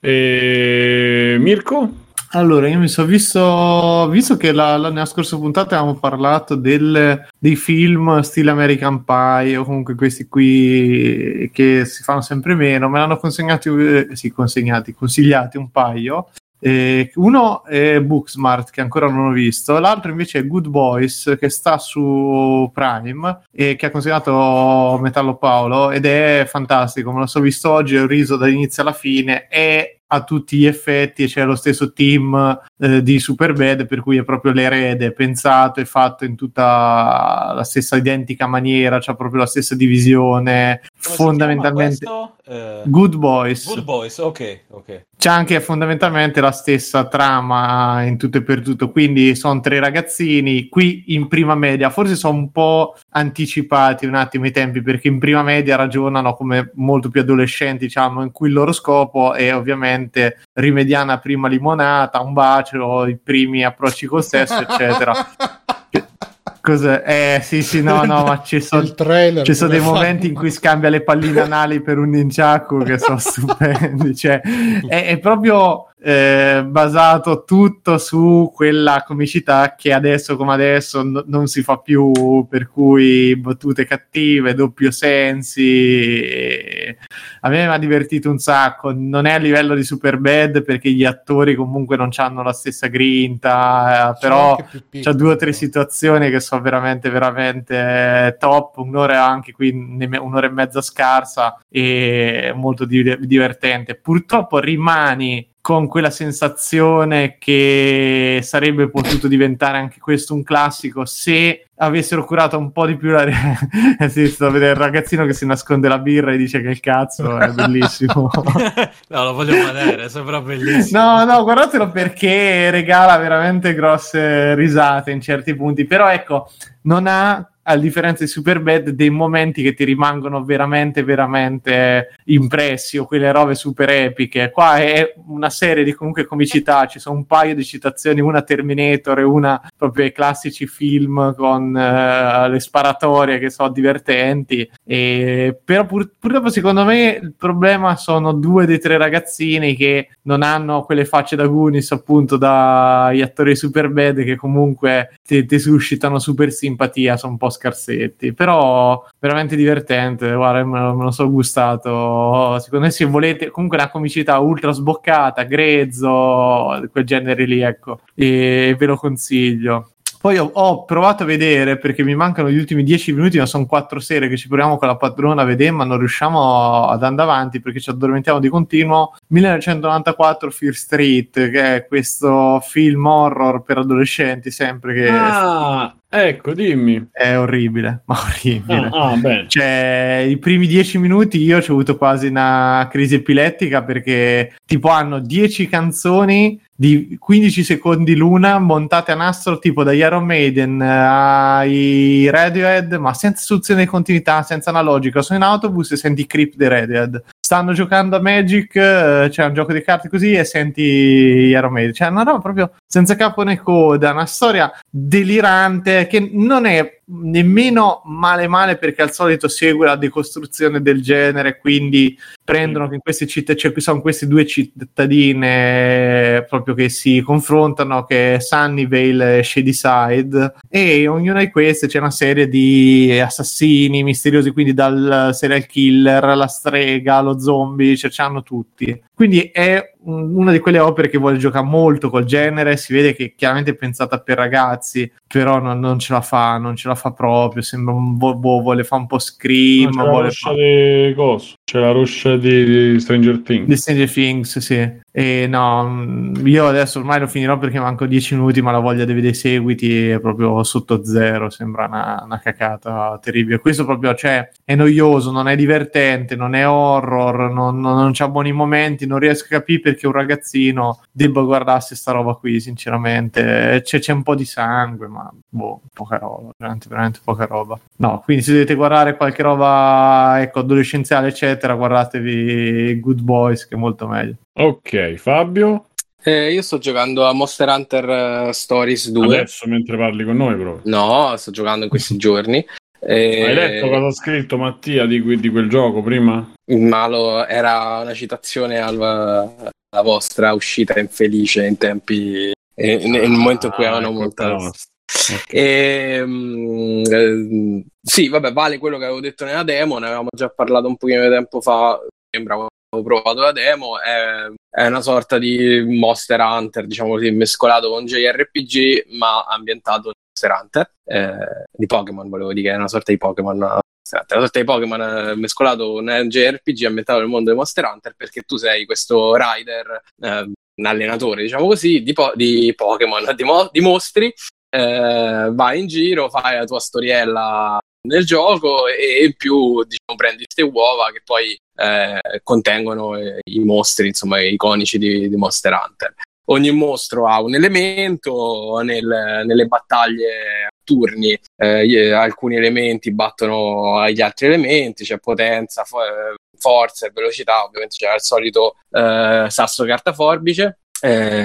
E... Mirko? Allora, io mi sono visto, visto che la, la, nella scorsa puntata avevamo parlato del, dei film stile American Pie o comunque questi qui che si fanno sempre meno, me l'hanno consegnati, eh, sì, consegnati, consigliati un paio. Eh, uno è Booksmart, che ancora non ho visto, l'altro invece è Good Boys, che sta su Prime e che ha consigliato Metallo Paolo, ed è fantastico, me lo so visto oggi, ho riso dall'inizio alla fine, è a tutti gli effetti, c'è lo stesso team eh, di Superbad, per cui è proprio l'erede, pensato e fatto in tutta la stessa identica maniera, c'ha proprio la stessa divisione, come si fondamentalmente chiama questo? Eh, Good Boys. Good Boys, ok, ok. C'è anche fondamentalmente la stessa trama in tutto e per tutto, quindi sono tre ragazzini qui in prima media, forse sono un po' anticipati un attimo i tempi, perché in prima media ragionano come molto più adolescenti, diciamo, in cui il loro scopo è ovviamente rimediana prima limonata, un bacio, i primi approcci col sesso, eccetera. Cos'è? Eh sì sì no no ma ci sono Il trailer ci sono dei come fa- momenti in cui scambia le palline anali per un nunchaku che sono stupendi, cioè è, è proprio eh, basato tutto su quella comicità che adesso come adesso n- non si fa più, per cui battute cattive, doppio sensi, e... a me mi ha divertito un sacco, non è a livello di Superbad perché gli attori comunque non hanno la stessa grinta, eh, però anche più piccoli, c'ha due o tre però. situazioni che sono veramente veramente top, un'ora anche qui ne- un'ora e mezza scarsa e molto di- divertente. Purtroppo rimani con quella sensazione che sarebbe potuto diventare anche questo un classico se avessero curato un po' di più la re- eh sì, sto a vedere il ragazzino che si nasconde la birra e dice che il cazzo è bellissimo. No, lo voglio vedere, sembra bellissimo. No, no, guardatelo perché regala veramente grosse risate in certi punti, però ecco, non ha a differenza di Superbad, dei momenti che ti rimangono veramente veramente impressi, o quelle robe super epiche. Qua è una serie di comunque comicità, ci sono un paio di citazioni, una Terminator e una proprio ai classici film con uh, le sparatorie che sono divertenti, e però pur, purtroppo secondo me il problema sono due dei tre ragazzini che non hanno quelle facce da Goonies, appunto, dagli attori di Superbad, che comunque ti, ti suscitano super simpatia, sono un po' scarsetti, però veramente divertente, guarda, me lo, me lo so gustato. Secondo me, se volete comunque una comicità ultra sboccata, grezzo, quel genere lì, ecco, e ve lo consiglio. Poi ho, ho provato a vedere, perché mi mancano gli ultimi dieci minuti, ma sono quattro serie che ci proviamo con la padrona a vedere, ma non riusciamo ad andare avanti perché ci addormentiamo di continuo. millenovecentonovantaquattro Fear Street, che è questo film horror per adolescenti, sempre che... Ah, ecco, dimmi. È orribile, ma orribile. Ah, ah, bene. Cioè, i primi dieci minuti io ci ho avuto quasi una crisi epilettica, perché tipo hanno dieci canzoni di quindici secondi l'una, montate a nastro tipo da Iron Maiden ai Radiohead, ma senza soluzione di continuità, senza una logica. Sono in autobus e senti Creep dei Radiohead. Stanno giocando a Magic, c'è cioè un gioco di carte così, e senti Iron Maiden. Cioè, una roba proprio senza capo né coda, una storia delirante che non è nemmeno male male, perché al solito segue la decostruzione del genere, quindi prendono che in queste città, cioè qui sono queste due cittadine proprio che si confrontano, che è Sunnyvale e Shadyside, e ognuna di queste c'è una serie di assassini misteriosi, quindi dal serial killer, la strega, lo zombie, cioè c'hanno tutti. Quindi è una di quelle opere che vuole giocare molto col genere, si vede che chiaramente è pensata per ragazzi, però non, non ce la fa, non ce la fa proprio, sembra un bo- bo- vuole fare un po' Scream, c'è la vuole roscia fa... di coso, c'è la roscia di, di Stranger Things. di Stranger Things, sì. E no, io adesso ormai lo finirò perché manco dieci minuti, ma la voglia di vedere i seguiti è proprio sotto zero, sembra una, una cacata terribile. Questo proprio, cioè, è noioso, non è divertente, non è horror, non, non, non c'ha buoni momenti, non riesco a capire perché un ragazzino debba guardarsi sta roba qui, sinceramente. C'è, c'è un po' di sangue, ma boh, poca roba, veramente, veramente poca roba. No, quindi se dovete guardare qualche roba, ecco, adolescenziale, eccetera, guardatevi Good Boys, che è molto meglio. Ok, Fabio? Eh, io sto giocando a Monster Hunter uh, Stories due. Adesso, mentre parli con noi, proprio. No, sto giocando in questi giorni. Eh, Hai letto cosa ha scritto Mattia di, que- di quel gioco prima? Ma lo, era una citazione alla, alla vostra uscita infelice in tempi, eh, nel momento in cui avevano ecco, molta... no. Okay. E, um, eh, sì, vabbè, vale quello che avevo detto nella demo, ne avevamo già parlato un pochino di tempo fa, sembra, quando avevo provato la demo. È, è una sorta di Monster Hunter, diciamo così, mescolato con J R P G, ma ambientato in Monster Hunter, eh, di Pokémon, volevo dire, è una sorta di Pokémon, una sorta di Pokémon mescolato con J R P G ambientato nel mondo di Monster Hunter, perché tu sei questo rider, eh, un allenatore, diciamo così, di, po- di Pokémon, di, mo- di mostri. Eh, vai in giro, fai la tua storiella nel gioco e in più, diciamo, prendi queste uova che poi eh, contengono eh, i mostri, insomma, iconici di, di Monster Hunter. Ogni mostro ha un elemento, nel, nelle battaglie a turni eh, alcuni elementi battono agli altri elementi, c'è potenza, fo- forza e velocità, ovviamente c'è il solito eh, sasso carta forbice. Eh,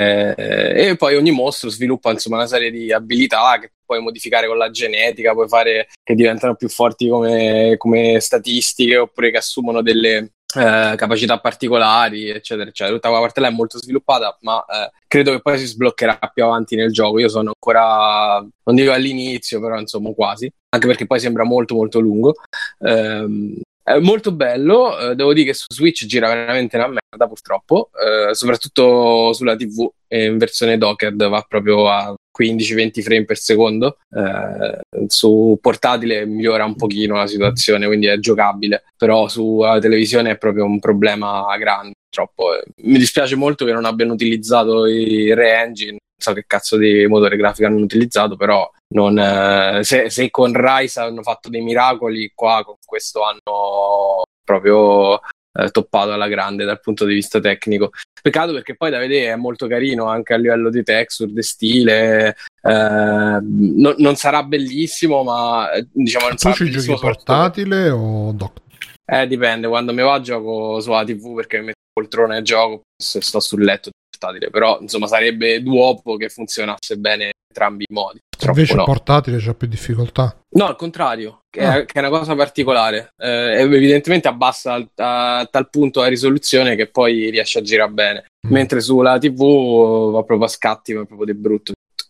e poi ogni mostro sviluppa, insomma, una serie di abilità che puoi modificare con la genetica, puoi fare che diventano più forti come, come statistiche, oppure che assumono delle eh, capacità particolari, eccetera, eccetera. Tutta quella parte là è molto sviluppata, ma eh, credo che poi si sbloccherà più avanti nel gioco. Io sono ancora, non dico all'inizio, però insomma quasi, anche perché poi sembra molto molto lungo. Ehm, È molto bello, eh, devo dire che su Switch gira veramente una merda, purtroppo, eh, soprattutto sulla tivù, eh, in versione docked va proprio a quindici venti frame per secondo, eh, su portatile migliora un pochino la situazione, quindi è giocabile, però sulla televisione è proprio un problema grande, purtroppo. Mi dispiace molto che non abbiano utilizzato i re-engine, non so che cazzo di motore grafico hanno utilizzato, però non, eh, se, se con Rise hanno fatto dei miracoli, qua con questo hanno proprio eh, toppato alla grande dal punto di vista tecnico. Peccato perché poi da vedere è molto carino anche a livello di texture, di stile, eh, non, non sarà bellissimo, ma diciamo non Tu sarà ci bellissimo giochi portatile o dock? Eh, dipende, quando mi va gioco sulla tivù perché mi metto in poltrona e gioco, se sto sul letto portatile, però insomma sarebbe duopo che funzionasse bene in entrambi i modi. Troppo Invece no. portatile c'ha più difficoltà. No, al contrario, che, Ah. è, che è una cosa particolare. Eh, evidentemente abbassa a, a tal punto la risoluzione che poi riesce a girare bene, Mm. mentre sulla tivù va proprio a scatti, va proprio di brutto.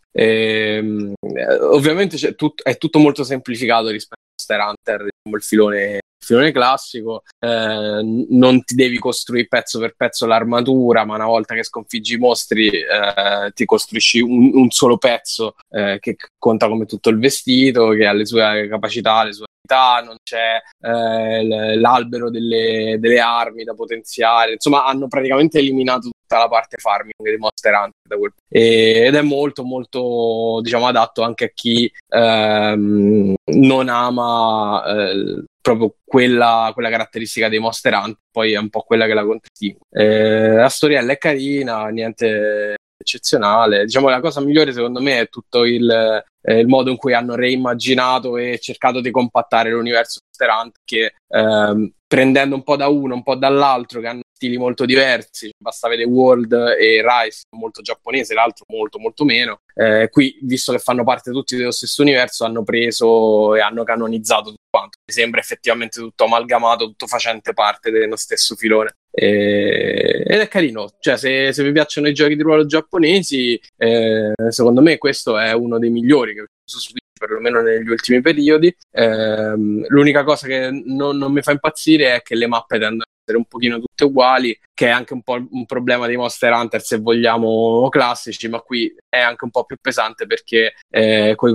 E, eh, ovviamente c'è tut- è tutto molto semplificato rispetto a Monster Hunter, diciamo, il filone, il filone classico, eh, non ti devi costruire pezzo per pezzo l'armatura, ma una volta che sconfiggi i mostri eh, ti costruisci un, un solo pezzo eh, che conta come tutto il vestito, che ha le sue capacità, le sue abilità, non c'è eh, l- l'albero delle, delle armi da potenziare, insomma hanno praticamente eliminato tutta la parte farming di Monster Hunter da quel... e, ed è molto molto diciamo adatto anche a chi ehm, non ama eh, proprio quella, quella caratteristica dei Monster Hunter, poi è un po' quella che la contraddistingue. Eh, la storiella è carina, niente eccezionale, diciamo la cosa migliore secondo me è tutto il, eh, il modo in cui hanno reimmaginato e cercato di compattare l'universo Monster Hunter, che ehm, prendendo un po' da uno, un po' dall'altro, che hanno stili molto diversi, basta vedere World e Rise, molto giapponese, l'altro molto molto meno. Eh, qui, visto che fanno parte tutti dello stesso universo, hanno preso e hanno canonizzato tutto quanto. Mi sembra effettivamente tutto amalgamato, tutto facente parte dello stesso filone. E... ed è carino, cioè se, se vi piacciono i giochi di ruolo giapponesi, eh, secondo me questo è uno dei migliori che ho visto su Switch, perlomeno negli ultimi periodi. Eh, l'unica cosa che non, non mi fa impazzire è che le mappe tendono a essere un pochino tutte uguali, che è anche un po' un problema dei Monster Hunter se vogliamo classici, ma qui è anche un po' più pesante perché eh, con i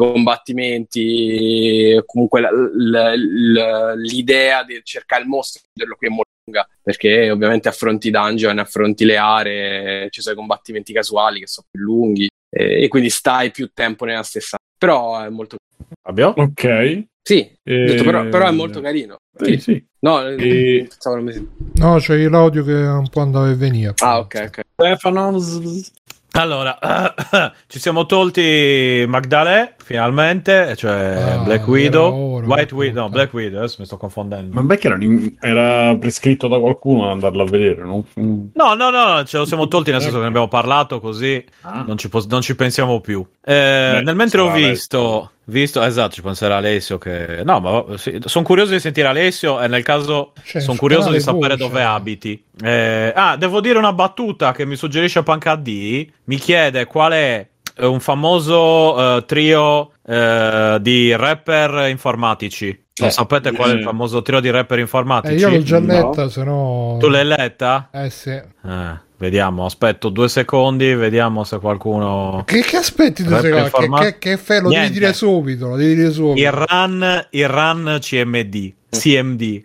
combattimenti comunque la, la, la, l'idea di cercare il mostro qui è molto lunga, perché ovviamente affronti i dungeon, affronti le aree, ci sono i combattimenti casuali che sono più lunghi e, e quindi stai più tempo nella stessa, però è molto Fabio? Ok. sì, E... detto, però, però è molto carino. Sì, sì. No, E... pensavo non mi... No, c'è l'audio che un po' andava e veniva. Ah, ok, ok. Stefano. Allora, ci siamo tolti Magdalè finalmente, cioè Ah, Black Widow, ora, White ora, Widow, no, ora. Black Widow, adesso mi sto confondendo. Ma perché era, un- era prescritto da qualcuno ad andarlo a vedere, no? Mm. No, no, no, ce lo siamo tolti nel senso che ne abbiamo parlato così Ah. non ci, pos- non ci pensiamo più. Eh, Beh, nel mentre ho sarà visto, visto, esatto, ci penserà Alessio che... No, ma sì, sono curioso di sentire Alessio e nel caso Cioè, sono curioso di suonare sapere voce. dove abiti. Eh, ah, devo dire una battuta che mi suggerisce Punk A D, mi chiede qual è eh, un famoso eh, trio eh, di rapper informatici. Non Eh, sapete qual è il eh. famoso trio di rapper Eh, informatici? io l'ho già No. letta, se no... Tu l'hai letta? Eh sì. Eh, vediamo, aspetto due secondi, vediamo se qualcuno... Che, che aspetti due Rap secondi? informa- Che, che, che fai? Lo Niente. devi dire subito, lo devi dire subito. Iran, Iran C M D, C M D.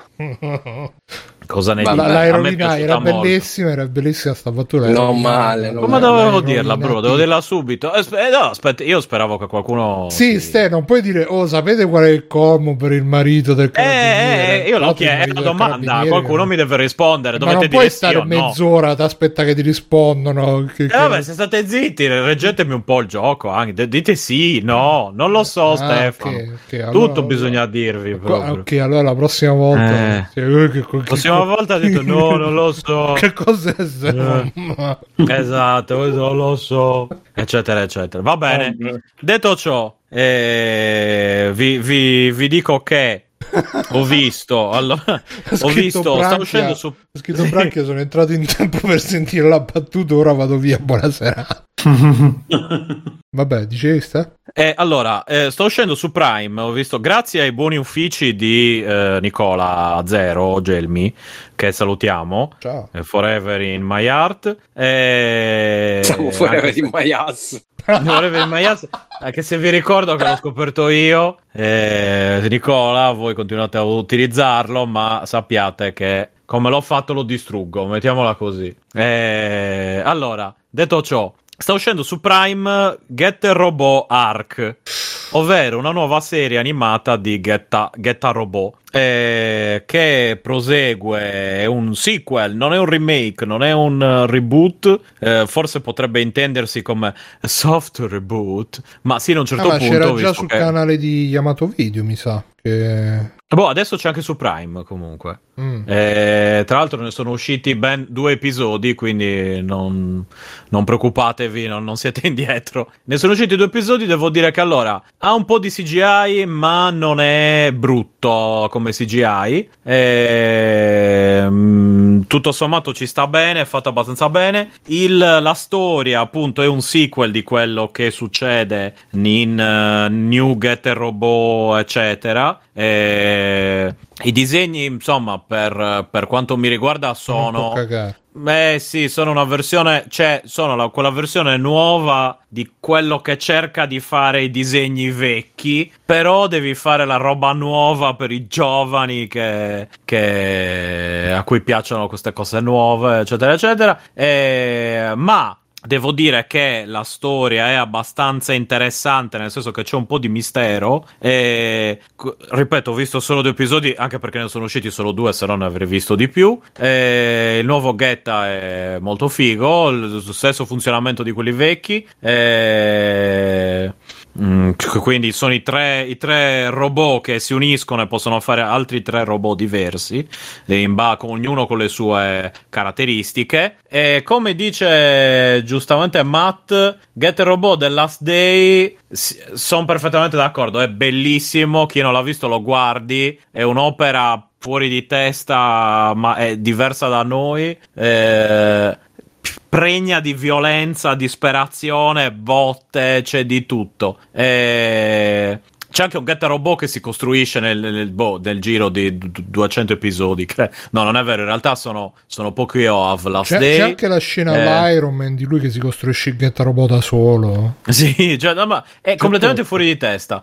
Cosa ne Ma dici? La, Vabbè, la A me è eroina piaciuta era molto. bellissima, era bellissima sta battuta. Non l'eroina- male, non Come la- dovevo la dirla, eroina bro? Devo di- dirla subito. Eh, sp- eh, no, aspetta, io speravo che qualcuno... Sì, Ste, non puoi dire, oh, sapete qual è il commo per il marito del Eh, carabiniere? eh, io Tra l'ho l'altro il chiesto, è marito una del domanda, carabiniere- qualcuno mi deve rispondere, Ma dovete non dire puoi sì stare o no. mezz'ora, ti aspetta che ti rispondono. Che, Eh, che- vabbè, se state zitti, reggetemi un po' il gioco, anche. D- dite sì, no, non lo so, Ah, Stefano. ok, ok, allora- Tutto bisogna dirvi Ah, proprio. ok, allora la prossima volta... Eh. Sì, eh, che- che- La prossima che- volta ha detto no, non lo so. Che cos'è? Ste? Esatto, non lo so, eccetera, eccetera. Va bene. Vabbè. Detto ciò, eh, vi, vi, vi dico che ho visto, allora, Ha ho scritto visto, sta Branchia- uscendo su... ha scritto Sì. Branchia, sono entrato in tempo per sentire la battuta, ora vado via, buonasera. Vabbè, dicevi sta? Eh, allora, eh, sto uscendo su Prime, ho visto, grazie ai buoni uffici di eh, Nicola Zero Gelmi, che salutiamo, Ciao. eh, Forever in my heart. Eh, Siamo forever anche in my ass. se- Forever in my heart, anche se vi ricordo che l'ho scoperto io, eh, Nicola, voi continuate a utilizzarlo, ma sappiate che come l'ho fatto lo distruggo, mettiamola così. Eh, allora, detto ciò, sta uscendo su Prime Get a Robot Arc, ovvero una nuova serie animata di Get a, Get a Robot. eh, che prosegue, è un sequel, non è un remake, non è un uh, reboot, eh, forse potrebbe intendersi come soft reboot, ma sì, a un certo ah, ma punto c'era già visto sul che... canale di Yamato Video, mi sa che... Boh, adesso c'è anche su Prime comunque. Mm. Eh, tra l'altro ne sono usciti ben due episodi, quindi non, non preoccupatevi, non, non siete indietro. Ne sono usciti due episodi, devo dire che allora ha un po' di C G I, ma non è brutto come C G I. Eh, tutto sommato ci sta bene, è fatto abbastanza bene. Il, la storia appunto è un sequel di quello che succede in uh, New Getter Robot eccetera. Eh, i disegni insomma per, per quanto mi riguarda sono eh sì, sono una versione, cioè sono la, quella versione nuova di quello che cerca di fare i disegni vecchi, però devi fare la roba nuova per i giovani che, che a cui piacciono queste cose nuove eccetera eccetera. Eh, ma devo dire che la storia è abbastanza interessante, nel senso che c'è un po' di mistero e, ripeto, ho visto solo due episodi, anche perché ne sono usciti solo due, se no ne avrei visto di più. E il nuovo Getta è molto figo, lo stesso funzionamento di quelli vecchi. E... Mm, quindi sono i tre, i tre robot che si uniscono e possono fare altri tre robot diversi, in ba- ognuno con le sue caratteristiche. E come dice giustamente Matt, Get a Robot The Last Day, sono perfettamente d'accordo, è bellissimo, chi non l'ha visto lo guardi, è un'opera fuori di testa, ma è diversa da noi, eh, pregna di violenza, disperazione, botte, c'è di tutto. E... c'è anche un Get a Robot che si costruisce nel, nel, boh, nel giro di duecento episodi. No, non è vero, in realtà sono, sono pochi of Last c'è, Day. C'è anche la scena eh... all'Iron Man di lui che si costruisce il Get a Robot da solo. Sì, cioè, no, ma è c'è completamente tutto fuori di testa.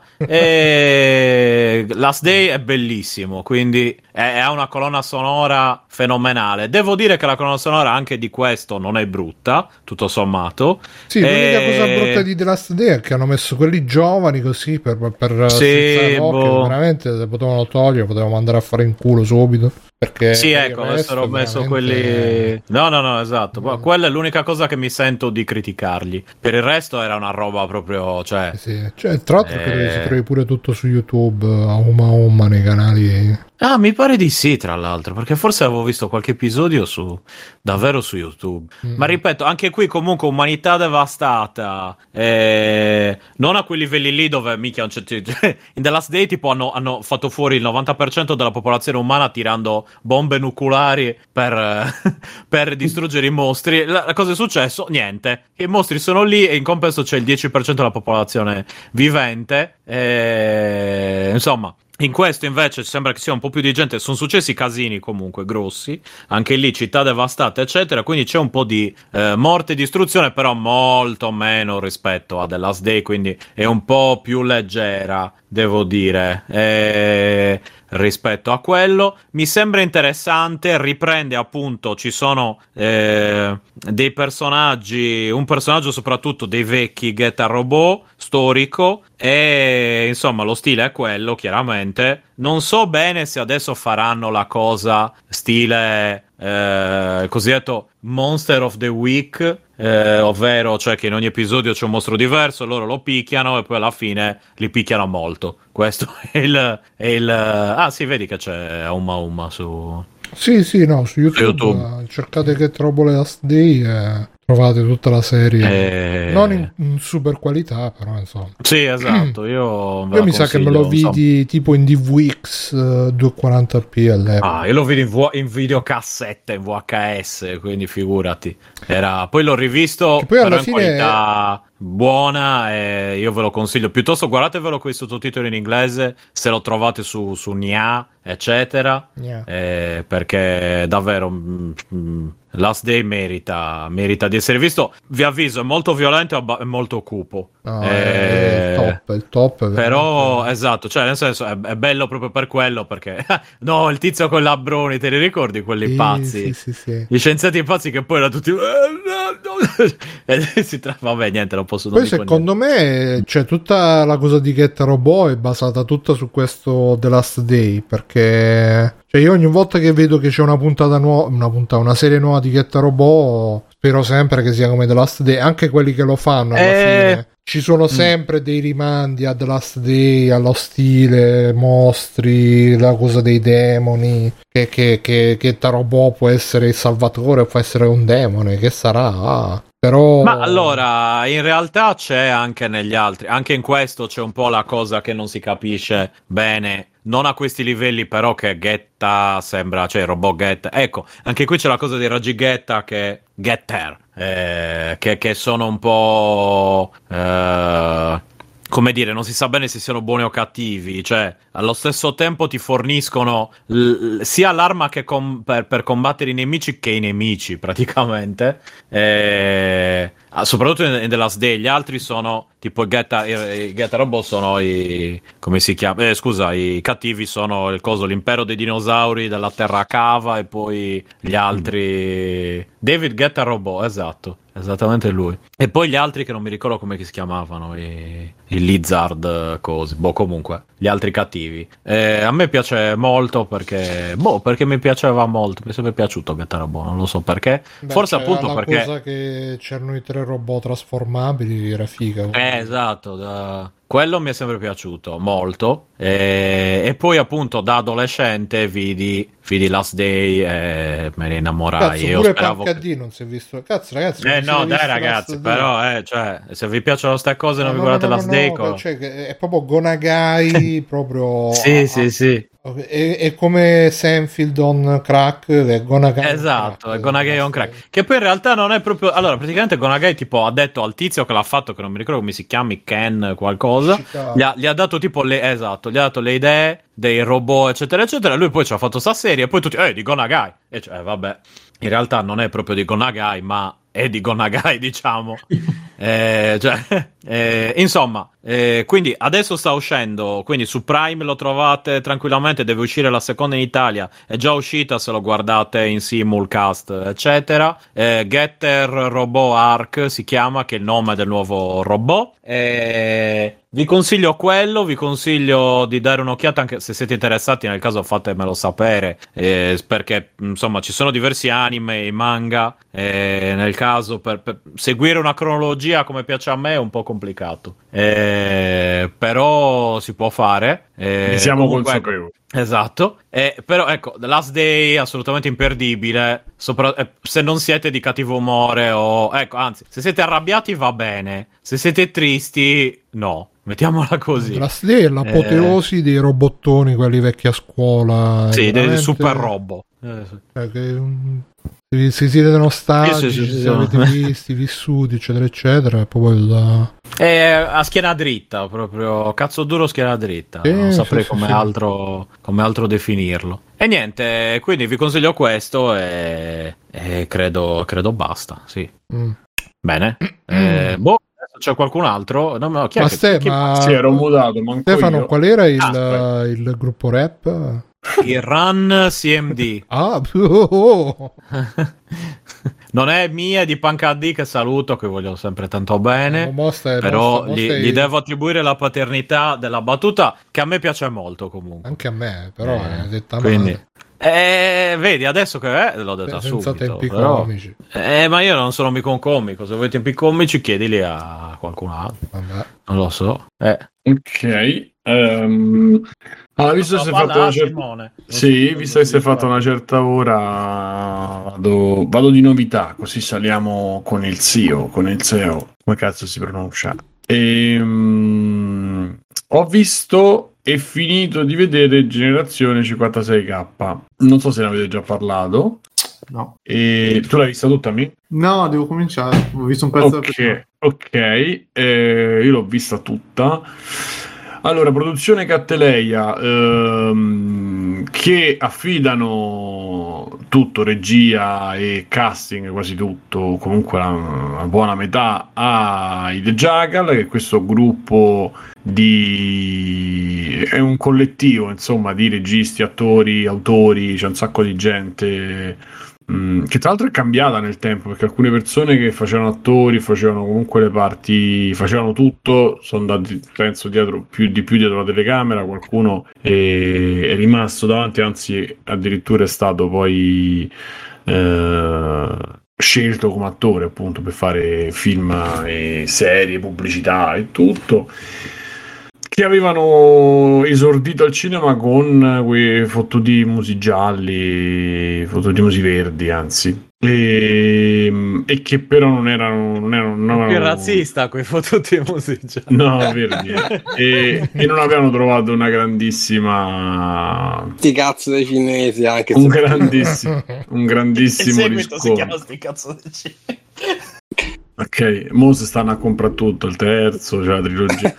E... Last Day è bellissimo, quindi è, ha una colonna sonora fenomenale. Devo dire che la colonna sonora anche di questo non è brutta, tutto sommato. Sì, e... l'unica cosa brutta di The Last Day è che hanno messo quelli giovani così per... per sì, boh. veramente se potevano togliere, potevamo andare a fare in culo subito. Perché sì, ecco, avessero messo quelli. No, no, no, esatto. No. Quella è l'unica cosa che mi sento di criticargli. Per il resto era una roba proprio. Cioè, sì. Cioè tra l'altro, eh... credo che si trovi pure tutto su YouTube, a Uma Uma nei canali. Ah, mi pare di sì, tra l'altro, perché forse avevo visto qualche episodio su davvero su YouTube. Mm. Ma ripeto, anche qui comunque umanità devastata. Eh... Non a quei livelli lì dove mica in The Last Day tipo hanno, hanno fatto fuori il novanta per cento della popolazione umana tirando bombe nucleari per, per distruggere i mostri. La, la cosa è successo? Niente. I mostri sono lì e in compenso c'è il dieci per cento della popolazione vivente. E... insomma, in questo invece sembra che sia un po' più di gente, sono successi casini comunque grossi, anche lì città devastate eccetera, quindi c'è un po' di eh, morte e distruzione, però molto meno rispetto a The Last Day, quindi è un po' più leggera, devo dire, e... rispetto a quello. Mi sembra interessante, riprende appunto, ci sono eh, dei personaggi, un personaggio soprattutto dei vecchi Get a Robot storico, e insomma lo stile è quello, chiaramente. Non so bene se adesso faranno la cosa stile eh, cosiddetto Monster of the Week, eh, ovvero cioè che in ogni episodio c'è un mostro diverso, loro lo picchiano e poi alla fine li picchiano molto. Questo è il, è il ah sì, vedi che c'è Uma Uma su sì sì no su YouTube, su YouTube. Cercate Get a Robot Last Day e trovate tutta la serie, e... non in, in super qualità, però insomma sì, esatto. Io, io mi sa che me lo vidi insomma. Tipo in D V X uh, duecentoquaranta p all'epoca. Ah, io lo vidi in, v- in videocassetta, in V H S, quindi figurati. Era... poi l'ho rivisto che poi alla fine in qualità buona, e io ve lo consiglio. Piuttosto guardatevelo con i sottotitoli in inglese se lo trovate su, su N I A eccetera, yeah. eh, perché davvero mm, Last Day merita merita di essere visto. Vi avviso, è molto violento e ab- molto cupo. No, eh, è il top, è il top è però esatto, cioè nel senso è, è bello proprio per quello, perché no, il tizio con labbroni, te li ricordi quelli sì, pazzi? Sì, sì, sì. Gli scienziati pazzi che poi erano tutti e si tra... vabbè, niente, non posso Poi non dico secondo me, cioè, tutta la cosa di Get Robot è basata tutta su questo The Last Day, perché cioè io ogni volta che vedo che c'è una puntata nuova, una puntata, una serie nuova di Get Robot, spero sempre che sia come The Last Day, anche quelli che lo fanno alla Eh, fine. Ci sono sempre dei rimandi a The Last Day, allo stile, mostri, la cosa dei demoni, che, che, che, che Tarobò può essere il salvatore, può essere un demone, che sarà? Ah, però... Ma allora, in realtà c'è anche negli altri, anche in questo c'è un po' la cosa che non si capisce bene, non a questi livelli però, che Getta sembra, cioè il robot Getta, ecco, anche qui c'è la cosa dei raggi Getta che Getter, eh, che, che sono un po'... Eh, come dire, non si sa bene se siano buoni o cattivi, cioè allo stesso tempo ti forniscono l- sia l'arma che com- per, per combattere i nemici che i nemici praticamente, e... soprattutto in, in The Last Day. Gli altri sono tipo i Getta, i, i Getta Robot sono i, come si chiama? Eh, scusa, i cattivi sono il coso, l'impero dei dinosauri della terra cava, e poi gli altri David Getta Robot, esatto. Esattamente lui. E poi gli altri che non mi ricordo come si chiamavano, i, i Lizard cose, boh, comunque gli altri cattivi. Eh, a me piace molto perché boh, perché mi piaceva molto, mi è sempre piaciuto Get Robot, non lo so perché. Beh, forse c'era appunto la perché cosa che c'erano i tre robot trasformabili, era figa. eh, esatto, da... quello mi è sempre piaciuto molto, e, e poi appunto da adolescente vidi, vidi Last Day e me ne innamorai. Cazzo, e io pure speravo Panca che... D non si è visto. Cazzo, ragazzi, Eh non no, si è dai visto ragazzi, Last Day. però eh, cioè, se vi piacciono queste cose non No, vi no, guardate no, Last no, Day no, co- cioè, che è proprio Gonagai, proprio Sì, ah, sì, sì. È, è come Seinfeld on crack, è Gonagai on Esatto, crack, è Gonagai on crack. Che poi in realtà non è proprio... Allora, praticamente Gonagai tipo ha detto al tizio che l'ha fatto, che non mi ricordo come si chiami, Ken qualcosa, Chicago. gli ha, gli ha dato tipo le... Esatto, gli ha dato le idee dei robot, eccetera, eccetera, e lui poi ci ha fatto sta serie, e poi tutti, eh, di Gonagai. E cioè, vabbè, in realtà non è proprio di Gonagai, ma è di Gonagai, diciamo. eh, cioè, eh, insomma, eh, quindi adesso sta uscendo, quindi su Prime lo trovate tranquillamente, deve uscire la seconda in Italia, è già uscita se lo guardate in simulcast, eccetera. eh, Getter Robot Arc si chiama, che è il nome del nuovo robot. eh, Vi consiglio quello, vi consiglio di dare un'occhiata anche se siete interessati, nel caso fatemelo sapere, eh, perché insomma ci sono diversi anime e manga, eh, nel caso per, per seguire una cronologia come piace a me è un po' complicato, eh, però si può fare. Eh, Ne siamo comunque, consapevoli. Esatto, eh, però ecco, The Last Day assolutamente imperdibile, sopra- eh, se non siete di cattivo umore o... Ecco, anzi, se siete arrabbiati va bene, se siete tristi no, mettiamola così. Last Day è l'apoteosi eh... dei robottoni, quelli vecchi a scuola. Sì, veramente... dei super robot. Eh, sì. Cioè, che, um, se, se siete nostalgici, Sì, sì, sì, sì, se avete visti, vissuti, eccetera, eccetera, è proprio il... È a schiena dritta, proprio cazzo duro schiena dritta. Sì, non saprei sì, come, sì. altro, come altro definirlo. E niente, quindi vi consiglio questo e, e credo, credo basta. Sì. Mm. Bene. Eh, boh, adesso c'è qualcun altro? No, no, chi è Ma che- Ste, chi- ma... Sì, ero mutato, manco Stefano, io. qual era il, Ah, il gruppo rap? Il Run C M D. Ah, oh, oh. Non è mia, è di Panca D, che saluto, che voglio sempre tanto bene. No, mo stai- Però mo stai- gli, mo stai- gli devo attribuire la paternità della battuta, che a me piace molto comunque. Anche a me, però Eh, è detta quindi, male. eh, vedi, adesso che è, l'ho detta Senza subito. tempi però- comici. Eh, ma io non sono mica un comico. Se vuoi tempi comici, chiedili a qualcun altro. Vabbè. Non lo so. Eh. Ok. ehm, allora, visto che si è fatto una certa... Simone. Sì, visto che si è fatta una certa ora, vado, vado di novità, così saliamo con il S E O, con il S E O, come cazzo si pronuncia. Ehm, ho visto e finito di vedere Generazione cinquantasei K. Non so se ne avete già parlato. No. E tu l'hai vista tutta, mi? No, devo cominciare. Ho visto un pezzo da Ok, ok, eh, io l'ho vista tutta. Allora, produzione Catteleia, ehm, che affidano tutto, regia e casting, quasi tutto, comunque la, una buona metà, ai The Jackal, che è questo gruppo di... è un collettivo, insomma, di registi, attori, autori, c'è un sacco di gente mh, che tra l'altro è cambiata nel tempo, perché alcune persone che facevano attori, facevano comunque le parti, facevano tutto, sono andati penso dietro più di più dietro la telecamera, qualcuno è, è rimasto davanti, anzi addirittura è stato poi eh, scelto come attore appunto per fare film e serie, pubblicità e tutto, che avevano esordito al cinema con quei fottuti musi gialli, fottuti musi verdi, anzi, e, e che però non erano, non erano, non Più avevano- razzista quei fottuti musici. no, verdi, e, e non avevano trovato una grandissima, Sti cazzo dei cinesi anche un se- grandissimo, un grandissimo riscontro. sti cazzo di cinesi. Ok, mo si stanno a comprare tutto, il terzo, cioè la trilogia.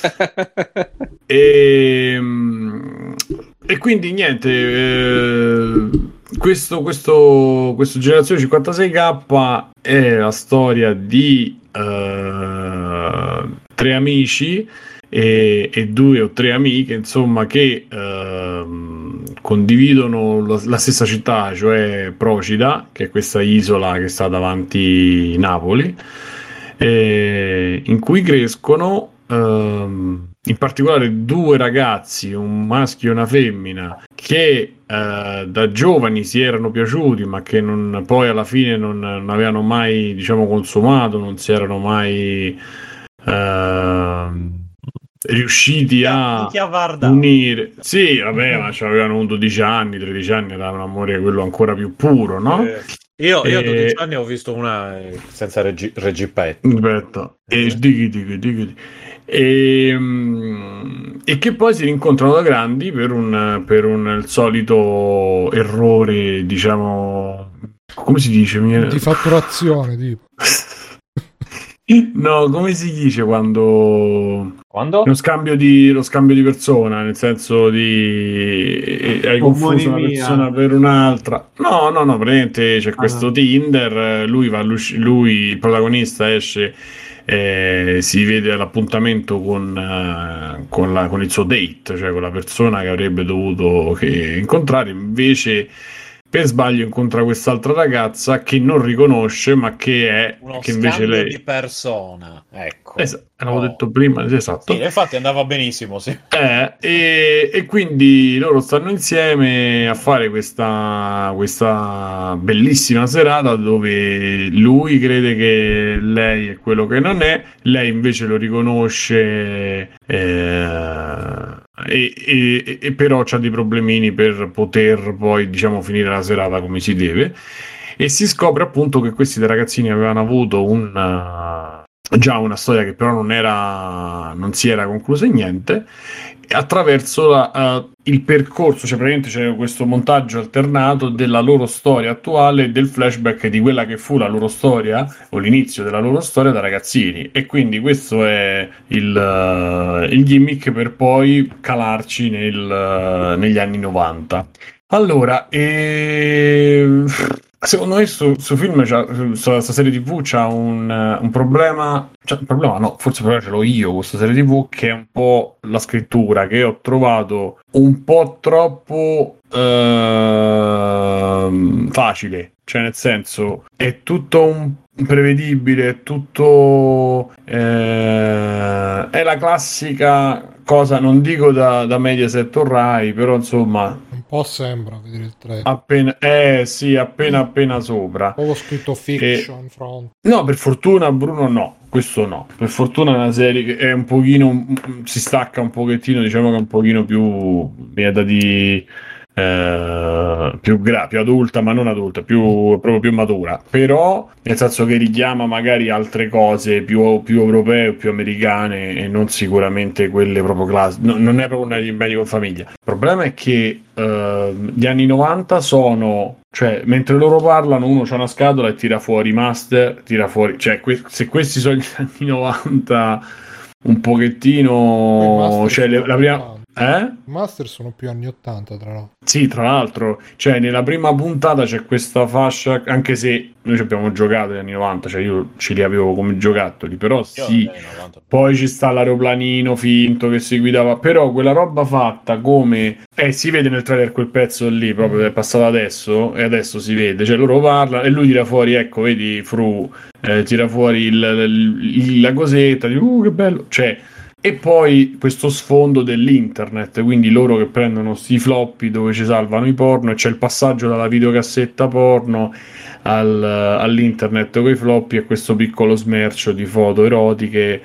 E, e quindi niente, eh, questo, questo, questo Generazione cinquantasei K è la storia di eh, tre amici e, e due o tre amiche, insomma, che ehm, condividono la, la stessa città, cioè Procida, che è questa isola che sta davanti Napoli, eh, in cui crescono. ehm, in particolare due ragazzi, un maschio e una femmina, che eh, da giovani si erano piaciuti, ma che non, poi alla fine non, non avevano mai, diciamo, consumato, non si erano mai eh, riusciti a unire. Sì, vabbè, ma avevano dodici anni, tredici anni, era un amore quello ancora più puro, no? Eh, io, io a E- dodici anni ho visto una eh, senza regi- regipetto. Aspetta, e dighi, dighi, dighi. E, mm, e che poi si rincontrano da grandi per un, per un il solito errore, diciamo, come si dice? Mi- Di fatturazione, tipo. No, come si dice quando Quando? lo scambio di, lo scambio di persona, nel senso di eh, hai confuso una Omonimia. persona per un'altra. No, no, no, praticamente c'è questo no. Tinder, eh, lui va all'usci- lui, il protagonista esce, eh, si vede all'appuntamento con, eh, con, la- con il suo date, cioè con la persona che avrebbe dovuto che incontrare, invece per sbaglio incontra quest'altra ragazza che non riconosce, ma che è Uno che invece scambio lei di persona, ecco. Esatto, l'avevo Oh. detto prima, sì, esatto. Sì, infatti andava benissimo, sì. Eh, e, e quindi loro stanno insieme a fare questa, questa bellissima serata dove lui crede che lei è quello che non è, lei invece lo riconosce, eh, e, e- e però c'ha dei problemini per poter poi, diciamo, finire la serata come si deve. E si scopre appunto che questi due ragazzini avevano avuto un, uh, già una storia che però non era, non si era conclusa in niente, attraverso la, uh, il percorso, cioè praticamente c'è questo montaggio alternato della loro storia attuale e del flashback di quella che fu la loro storia o l'inizio della loro storia da ragazzini, e quindi questo è il, uh, il gimmick per poi calarci nel, uh, negli anni novanta. Allora, e... secondo me questo film, questa serie tivù c'ha un, un problema, cioè un problema no, forse però ce l'ho io questa serie tivù, che è un po' la scrittura, che ho trovato un po' troppo ehm, facile, cioè nel senso è tutto un prevedibile, è tutto eh, è la classica cosa, non dico da, da Mediaset o Rai, però insomma Un po' sembra vedere il trailer. appena eh sì, appena appena sopra. Proprio scritto fiction front. No, per fortuna Bruno no, questo no. Per fortuna è una serie che è un pochino, si stacca un pochettino, diciamo che è un pochino più meta di eh, più, gra- più adulta, ma non adulta, più proprio più matura. Però nel senso che richiama magari altre cose più, più europee, più americane, e non sicuramente quelle proprio classiche. No, non è proprio una di medico famiglia. Il problema è che eh, gli anni novanta sono, cioè, mentre loro parlano, uno c'ha una scatola e tira fuori master, tira fuori, cioè, que- se questi sono gli anni novanta, un pochettino, cioè, le- la prima, Eh? Master sono più anni ottanta, tra l'altro. Sì, tra l'altro, cioè nella prima puntata c'è questa fascia, anche se noi ci abbiamo giocato negli anni novanta, cioè io ce li avevo come giocattoli, però sì, poi ci sta l'aeroplanino finto che si guidava, però quella roba fatta come, eh si vede nel trailer quel pezzo lì, proprio è passato adesso, e adesso si vede, cioè loro parlano e lui tira fuori, ecco, vedi Fru, eh, tira fuori il, il- la cosetta, dice, uh che bello, cioè... E poi questo sfondo dell'internet, quindi loro che prendono sti floppy dove ci salvano i porno e c'è il passaggio dalla videocassetta porno al, all'internet con i floppy e questo piccolo smercio di foto erotiche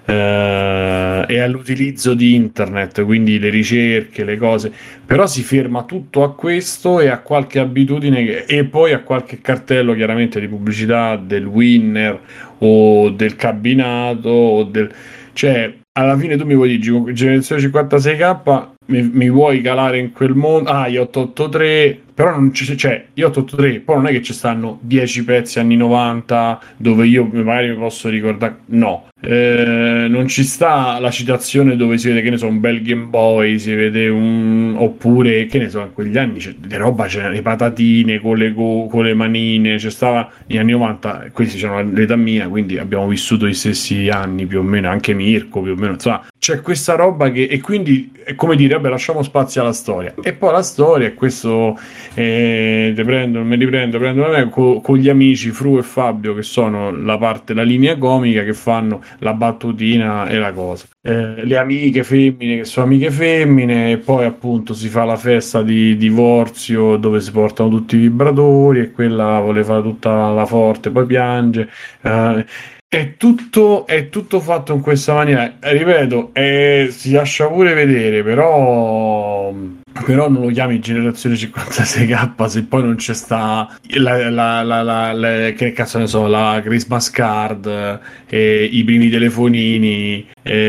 eh, e all'utilizzo di internet, quindi le ricerche, le cose, però si ferma tutto a questo e a qualche abitudine che, e poi a qualche cartello chiaramente di pubblicità del winner o del cabinato o del... cioè alla fine tu mi vuoi dire generazione cinquantasei K mi, mi vuoi calare in quel mondo, ah gli otto otto tre, però non c'è, cioè gli otto otto tre poi non è che ci stanno dieci pezzi anni novanta dove io magari mi posso ricordare, no, eh, non ci sta la citazione dove si vede che ne so un bel Game Boy, si vede un, oppure che ne so in quegli anni c'è le roba, c'erano le patatine con le, go, con le manine, c'è stava negli anni novanta, questi c'erano l'età mia, quindi abbiamo vissuto gli stessi anni più o meno, anche Mirko più o meno, insomma c'è questa roba che, e quindi è come dire vabbè lasciamo spazio alla storia, e poi la storia è questo, eh, te prendo, me li prendo, prendo me, con, con gli amici Fru e Fabio che sono la parte, la linea comica che fanno la battutina e la cosa, eh, le amiche femmine che sono amiche femmine, e poi appunto si fa la festa di divorzio dove si portano tutti i vibratori e quella vuole fare tutta la forte, poi piange, eh, è tutto, è tutto fatto in questa maniera, ripeto, è, si lascia pure vedere, però però non lo chiami generazione cinquantasei K se poi non c'è sta la, la, la, la, la, che cazzo ne so, la Christmas card, eh, i primi telefonini,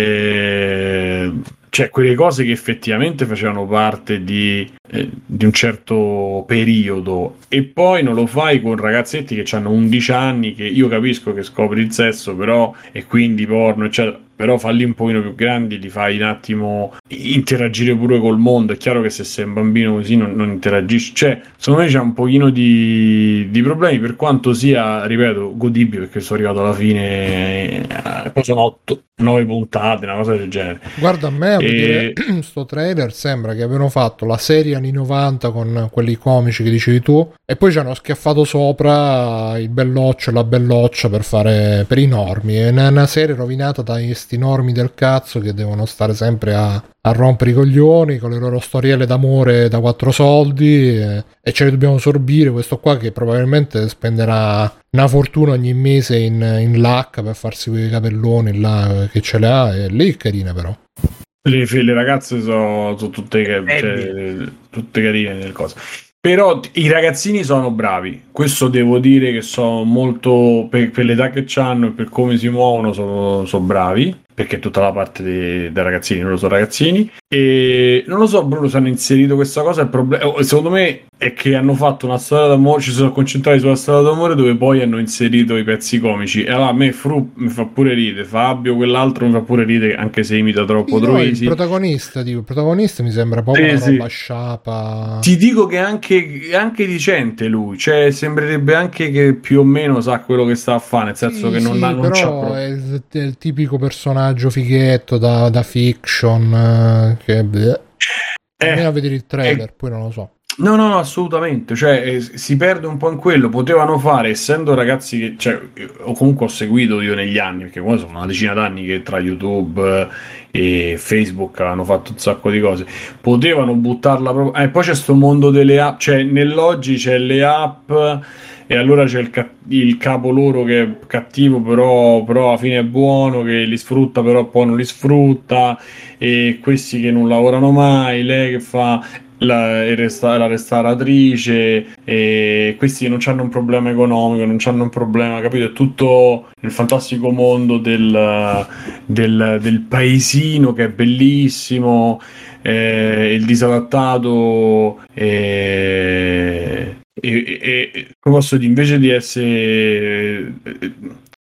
eh, cioè quelle cose che effettivamente facevano parte di, eh, di un certo periodo, e poi non lo fai con ragazzetti che hanno undici anni, che io capisco che scopri il sesso però e quindi porno eccetera, però falli un pochino più grandi, li fai un attimo interagire pure col mondo. È chiaro che se sei un bambino così non, non interagisci, cioè secondo me c'è un pochino di, di problemi, per quanto sia, ripeto, godibile, perché sono arrivato alla fine, eh, poi sono otto nove puntate, una cosa del genere. Guarda, a me a E- vedere sto trailer sembra che abbiano fatto la serie anni novanta con quelli comici che dicevi tu e poi ci hanno schiaffato sopra il belloccio e la belloccia per fare per i normi. È una, una serie rovinata da questi normi del cazzo che devono stare sempre a, a rompere i coglioni con le loro storielle d'amore da quattro soldi, e, e ce le dobbiamo sorbire. Questo qua che probabilmente spenderà una fortuna ogni mese in, in lacca per farsi quei capelloni là che ce le ha, e lì è carina però. Le, le ragazze sono, sono tutte, cioè, tutte carine nel coso. Però i ragazzini sono bravi, questo devo dire che sono molto, per, per l'età che hanno e per come si muovono sono, sono bravi, perché tutta la parte dei, dei ragazzini, loro sono ragazzini, e non lo so Bruno se hanno inserito questa cosa, il problema secondo me è che hanno fatto una storia d'amore, ci sono concentrati sulla storia d'amore dove poi hanno inserito i pezzi comici, e allora a me Fru mi fa pure ridere, Fabio quell'altro mi fa pure ridere anche se imita troppo No, Troisi. il protagonista, dico, il protagonista mi sembra proprio Sì, una sì. roba sciapa. Ti dico che è anche, è anche decente lui, cioè sembrerebbe anche che più o meno sa quello che sta a fare, nel senso Sì, che non, sì, ha, non però c'ha proprio. è il, è il tipico personaggio fighetto da, da fiction, eh, che bleh. Eh, Almeno a vedere il trailer, eh, poi non lo so. No, no, no, assolutamente, cioè eh, si perde un po' in quello, potevano fare, essendo ragazzi che, cioè, o comunque ho seguito io negli anni, perché qua sono una decina d'anni che tra YouTube eh, e Facebook hanno fatto un sacco di cose, potevano buttarla proprio, e eh, poi c'è sto mondo delle app, cioè nell'oggi c'è le app, e allora c'è il, ca- il capo loro che è cattivo, però, però alla fine è buono, che li sfrutta, però poi non li sfrutta, e questi che non lavorano mai, lei che fa la, il resta- la restauratrice, e questi non hanno un problema economico, non hanno un problema, capito? È tutto il fantastico mondo del, del, del paesino che è bellissimo, eh, il disadattato, eh, e, e, e come posso dire, invece di essere,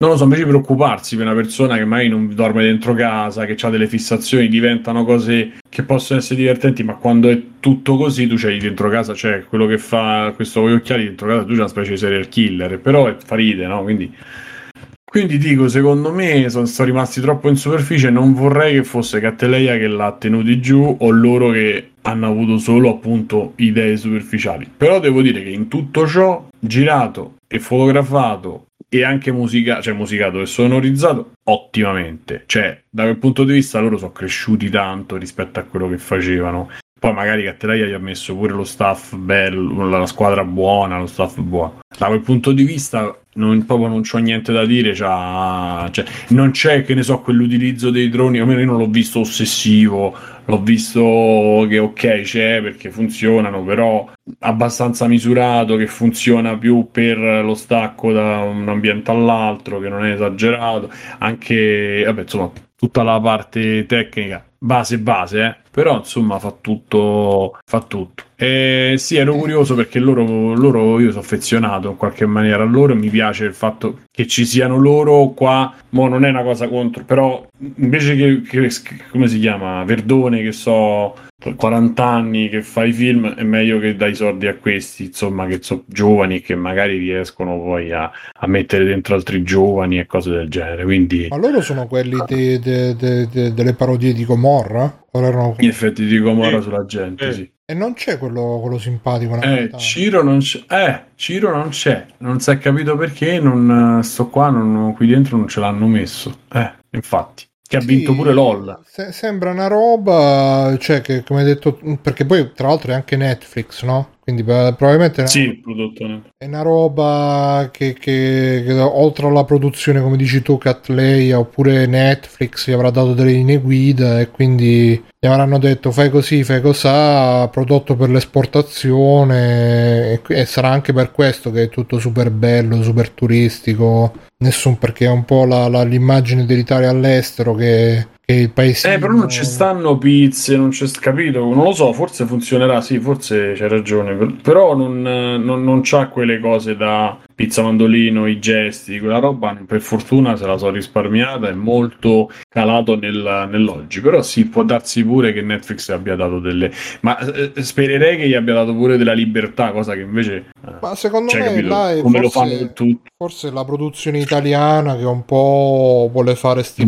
non lo so, invece preoccuparsi per una persona che mai non dorme dentro casa, che ha delle fissazioni, diventano cose che possono essere divertenti, ma quando è tutto così tu c'hai dentro casa, cioè quello che fa questo con gli occhiali dentro casa, tu c'hai una specie di serial killer, però fa ride, no? Quindi Quindi dico, secondo me sono, sono rimasti troppo in superficie, non vorrei che fosse Cattleya che l'ha tenuti giù o loro che hanno avuto solo appunto idee superficiali. Però devo dire che in tutto ciò, girato e fotografato e anche musica, cioè musicato e sonorizzato ottimamente. Cioè, da quel punto di vista loro sono cresciuti tanto rispetto a quello che facevano. Poi magari Cattleya gli ha messo pure lo staff bello, la squadra buona, lo staff buono. Da quel punto di vista non, proprio non c'ho niente da dire, c'ha, cioè, non c'è, che ne so, quell'utilizzo dei droni, almeno io non l'ho visto ossessivo, l'ho visto che ok c'è perché funzionano, però abbastanza misurato, che funziona più per lo stacco da un ambiente all'altro, che non è esagerato, anche, vabbè, insomma, tutta la parte tecnica, base base, eh. Però insomma fa tutto, fa tutto. E sì, ero curioso perché loro, loro io sono affezionato in qualche maniera a loro e mi piace il fatto che ci siano loro qua. Mo non è una cosa contro, però invece che, che come si chiama, Verdone, che so, quaranta anni che fa i film, è meglio che dai soldi a questi, insomma, che sono giovani e che magari riescono poi a, a mettere dentro altri giovani e cose del genere. Quindi ma loro sono quelli de, de, de, de, delle parodie di Gomorra? O erano... in effetti di Gomorra eh, sulla gente, eh. sì. E non c'è quello, quello simpatico? Eh, Ciro non c'è, eh, Ciro non c'è, non si è capito perché, non sto qua, non, qui dentro non ce l'hanno messo, eh, infatti, che ha Sì, vinto pure LOL. Se, sembra una roba, cioè che come hai detto, perché poi tra l'altro è anche Netflix, no? Quindi probabilmente è una, Sì, il prodotto ne... è una roba che, che, che oltre alla produzione, come dici tu, Cattleya oppure Netflix gli avrà dato delle linee guida e quindi gli avranno detto fai così, fai cosà, prodotto per l'esportazione e, e sarà anche per questo che è tutto super bello, super turistico, nessun, perché è un po' la, la, l'immagine dell'Italia all'estero che, che il paesino... Eh, però non ci stanno pizze, non c'è, capito? Non lo so, forse funzionerà, sì, forse c'hai ragione, però non, non, non c'ha quelle cose da pizza mandolino, i gesti, quella roba per fortuna se la so risparmiata, è molto calato nel, nell'oggi, però sì, può darsi pure che Netflix abbia dato delle... ma eh, spererei che gli abbia dato pure della libertà, cosa che invece... Eh, ma secondo cioè, me capito, là è come forse, lo fanno tutti. Forse la produzione italiana che un po' vuole fare sti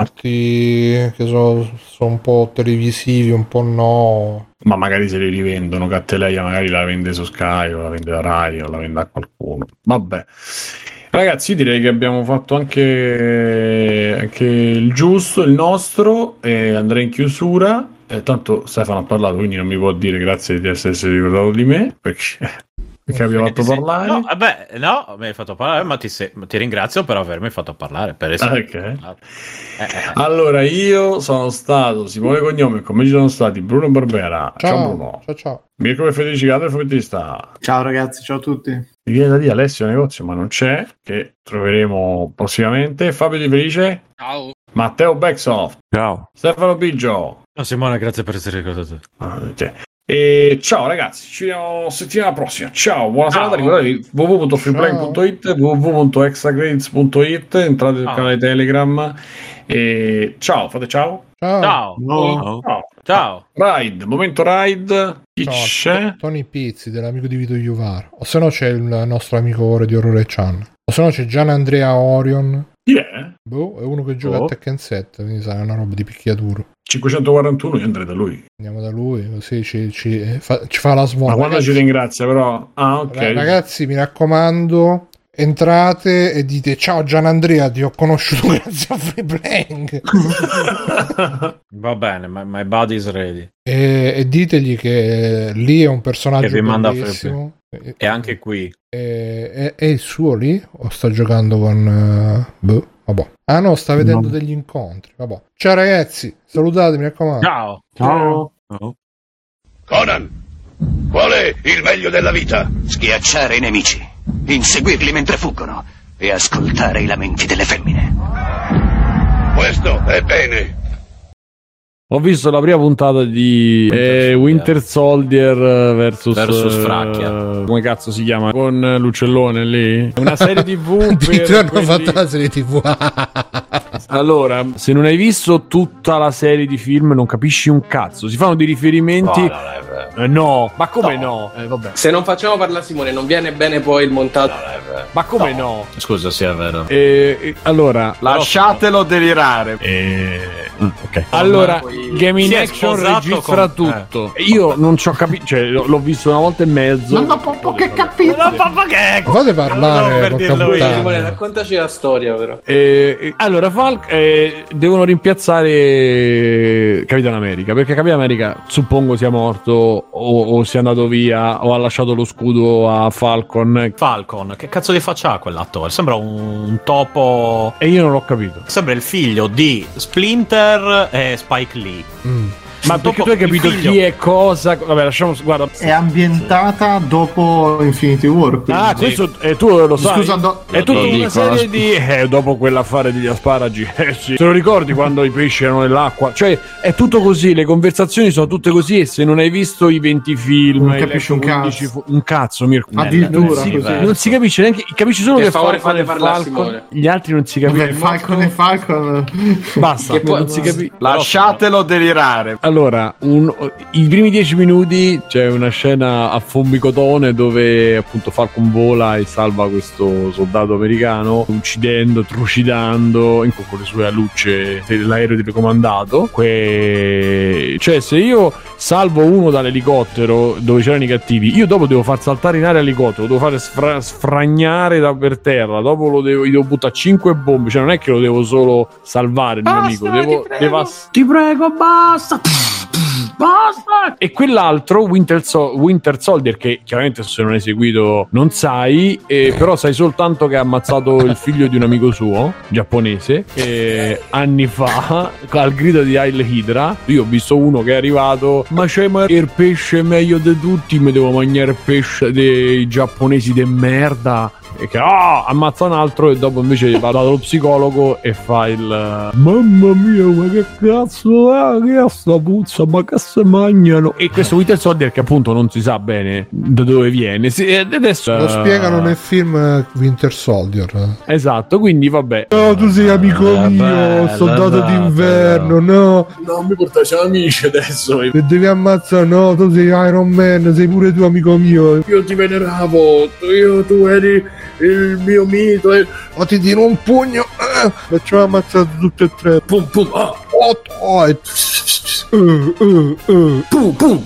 prodotti che sono so un po' televisivi, un po' no... Ma magari se li rivendono, Cattleya magari la vende su Sky o la vende da Rai o la vende a qualcuno. Vabbè. Ragazzi, direi che abbiamo fatto anche, anche il giusto, il nostro, e andrei in chiusura. E tanto Stefano ha parlato, quindi non mi può dire grazie di essersi ricordato di me, perché... Perché abbiamo fatto parlare? No, vabbè, no, mi hai fatto parlare, ma ti, se... ti ringrazio per avermi fatto parlare. Per essere... Okay. Eh, eh. Allora, io sono stato Simone Cognome, come ci sono stati Bruno Barbera. Ciao, ciao Bruno. Ciao, ciao. Mirko e Federici Gato e Fumettista. Ciao ragazzi, ciao a tutti. Mi viene da dire Alessio Negozio, ma non c'è, che troveremo prossimamente. Fabio Di Felice. Ciao. Matteo Backsoft. Ciao. Stefano Biggio. No, Simone, grazie per essere ricordato. Ah, cioè. E ciao ragazzi, ci vediamo settimana prossima. Ciao, buona ciao. serata. Ricordatevi w w w punto freeplay punto it, w w w punto extracredits punto it, entrate sul canale Telegram. E ciao, fate ciao. Ciao. Ciao. No. Ciao. Ciao. Ride, momento ride. Chi Ciao, c'è? Tony Pizzi, dell'amico di Vito Iuvara. O se no c'è il nostro amico ore di Horror Chan. O se no c'è Gian Andrea Orion. Chi è? Boh, è uno che gioca Oh. a Tekken sette, quindi sarà una roba di picchiaduro. cinquecentoquarantuno, io andrei da lui. Andiamo da lui, così ci, ci, eh, fa, ci fa la svolta. Ma quando ragazzi, ci ringrazia, però. Ah, ok. ragazzi, mi raccomando, entrate e dite ciao Gian Andrea, ti ho conosciuto grazie a Free Playing. Va bene, my, my body is ready. e, e ditegli che lì è un personaggio Che vi manda bellissimo. E anche qui. E, è, è il suo lì? O sta giocando con... Uh, boh, vabbè. Ah no, sta vedendo no. degli incontri. Vabbè. Ciao ragazzi, salutate, mi raccomando. Ciao. Ciao. Ciao. Conan, qual è il meglio della vita? Schiacciare i nemici, inseguirli mentre fuggono e ascoltare i lamenti delle femmine. Questo è bene. Ho visto la prima puntata di eh, Winter Soldier versus, versus uh, Fracchia. Come cazzo si chiama? Con L'Uccellone lì. Una serie tivù. Addirittura hanno quelli... fatto la serie tivù. Allora, se non hai visto tutta la serie di film, non capisci un cazzo. Si fanno dei riferimenti. No, no, no, è vero. Eh, no. Ma come No. no? Eh, vabbè. Se non facciamo parlare Simone, non viene bene poi il montaggio. Ma come no? Scusa, sì, è vero. Eh, eh, allora, Lasciatelo delirare. eh, ok. Allora, poi- Game in Si è Action sposato registra con- tutto. Io non ci ho capito, cioè l- l'ho visto una volta e mezzo. Non ho proprio che capito. che Fate parlare, per porca dirlo io. puttana. Simone, raccontaci la storia, però. Eh, eh, allora, Falk eh, devono rimpiazzare Capitan America, perché Capitan America suppongo sia morto o, o sia andato via o ha lasciato lo scudo a Falcon Falcon, che cazzo di faccia ha quell'attore? Sembra un, un topo. e io non l'ho capito. Sembra il figlio di Splinter e Spike Lee. Mm. Ma perché tu hai capito il figlio- chi è cosa? Vabbè, lasciamo guarda. È ambientata dopo Infinity War. quindi- Ah, questo eh, tu lo sai. Scusa, do- è tutta lo una dico, serie eh. di eh, dopo quell'affare degli asparagi. Eh sì. Te lo ricordi quando i pesci erano nell'acqua? Cioè, è tutto così, le conversazioni sono tutte così e se non hai visto i venti film, Non hai capisci letto un cazzo. quindici fu- un cazzo, Mirko. Addirittura non si, così. non si capisce neanche, capisci solo Per che favore, Falcon fate è parlare Falcon, Simone. gli altri non si Vabbè, capisce. Falcon e Falcon. Basta, Che poi- non si capisce. Lasciatelo delirare. Allora, un- i primi dieci minuti c'è una scena a Fombicotone dove appunto Falcon vola e salva questo soldato americano uccidendo, trucidando in- con le sue alucce l'aereo telecomandato. Que... Cioè, se io salvo uno dall'elicottero dove c'erano i cattivi, io dopo devo far saltare in aria l'elicottero, lo devo fare sfra- sfragnare da per terra, dopo lo devo, gli devo buttare cinque bombe, cioè non è che lo devo solo salvare il mio amico, devo, devo ass- ti prego, basta. Basta! E quell'altro, Winter, so- Winter Soldier, che chiaramente se non hai seguito non sai, eh, però sai soltanto che ha ammazzato il figlio di un amico suo, giapponese, eh, anni fa, al grido di Heil Hydra. Io ho visto uno che è arrivato, ma c'è ma il pesce meglio di tutti, mi devo mangiare il pesce dei giapponesi de merda. E che ah, ammazza un altro e dopo invece va dallo psicologo e fa il mamma mia ma che cazzo è che è sta puzza ma che se mangiano. E questo Winter Soldier che appunto non si sa bene da dove viene si, e adesso Lo spiegano nel film eh, Winter Soldier. esatto, quindi vabbè. No, tu sei amico Eh, mio, bello, soldato esatto, d'inverno, no. Non mi portai, siamo amici adesso. E devi ammazzare, no, tu sei Iron Man, sei pure tu amico mio. Io ti veneravo, io tu eri il mio mito e Ma ti tiro un pugno, eh, facciamo ammazzare tutti e tre. pum pum ah, Oh, oh, e... uh, uh, uh. pum pum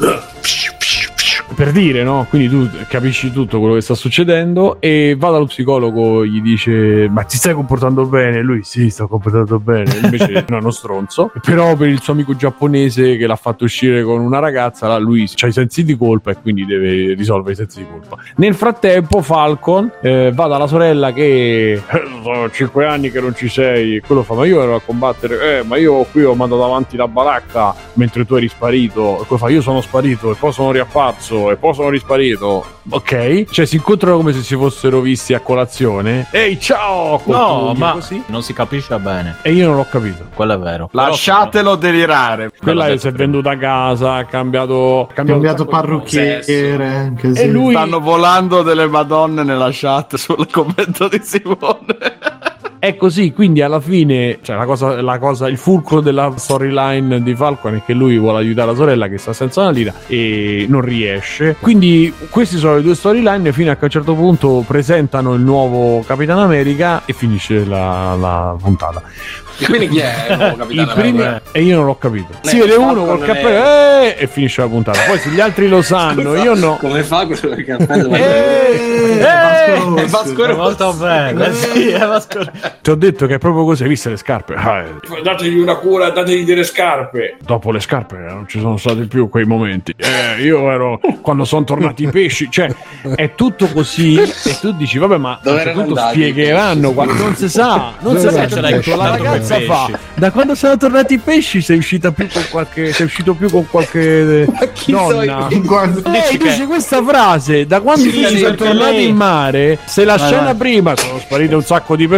per dire, no? Quindi tu capisci tutto quello che sta succedendo e va dallo psicologo, gli dice ma ti stai comportando bene? Lui sì, sto comportando bene, invece no, è uno stronzo. Però per il suo amico giapponese che l'ha fatto uscire con una ragazza, là, lui ha i sensi di colpa e quindi deve risolvere i sensi di colpa. Nel frattempo Falcon eh, va dalla sorella che eh, sono cinque anni che non ci sei, e quello fa ma io ero a combattere, eh ma io qui ho mandato avanti la baracca mentre tu eri sparito, e quello fa io sono sparito e poi sono riapparso e poi sono risparito. Ok, cioè si incontrano come se si fossero visti a colazione. Ehi ciao, No, ma così. non si capisce bene. E io non l'ho capito. Quello è vero. Lasciatelo delirare. Quella l'ho è, detto si è prima. venduta a casa, ha cambiato, ha cambiato, Cambiato un sacco di parrucchiere. cose. Così. E lui Stanno volando delle madonne nella chat sul commento di Simone. è così, quindi alla fine, cioè la cosa, la cosa, il fulcro della storyline di Falcon è che lui vuole aiutare la sorella che sta senza una lira e non riesce. Quindi queste sono le due storyline fino a che a un certo punto presentano il nuovo Capitan America e finisce la, la puntata. Quindi chi è il nuovo Capitano I primi- America? e io non l'ho capito. Eh, Si vede uno Falcon col non cappello eh, e finisce la puntata. Poi se gli altri lo sanno, io no. Come fa quello del cappello? Eh, Vasco È Vasco È Rossi. molto bene. Sì, è Vasco Rossi. ti ho detto che è proprio così. Hai visto le scarpe? Ah, eh. Dategli una cura, dategli delle scarpe. Dopo le scarpe non ci sono stati più quei momenti. Eh, io ero quando sono tornati i pesci. Cioè, è tutto così. E tu dici, vabbè, ma Dove a un certo erano punto andati i spiegheranno. Quando non si sa, non Dove si sa. erano Ce andati? l'hai la Tanto ragazza quei fa. pesci. Da quando sono tornati i pesci, sei uscita più con qualche. Sei uscito più con qualche chi donna. so Guarda, Eh, dice questa frase da quando Sì, tu ci sì, sono perché tornati lei- in mare. Se la Vai, scena vai. prima sono sparite un sacco di persone, dici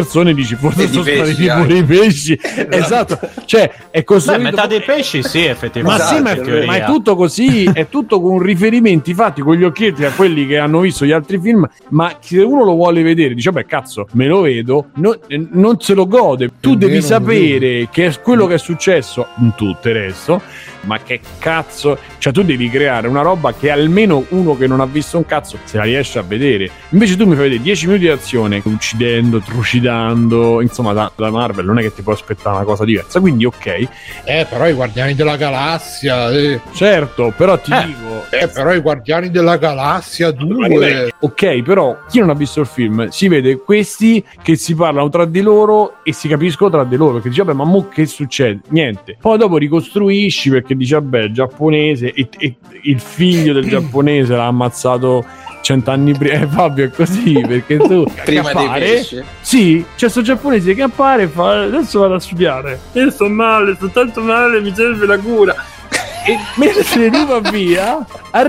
dici forse E di sono pesci spariti anche. pure i pesci. Esatto, cioè è Beh, costruito metà dei pesci sì, ma effettivamente. sì, ma in è, teoria. ma è tutto così, è tutto con riferimenti fatti con gli occhietti a quelli che hanno visto gli altri film, ma se uno lo vuole vedere dice beh cazzo me lo vedo, no- eh, non se lo gode, tu È devi vero, sapere che è quello che è successo in tutto il resto, ma che cazzo, cioè tu devi creare una roba che almeno uno che non ha visto un cazzo se la riesce a vedere, invece tu mi fai vedere dieci minuti di azione uccidendo, trucidando, insomma da, da Marvel non è che ti puoi aspettare una cosa diversa, quindi ok, Eh, però i Guardiani della Galassia, eh, certo, però ti Eh. dico eh, però i Guardiani della Galassia due. ok, però chi non ha visto il film si vede questi che si parlano tra di loro e si capiscono tra di loro, perché dice vabbè ma mo che succede? Niente, poi dopo ricostruisci perché dice vabbè il giapponese e, e il figlio del giapponese l'ha ammazzato cent'anni prima. Eh, Fabio è così perché tu Prima che dei appare, pesci. sì, c'è sto giapponese che appare e fa adesso vado a studiare, io sto male, sto tanto male, mi serve la cura. E mentre lui va via,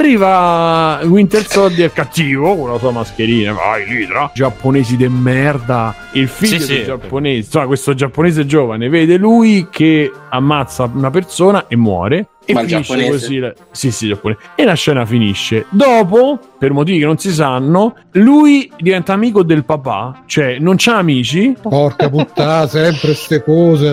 arriva Winter Soldier cattivo con la sua mascherina, vai Lidra, giapponesi de merda, il figlio Sì, del sì. giapponese, insomma questo giapponese giovane vede lui che ammazza una persona e muore. E Ma il finisce giapponese? così la... sì, sì, giapponese. E la scena finisce. Dopo, per motivi che non si sanno, lui diventa amico del papà, cioè non c'ha amici. Porca puttana, sempre ste cose,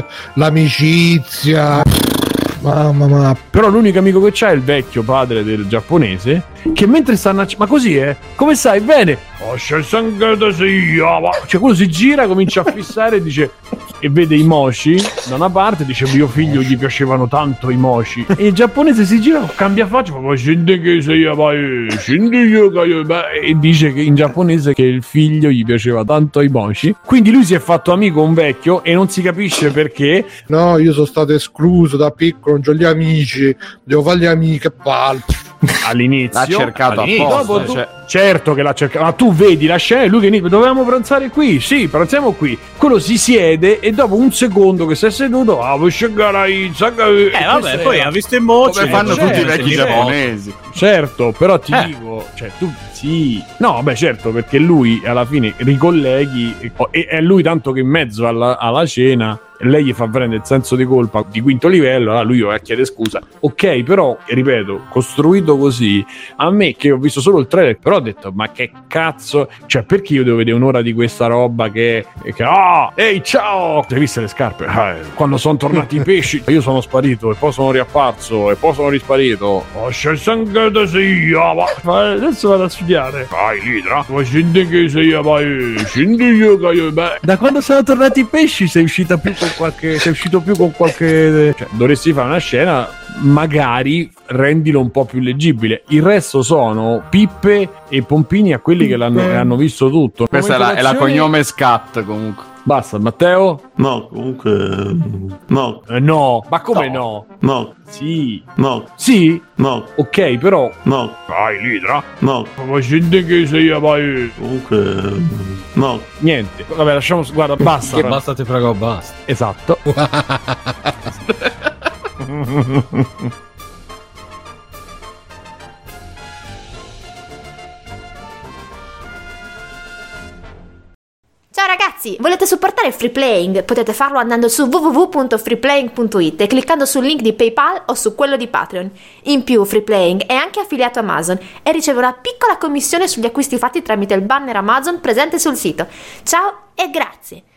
l'amicizia. Mamma mia. Però l'unico amico che c'ha è il vecchio padre del giapponese, che mentre stanno a... ma così è? Come sai? Bene. Oh, c'è sangue sia. Cioè quello si gira, comincia a fissare e dice... e vede i moshi da una parte, dice mio figlio gli piacevano tanto i moshi, e il giapponese si gira, cambia faccia, fa scendi che sei vai, scendi io che io-" beh, e dice che in giapponese che il figlio gli piaceva tanto i moshi, quindi lui si è fatto amico un vecchio e non si capisce perché. No, io sono stato escluso da piccolo, non c'ho gli amici, devo fare gli amici, che palle. All'inizio L'ha cercato all'inizio, apposta, dopo tu- cioè. certo che l'ha cercato, ma tu vedi la scena e lui che inizia, dovevamo pranzare qui, sì, pranziamo qui, quello si siede e dopo un secondo che si è seduto, ah, vuoi scegare i Eh vabbè, poi ha visto i moci. Come fanno certo, tutti i vecchi certo. giapponesi. certo, però ti Eh. dico, cioè tu sì, no, beh certo, perché lui alla fine ricolleghi e, e è lui tanto che in mezzo alla, alla cena lei gli fa prendere il senso di colpa di quinto livello, allora lui va a chiedere scusa, ok, però ripeto, costruito così, a me che ho visto solo il trailer, però ho detto ma che cazzo, cioè perché io devo vedere un'ora di questa roba che, che ah, ehi ciao, hai visto le scarpe? Eh, quando sono tornati i pesci io sono sparito e poi sono riapparso e poi sono risparito, oh c'è sangue da sia, ma adesso vado a studiare, vai Lidra, ma scendi che sei, vai scendi io che io, beh, da quando sono tornati i pesci sei uscita più con qualche, sei uscito più con qualche, cioè dovresti fare una scena, magari rendilo un po' più leggibile, il resto sono pippe e pompini a quelli che l'hanno, hanno visto tutto. Questa è la, è la Motivazioni- cognome Scat comunque. Basta, Matteo? No, comunque. No, Eh, no, ma come no? no, Sì, no, sì, no, ok, però no, vai Lidra, no. ma scendi che sei, vai, Comunque. No. niente, vabbè lasciamo, guarda, basta, Che basta, ti prego, basta. esatto. Ciao ragazzi, volete supportare Free Playing? Potete farlo andando su w w w punto freeplaying punto i t e cliccando sul link di PayPal o su quello di Patreon. In più, Free Playing è anche affiliato a Amazon e riceve una piccola commissione sugli acquisti fatti tramite il banner Amazon presente sul sito. Ciao e grazie!